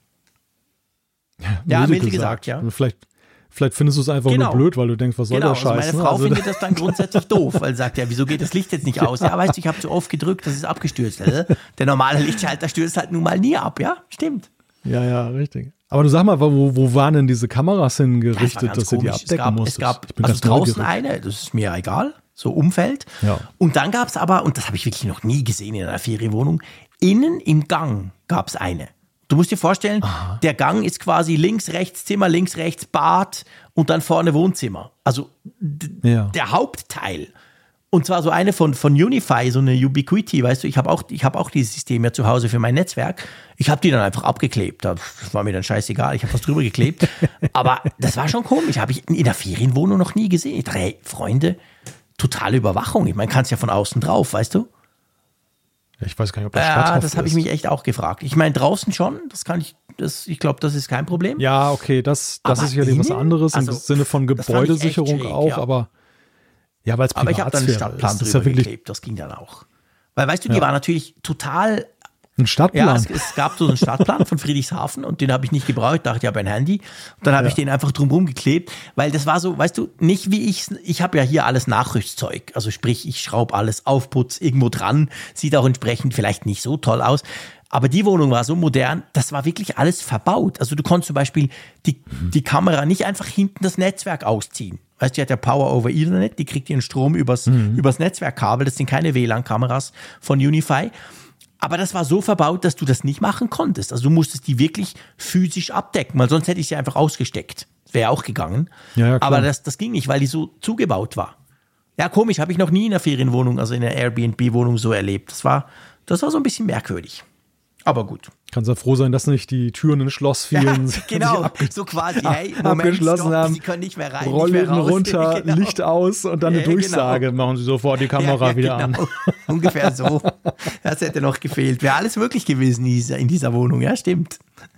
Ja, milde gesagt, ja. Vielleicht findest du es einfach nur blöd, weil du denkst, was soll der Scheiß? Also meine Frau findet das dann grundsätzlich doof, weil sie sagt, ja, wieso geht das Licht jetzt nicht aus? Ja, weißt du, ich habe zu oft gedrückt, das ist abgestürzt. Der normale Lichtschalter stürzt halt nun mal nie ab, ja? Stimmt. Ja, richtig. Aber du sag mal, wo waren denn diese Kameras hingerichtet, dass du die abdecken musstest? Es gab also draußen eine, das ist mir egal, so Umfeld. Ja. Und dann gab es aber, und das habe ich wirklich noch nie gesehen in einer Ferienwohnung, innen im Gang gab es eine. Du musst dir vorstellen, der Gang ist quasi links, rechts Zimmer, links, rechts Bad und dann vorne Wohnzimmer. Also der Hauptteil. Und zwar so eine von Unify, so eine Ubiquiti, weißt du, ich habe auch dieses System ja zu Hause für mein Netzwerk. Ich habe die dann einfach abgeklebt. Das war mir dann scheißegal, ich habe was drüber geklebt. Aber das war schon komisch, habe ich in der Ferienwohnung noch nie gesehen. 3 Freunde, totale Überwachung. Ich meine, kannst ja von außen drauf, weißt du? Ich weiß gar nicht, ob das statthaft ist. Das habe ich mich echt auch gefragt. Ich meine, draußen schon, ich glaube, das ist kein Problem. Ja, okay, das ist sicherlich was anderes, im Sinne von Gebäudesicherung auch, aber ja, weil es aber ich habe dann einen Stadtplan drüber geklebt, das ging dann auch. Weil, weißt du, die war natürlich total... Ein Stadtplan? Ja, es gab so einen Stadtplan von Friedrichshafen und den habe ich nicht gebraucht, dachte ich habe ein Handy. Und dann habe ich den einfach drumherum geklebt, weil das war so, weißt du, nicht wie ich habe ja hier alles Nachrüstzeug. Also sprich, ich schraube alles auf, putz irgendwo dran, sieht auch entsprechend vielleicht nicht so toll aus. Aber die Wohnung war so modern, das war wirklich alles verbaut. Also du konntest zum Beispiel die Kamera nicht einfach hinten das Netzwerk ausziehen. Weißt du, die hat ja Power over Ethernet, die kriegt ihren Strom übers Netzwerkkabel. Das sind keine WLAN-Kameras von Unify. Aber das war so verbaut, dass du das nicht machen konntest. Also du musstest die wirklich physisch abdecken, weil sonst hätte ich sie einfach ausgesteckt. Wäre auch gegangen. Ja, aber das ging nicht, weil die so zugebaut war. Ja, komisch, habe ich noch nie in einer Ferienwohnung, also in einer Airbnb-Wohnung so erlebt. Das war so ein bisschen merkwürdig. Aber gut. Kannst ja froh sein, dass nicht die Türen ins Schloss fielen. Ja, genau, so quasi, hey, Moment, abgeschlossen haben. Sie können nicht mehr rein, Rollläden nicht mehr raus. runter, genau. Licht aus und dann eine Durchsage. Genau. Machen Sie sofort die Kamera wieder an. Ungefähr so. Das hätte noch gefehlt. Wäre alles möglich gewesen in dieser Wohnung. Ja, stimmt.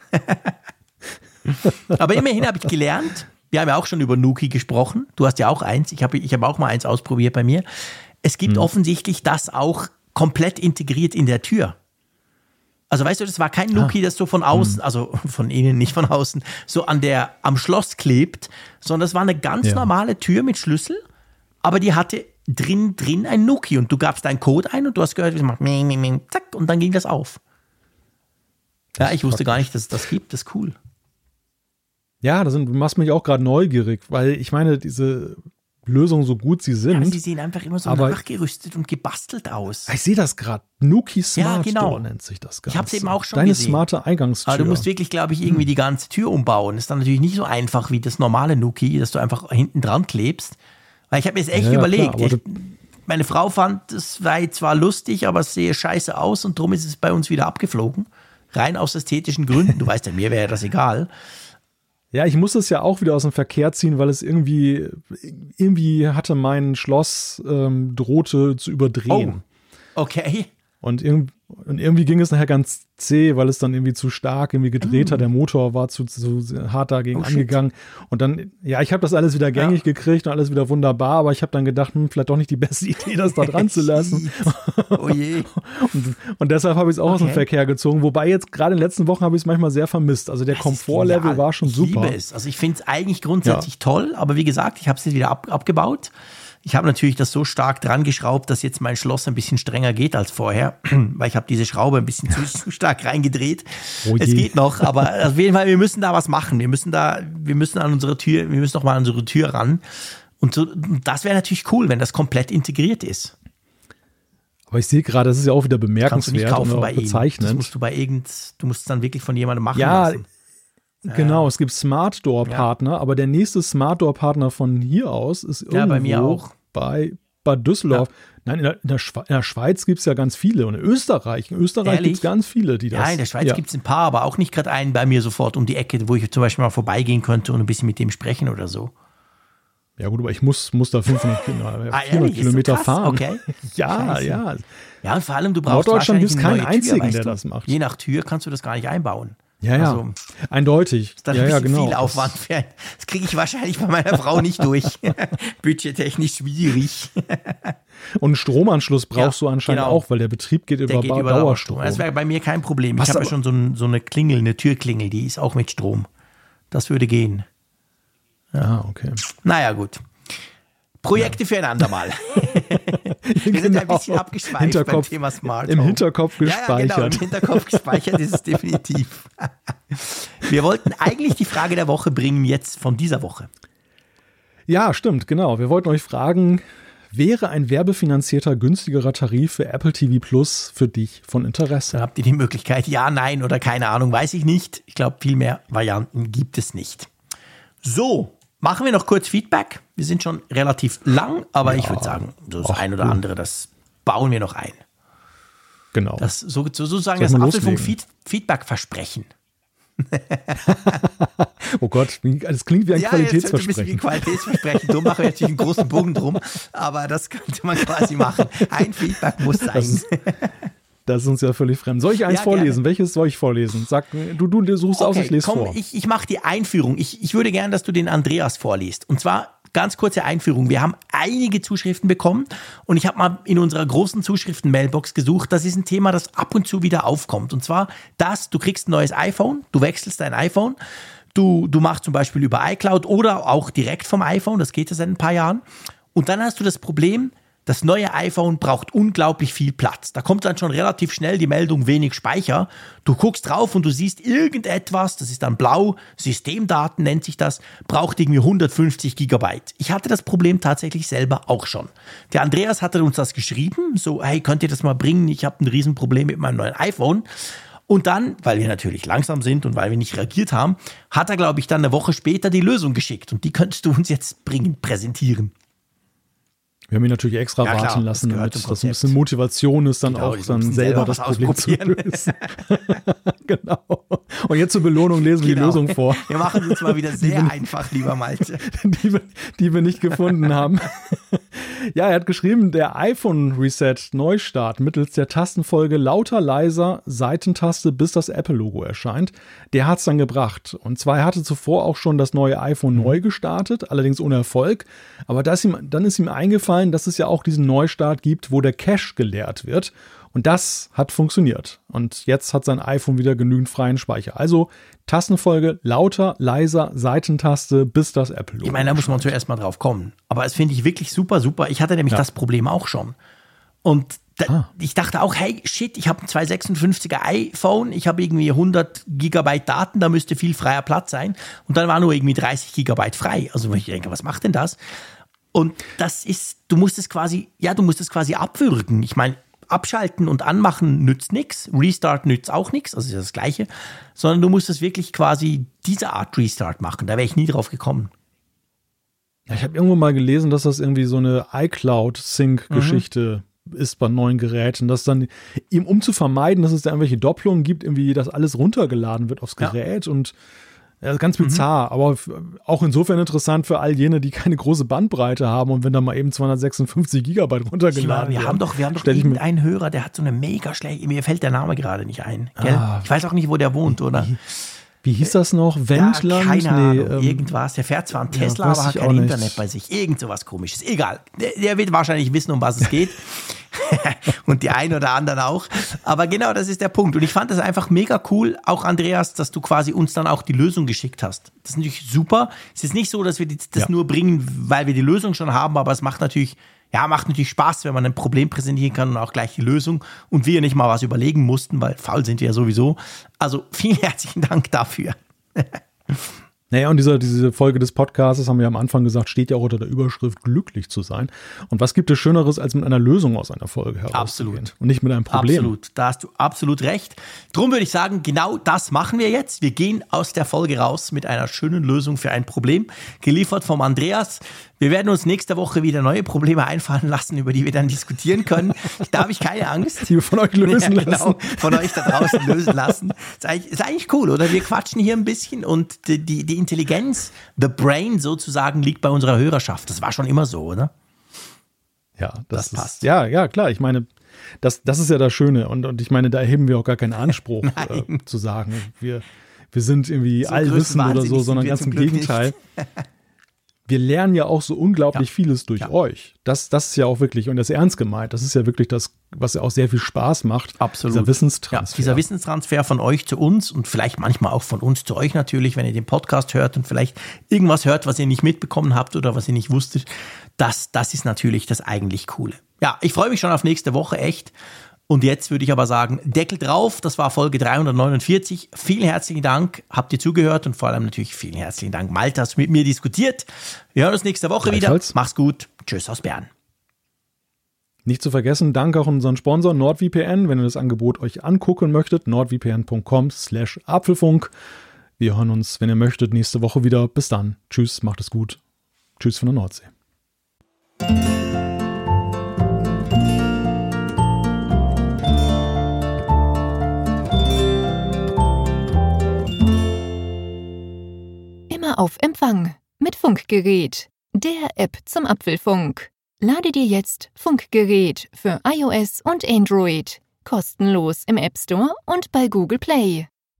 Aber immerhin habe ich gelernt, wir haben ja auch schon über Nuki gesprochen. Du hast ja auch eins. Ich hab auch mal eins ausprobiert bei mir. Es gibt offensichtlich das auch komplett integriert in der Tür. Also weißt du, das war kein Nuki, das so von außen, also von innen, nicht von außen, so am Schloss klebt, sondern das war eine ganz normale Tür mit Schlüssel, aber die hatte drin ein Nuki und du gabst deinen Code ein und du hast gehört, wie es macht, zack, und dann ging das auf. Ja, ich wusste gar nicht, dass es das gibt. Das ist cool. Ja, du machst mich auch gerade neugierig, weil ich meine, diese Lösungen, so gut sie sind. Ja, sie sehen einfach immer so nachgerüstet und gebastelt aus. Ich sehe das gerade. Nuki Smart Door nennt sich das Ganze. Ich habe es eben auch schon Deine gesehen. Smarte Eingangstür. Aber du musst wirklich, glaube ich, irgendwie die ganze Tür umbauen. Das ist dann natürlich nicht so einfach wie das normale Nuki, dass du einfach hinten dran klebst. Weil ich habe mir das echt überlegt. Klar, meine Frau fand, es sei zwar lustig, aber es sehe scheiße aus und darum ist es bei uns wieder abgeflogen. Rein aus ästhetischen Gründen. Du weißt ja, mir wäre das egal. Ja, ich muss es ja auch wieder aus dem Verkehr ziehen, weil es irgendwie hatte mein Schloss drohte zu überdrehen. Oh, okay. Und irgendwie ging es nachher ganz zäh, weil es dann irgendwie zu stark irgendwie gedreht hat. Der Motor war zu hart dagegen angegangen. Und dann, ja, ich habe das alles wieder gängig gekriegt und alles wieder wunderbar, aber ich habe dann gedacht, vielleicht doch nicht die beste Idee, das da dran zu lassen. Oh je. Und deshalb habe ich es auch aus dem Verkehr gezogen. Wobei jetzt gerade in den letzten Wochen habe ich es manchmal sehr vermisst. Also der Komfortlevel war schon super. Ich liebe es. Also ich finde es eigentlich grundsätzlich toll, aber wie gesagt, ich habe es jetzt wieder abgebaut. Ich habe natürlich das so stark dran geschraubt, dass jetzt mein Schloss ein bisschen strenger geht als vorher, weil ich habe diese Schraube ein bisschen zu stark reingedreht. Es geht noch, aber auf jeden Fall, wir müssen da was machen. Wir müssen an unsere Tür, wir müssen noch mal an unsere Tür ran. Und so, das wäre natürlich cool, wenn das komplett integriert ist. Aber ich sehe gerade, das ist ja auch wieder bemerkenswert. Kannst du nicht kaufen bei bezeichnend. Das musst du du musst es dann wirklich von jemandem machen lassen. Genau, es gibt Smart Door Partner, aber der nächste Smart Door Partner von hier aus ist irgendwo bei mir auch. Bei Bad Düsseldorf. Ja. Nein, in der Schweiz gibt es ja ganz viele und in Österreich gibt es ganz viele, die das. Ja, in der Schweiz gibt es ein paar, aber auch nicht gerade einen bei mir sofort um die Ecke, wo ich zum Beispiel mal vorbeigehen könnte und ein bisschen mit dem sprechen oder so. Ja gut, aber ich muss da 400 Kilometer fahren. Okay. Ja. Ja, und vor allem, du brauchst Norddeutschland gibt es keinen einzigen, Tür, der das macht. Je nach Tür kannst du das gar nicht einbauen. Ja, also, eindeutig. Ist dann ein bisschen viel Aufwand. Das kriege ich wahrscheinlich bei meiner Frau nicht durch. Budgettechnisch schwierig. Und einen Stromanschluss brauchst du anscheinend auch, weil der Betrieb geht über Dauerstrom. Das wäre bei mir kein Problem. Ich habe ja schon so eine Klingel, eine Türklingel, die ist auch mit Strom. Das würde gehen. Ja, okay. Naja, gut. Projekte für ein andermal. Wir sind ein bisschen abgeschweift beim Thema Smart Home. Im Hinterkopf gespeichert. Ja, genau, im Hinterkopf gespeichert ist es definitiv. Wir wollten eigentlich die Frage der Woche bringen, jetzt von dieser Woche. Ja, stimmt, genau. Wir wollten euch fragen, wäre ein werbefinanzierter, günstigerer Tarif für Apple TV Plus für dich von Interesse? Dann habt ihr die Möglichkeit, ja, nein oder keine Ahnung, weiß ich nicht. Ich glaube, viel mehr Varianten gibt es nicht. So. Machen wir noch kurz Feedback. Wir sind schon relativ lang, aber ich würde sagen, das ein oder andere, das bauen wir noch ein. Genau. Das sozusagen das Apfelfunk-Feedback-Versprechen. Oh Gott, das klingt wie ein Qualitätsversprechen. Ja, ein bisschen wie ein Qualitätsversprechen. Da machen wir natürlich einen großen Bogen drum, aber das könnte man quasi machen. Ein Feedback muss sein. Das ist uns ja völlig fremd. Soll ich eins vorlesen? Gerne. Welches soll ich vorlesen? Sag, du suchst aus, ich lese vor. Ich mache die Einführung. Ich würde gerne, dass du den Andreas vorliest. Und zwar ganz kurze Einführung. Wir haben einige Zuschriften bekommen und ich habe mal in unserer großen Zuschriften-Mailbox gesucht. Das ist ein Thema, das ab und zu wieder aufkommt. Und zwar du kriegst ein neues iPhone, du wechselst dein iPhone, du machst zum Beispiel über iCloud oder auch direkt vom iPhone, das geht ja seit ein paar Jahren. Und dann hast du das Problem, das neue iPhone braucht unglaublich viel Platz. Da kommt dann schon relativ schnell die Meldung, wenig Speicher. Du guckst drauf und du siehst irgendetwas, das ist dann blau, Systemdaten nennt sich das, braucht irgendwie 150 Gigabyte. Ich hatte das Problem tatsächlich selber auch schon. Der Andreas hatte uns das geschrieben, so, hey, könnt ihr das mal bringen? Ich habe ein Riesenproblem mit meinem neuen iPhone. Und dann, weil wir natürlich langsam sind und weil wir nicht reagiert haben, hat er, glaube ich, dann eine Woche später die Lösung geschickt. Und die könntest du uns jetzt präsentieren. Wir haben ihn natürlich extra warten lassen, damit das ein bisschen Motivation ist, dann auch dann selber das Problem zu lösen. Genau. Und jetzt zur Belohnung lesen wir die Lösung vor. Wir machen es jetzt mal wieder sehr einfach, lieber Malte. Die wir nicht gefunden haben. Ja, er hat geschrieben, der iPhone-Reset Neustart mittels der Tastenfolge lauter, leiser, Seitentaste, bis das Apple-Logo erscheint. Der hat es dann gebracht. Und zwar, er hatte zuvor auch schon das neue iPhone neu gestartet, allerdings ohne Erfolg. Aber dann ist ihm eingefallen, aufgefallen, dass es ja auch diesen Neustart gibt, wo der Cache geleert wird. Und das hat funktioniert. Und jetzt hat sein iPhone wieder genügend freien Speicher. Also Tastenfolge lauter, leiser, Seitentaste, bis das Apple-Logo. Ich meine, da muss man zuerst mal drauf kommen. Aber es finde ich wirklich super, super. Ich hatte nämlich das Problem auch schon. Und ich dachte auch, hey, shit, ich habe ein 256er iPhone, ich habe irgendwie 100 Gigabyte Daten, da müsste viel freier Platz sein. Und dann war nur irgendwie 30 Gigabyte frei. Also ich denke, was macht denn das? Und das ist, du musst es quasi abwürgen. Ich meine, abschalten und anmachen nützt nichts, Restart nützt auch nichts, also ist das Gleiche, sondern du musst es wirklich quasi diese Art Restart machen. Da wäre ich nie drauf gekommen. Ja, ich habe irgendwo mal gelesen, dass das irgendwie so eine iCloud-Sync-Geschichte ist bei neuen Geräten, dass dann eben, um zu vermeiden, dass es da irgendwelche Doppelungen gibt, irgendwie, dass alles runtergeladen wird aufs Gerät und ganz bizarr, aber auch insofern interessant für all jene, die keine große Bandbreite haben und wenn da mal eben 256 Gigabyte runtergeladen werden. Wir haben doch irgendeinen Hörer, der hat so eine mega schlechte, mir fällt der Name gerade nicht ein. Gell? Ich weiß auch nicht, wo der wohnt, oder? Wie hieß das noch? Wendland? Keine Ahnung, irgendwas. Der fährt zwar einen Tesla, aber hat kein Internet bei sich. Irgend sowas Komisches. Egal. Der wird wahrscheinlich wissen, um was es geht. Und die einen oder anderen auch. Aber genau, das ist der Punkt. Und ich fand das einfach mega cool, auch Andreas, dass du quasi uns dann auch die Lösung geschickt hast. Das ist natürlich super. Es ist nicht so, dass wir das nur bringen, weil wir die Lösung schon haben, aber es macht natürlich Spaß, wenn man ein Problem präsentieren kann und auch gleich die Lösung und wir nicht mal was überlegen mussten, weil faul sind wir ja sowieso. Also vielen herzlichen Dank dafür. Naja, und diese Folge des Podcasts, haben wir am Anfang gesagt, steht ja auch unter der Überschrift glücklich zu sein. Und was gibt es Schöneres, als mit einer Lösung aus einer Folge herauszugehen? Absolut. Und nicht mit einem Problem. Absolut, da hast du absolut recht. Drum würde ich sagen, genau das machen wir jetzt. Wir gehen aus der Folge raus mit einer schönen Lösung für ein Problem, geliefert vom Andreas. Wir werden uns nächste Woche wieder neue Probleme einfallen lassen, über die wir dann diskutieren können. Da habe ich keine Angst. Die wir von euch lösen lassen. Genau, von euch da draußen lösen lassen. Ist eigentlich cool, oder? Wir quatschen hier ein bisschen und die Intelligenz, the brain sozusagen, liegt bei unserer Hörerschaft. Das war schon immer so, oder? Ja, das passt. Ja, klar. Ich meine, das ist ja das Schöne. Und ich meine, da erheben wir auch gar keinen Anspruch zu sagen, wir sind irgendwie so allwissend oder so, sondern ganz im Gegenteil. Wir lernen ja auch so unglaublich vieles durch euch. Das ist ja auch wirklich, und das ist ernst gemeint, das ist ja wirklich das, was ja auch sehr viel Spaß macht. Absolut. Dieser Wissenstransfer. Ja, dieser Wissenstransfer von euch zu uns und vielleicht manchmal auch von uns zu euch natürlich, wenn ihr den Podcast hört und vielleicht irgendwas hört, was ihr nicht mitbekommen habt oder was ihr nicht wusstet. Das ist natürlich das eigentlich Coole. Ja, ich freue mich schon auf nächste Woche, echt. Und jetzt würde ich aber sagen, Deckel drauf, das war Folge 349. Vielen herzlichen Dank, habt ihr zugehört und vor allem natürlich vielen herzlichen Dank, Malte, hast du mit mir diskutiert. Wir hören uns nächste Woche wieder. Mach's gut. Tschüss aus Bern. Nicht zu vergessen, danke auch unseren Sponsor NordVPN, wenn ihr das Angebot euch angucken möchtet, nordvpn.com/Apfelfunk. Wir hören uns, wenn ihr möchtet, nächste Woche wieder. Bis dann. Tschüss, macht es gut. Tschüss von der Nordsee. Auf Empfang mit Funkgerät, der App zum Apfelfunk. Lade dir jetzt Funkgerät für iOS und Android kostenlos im App Store und bei Google Play.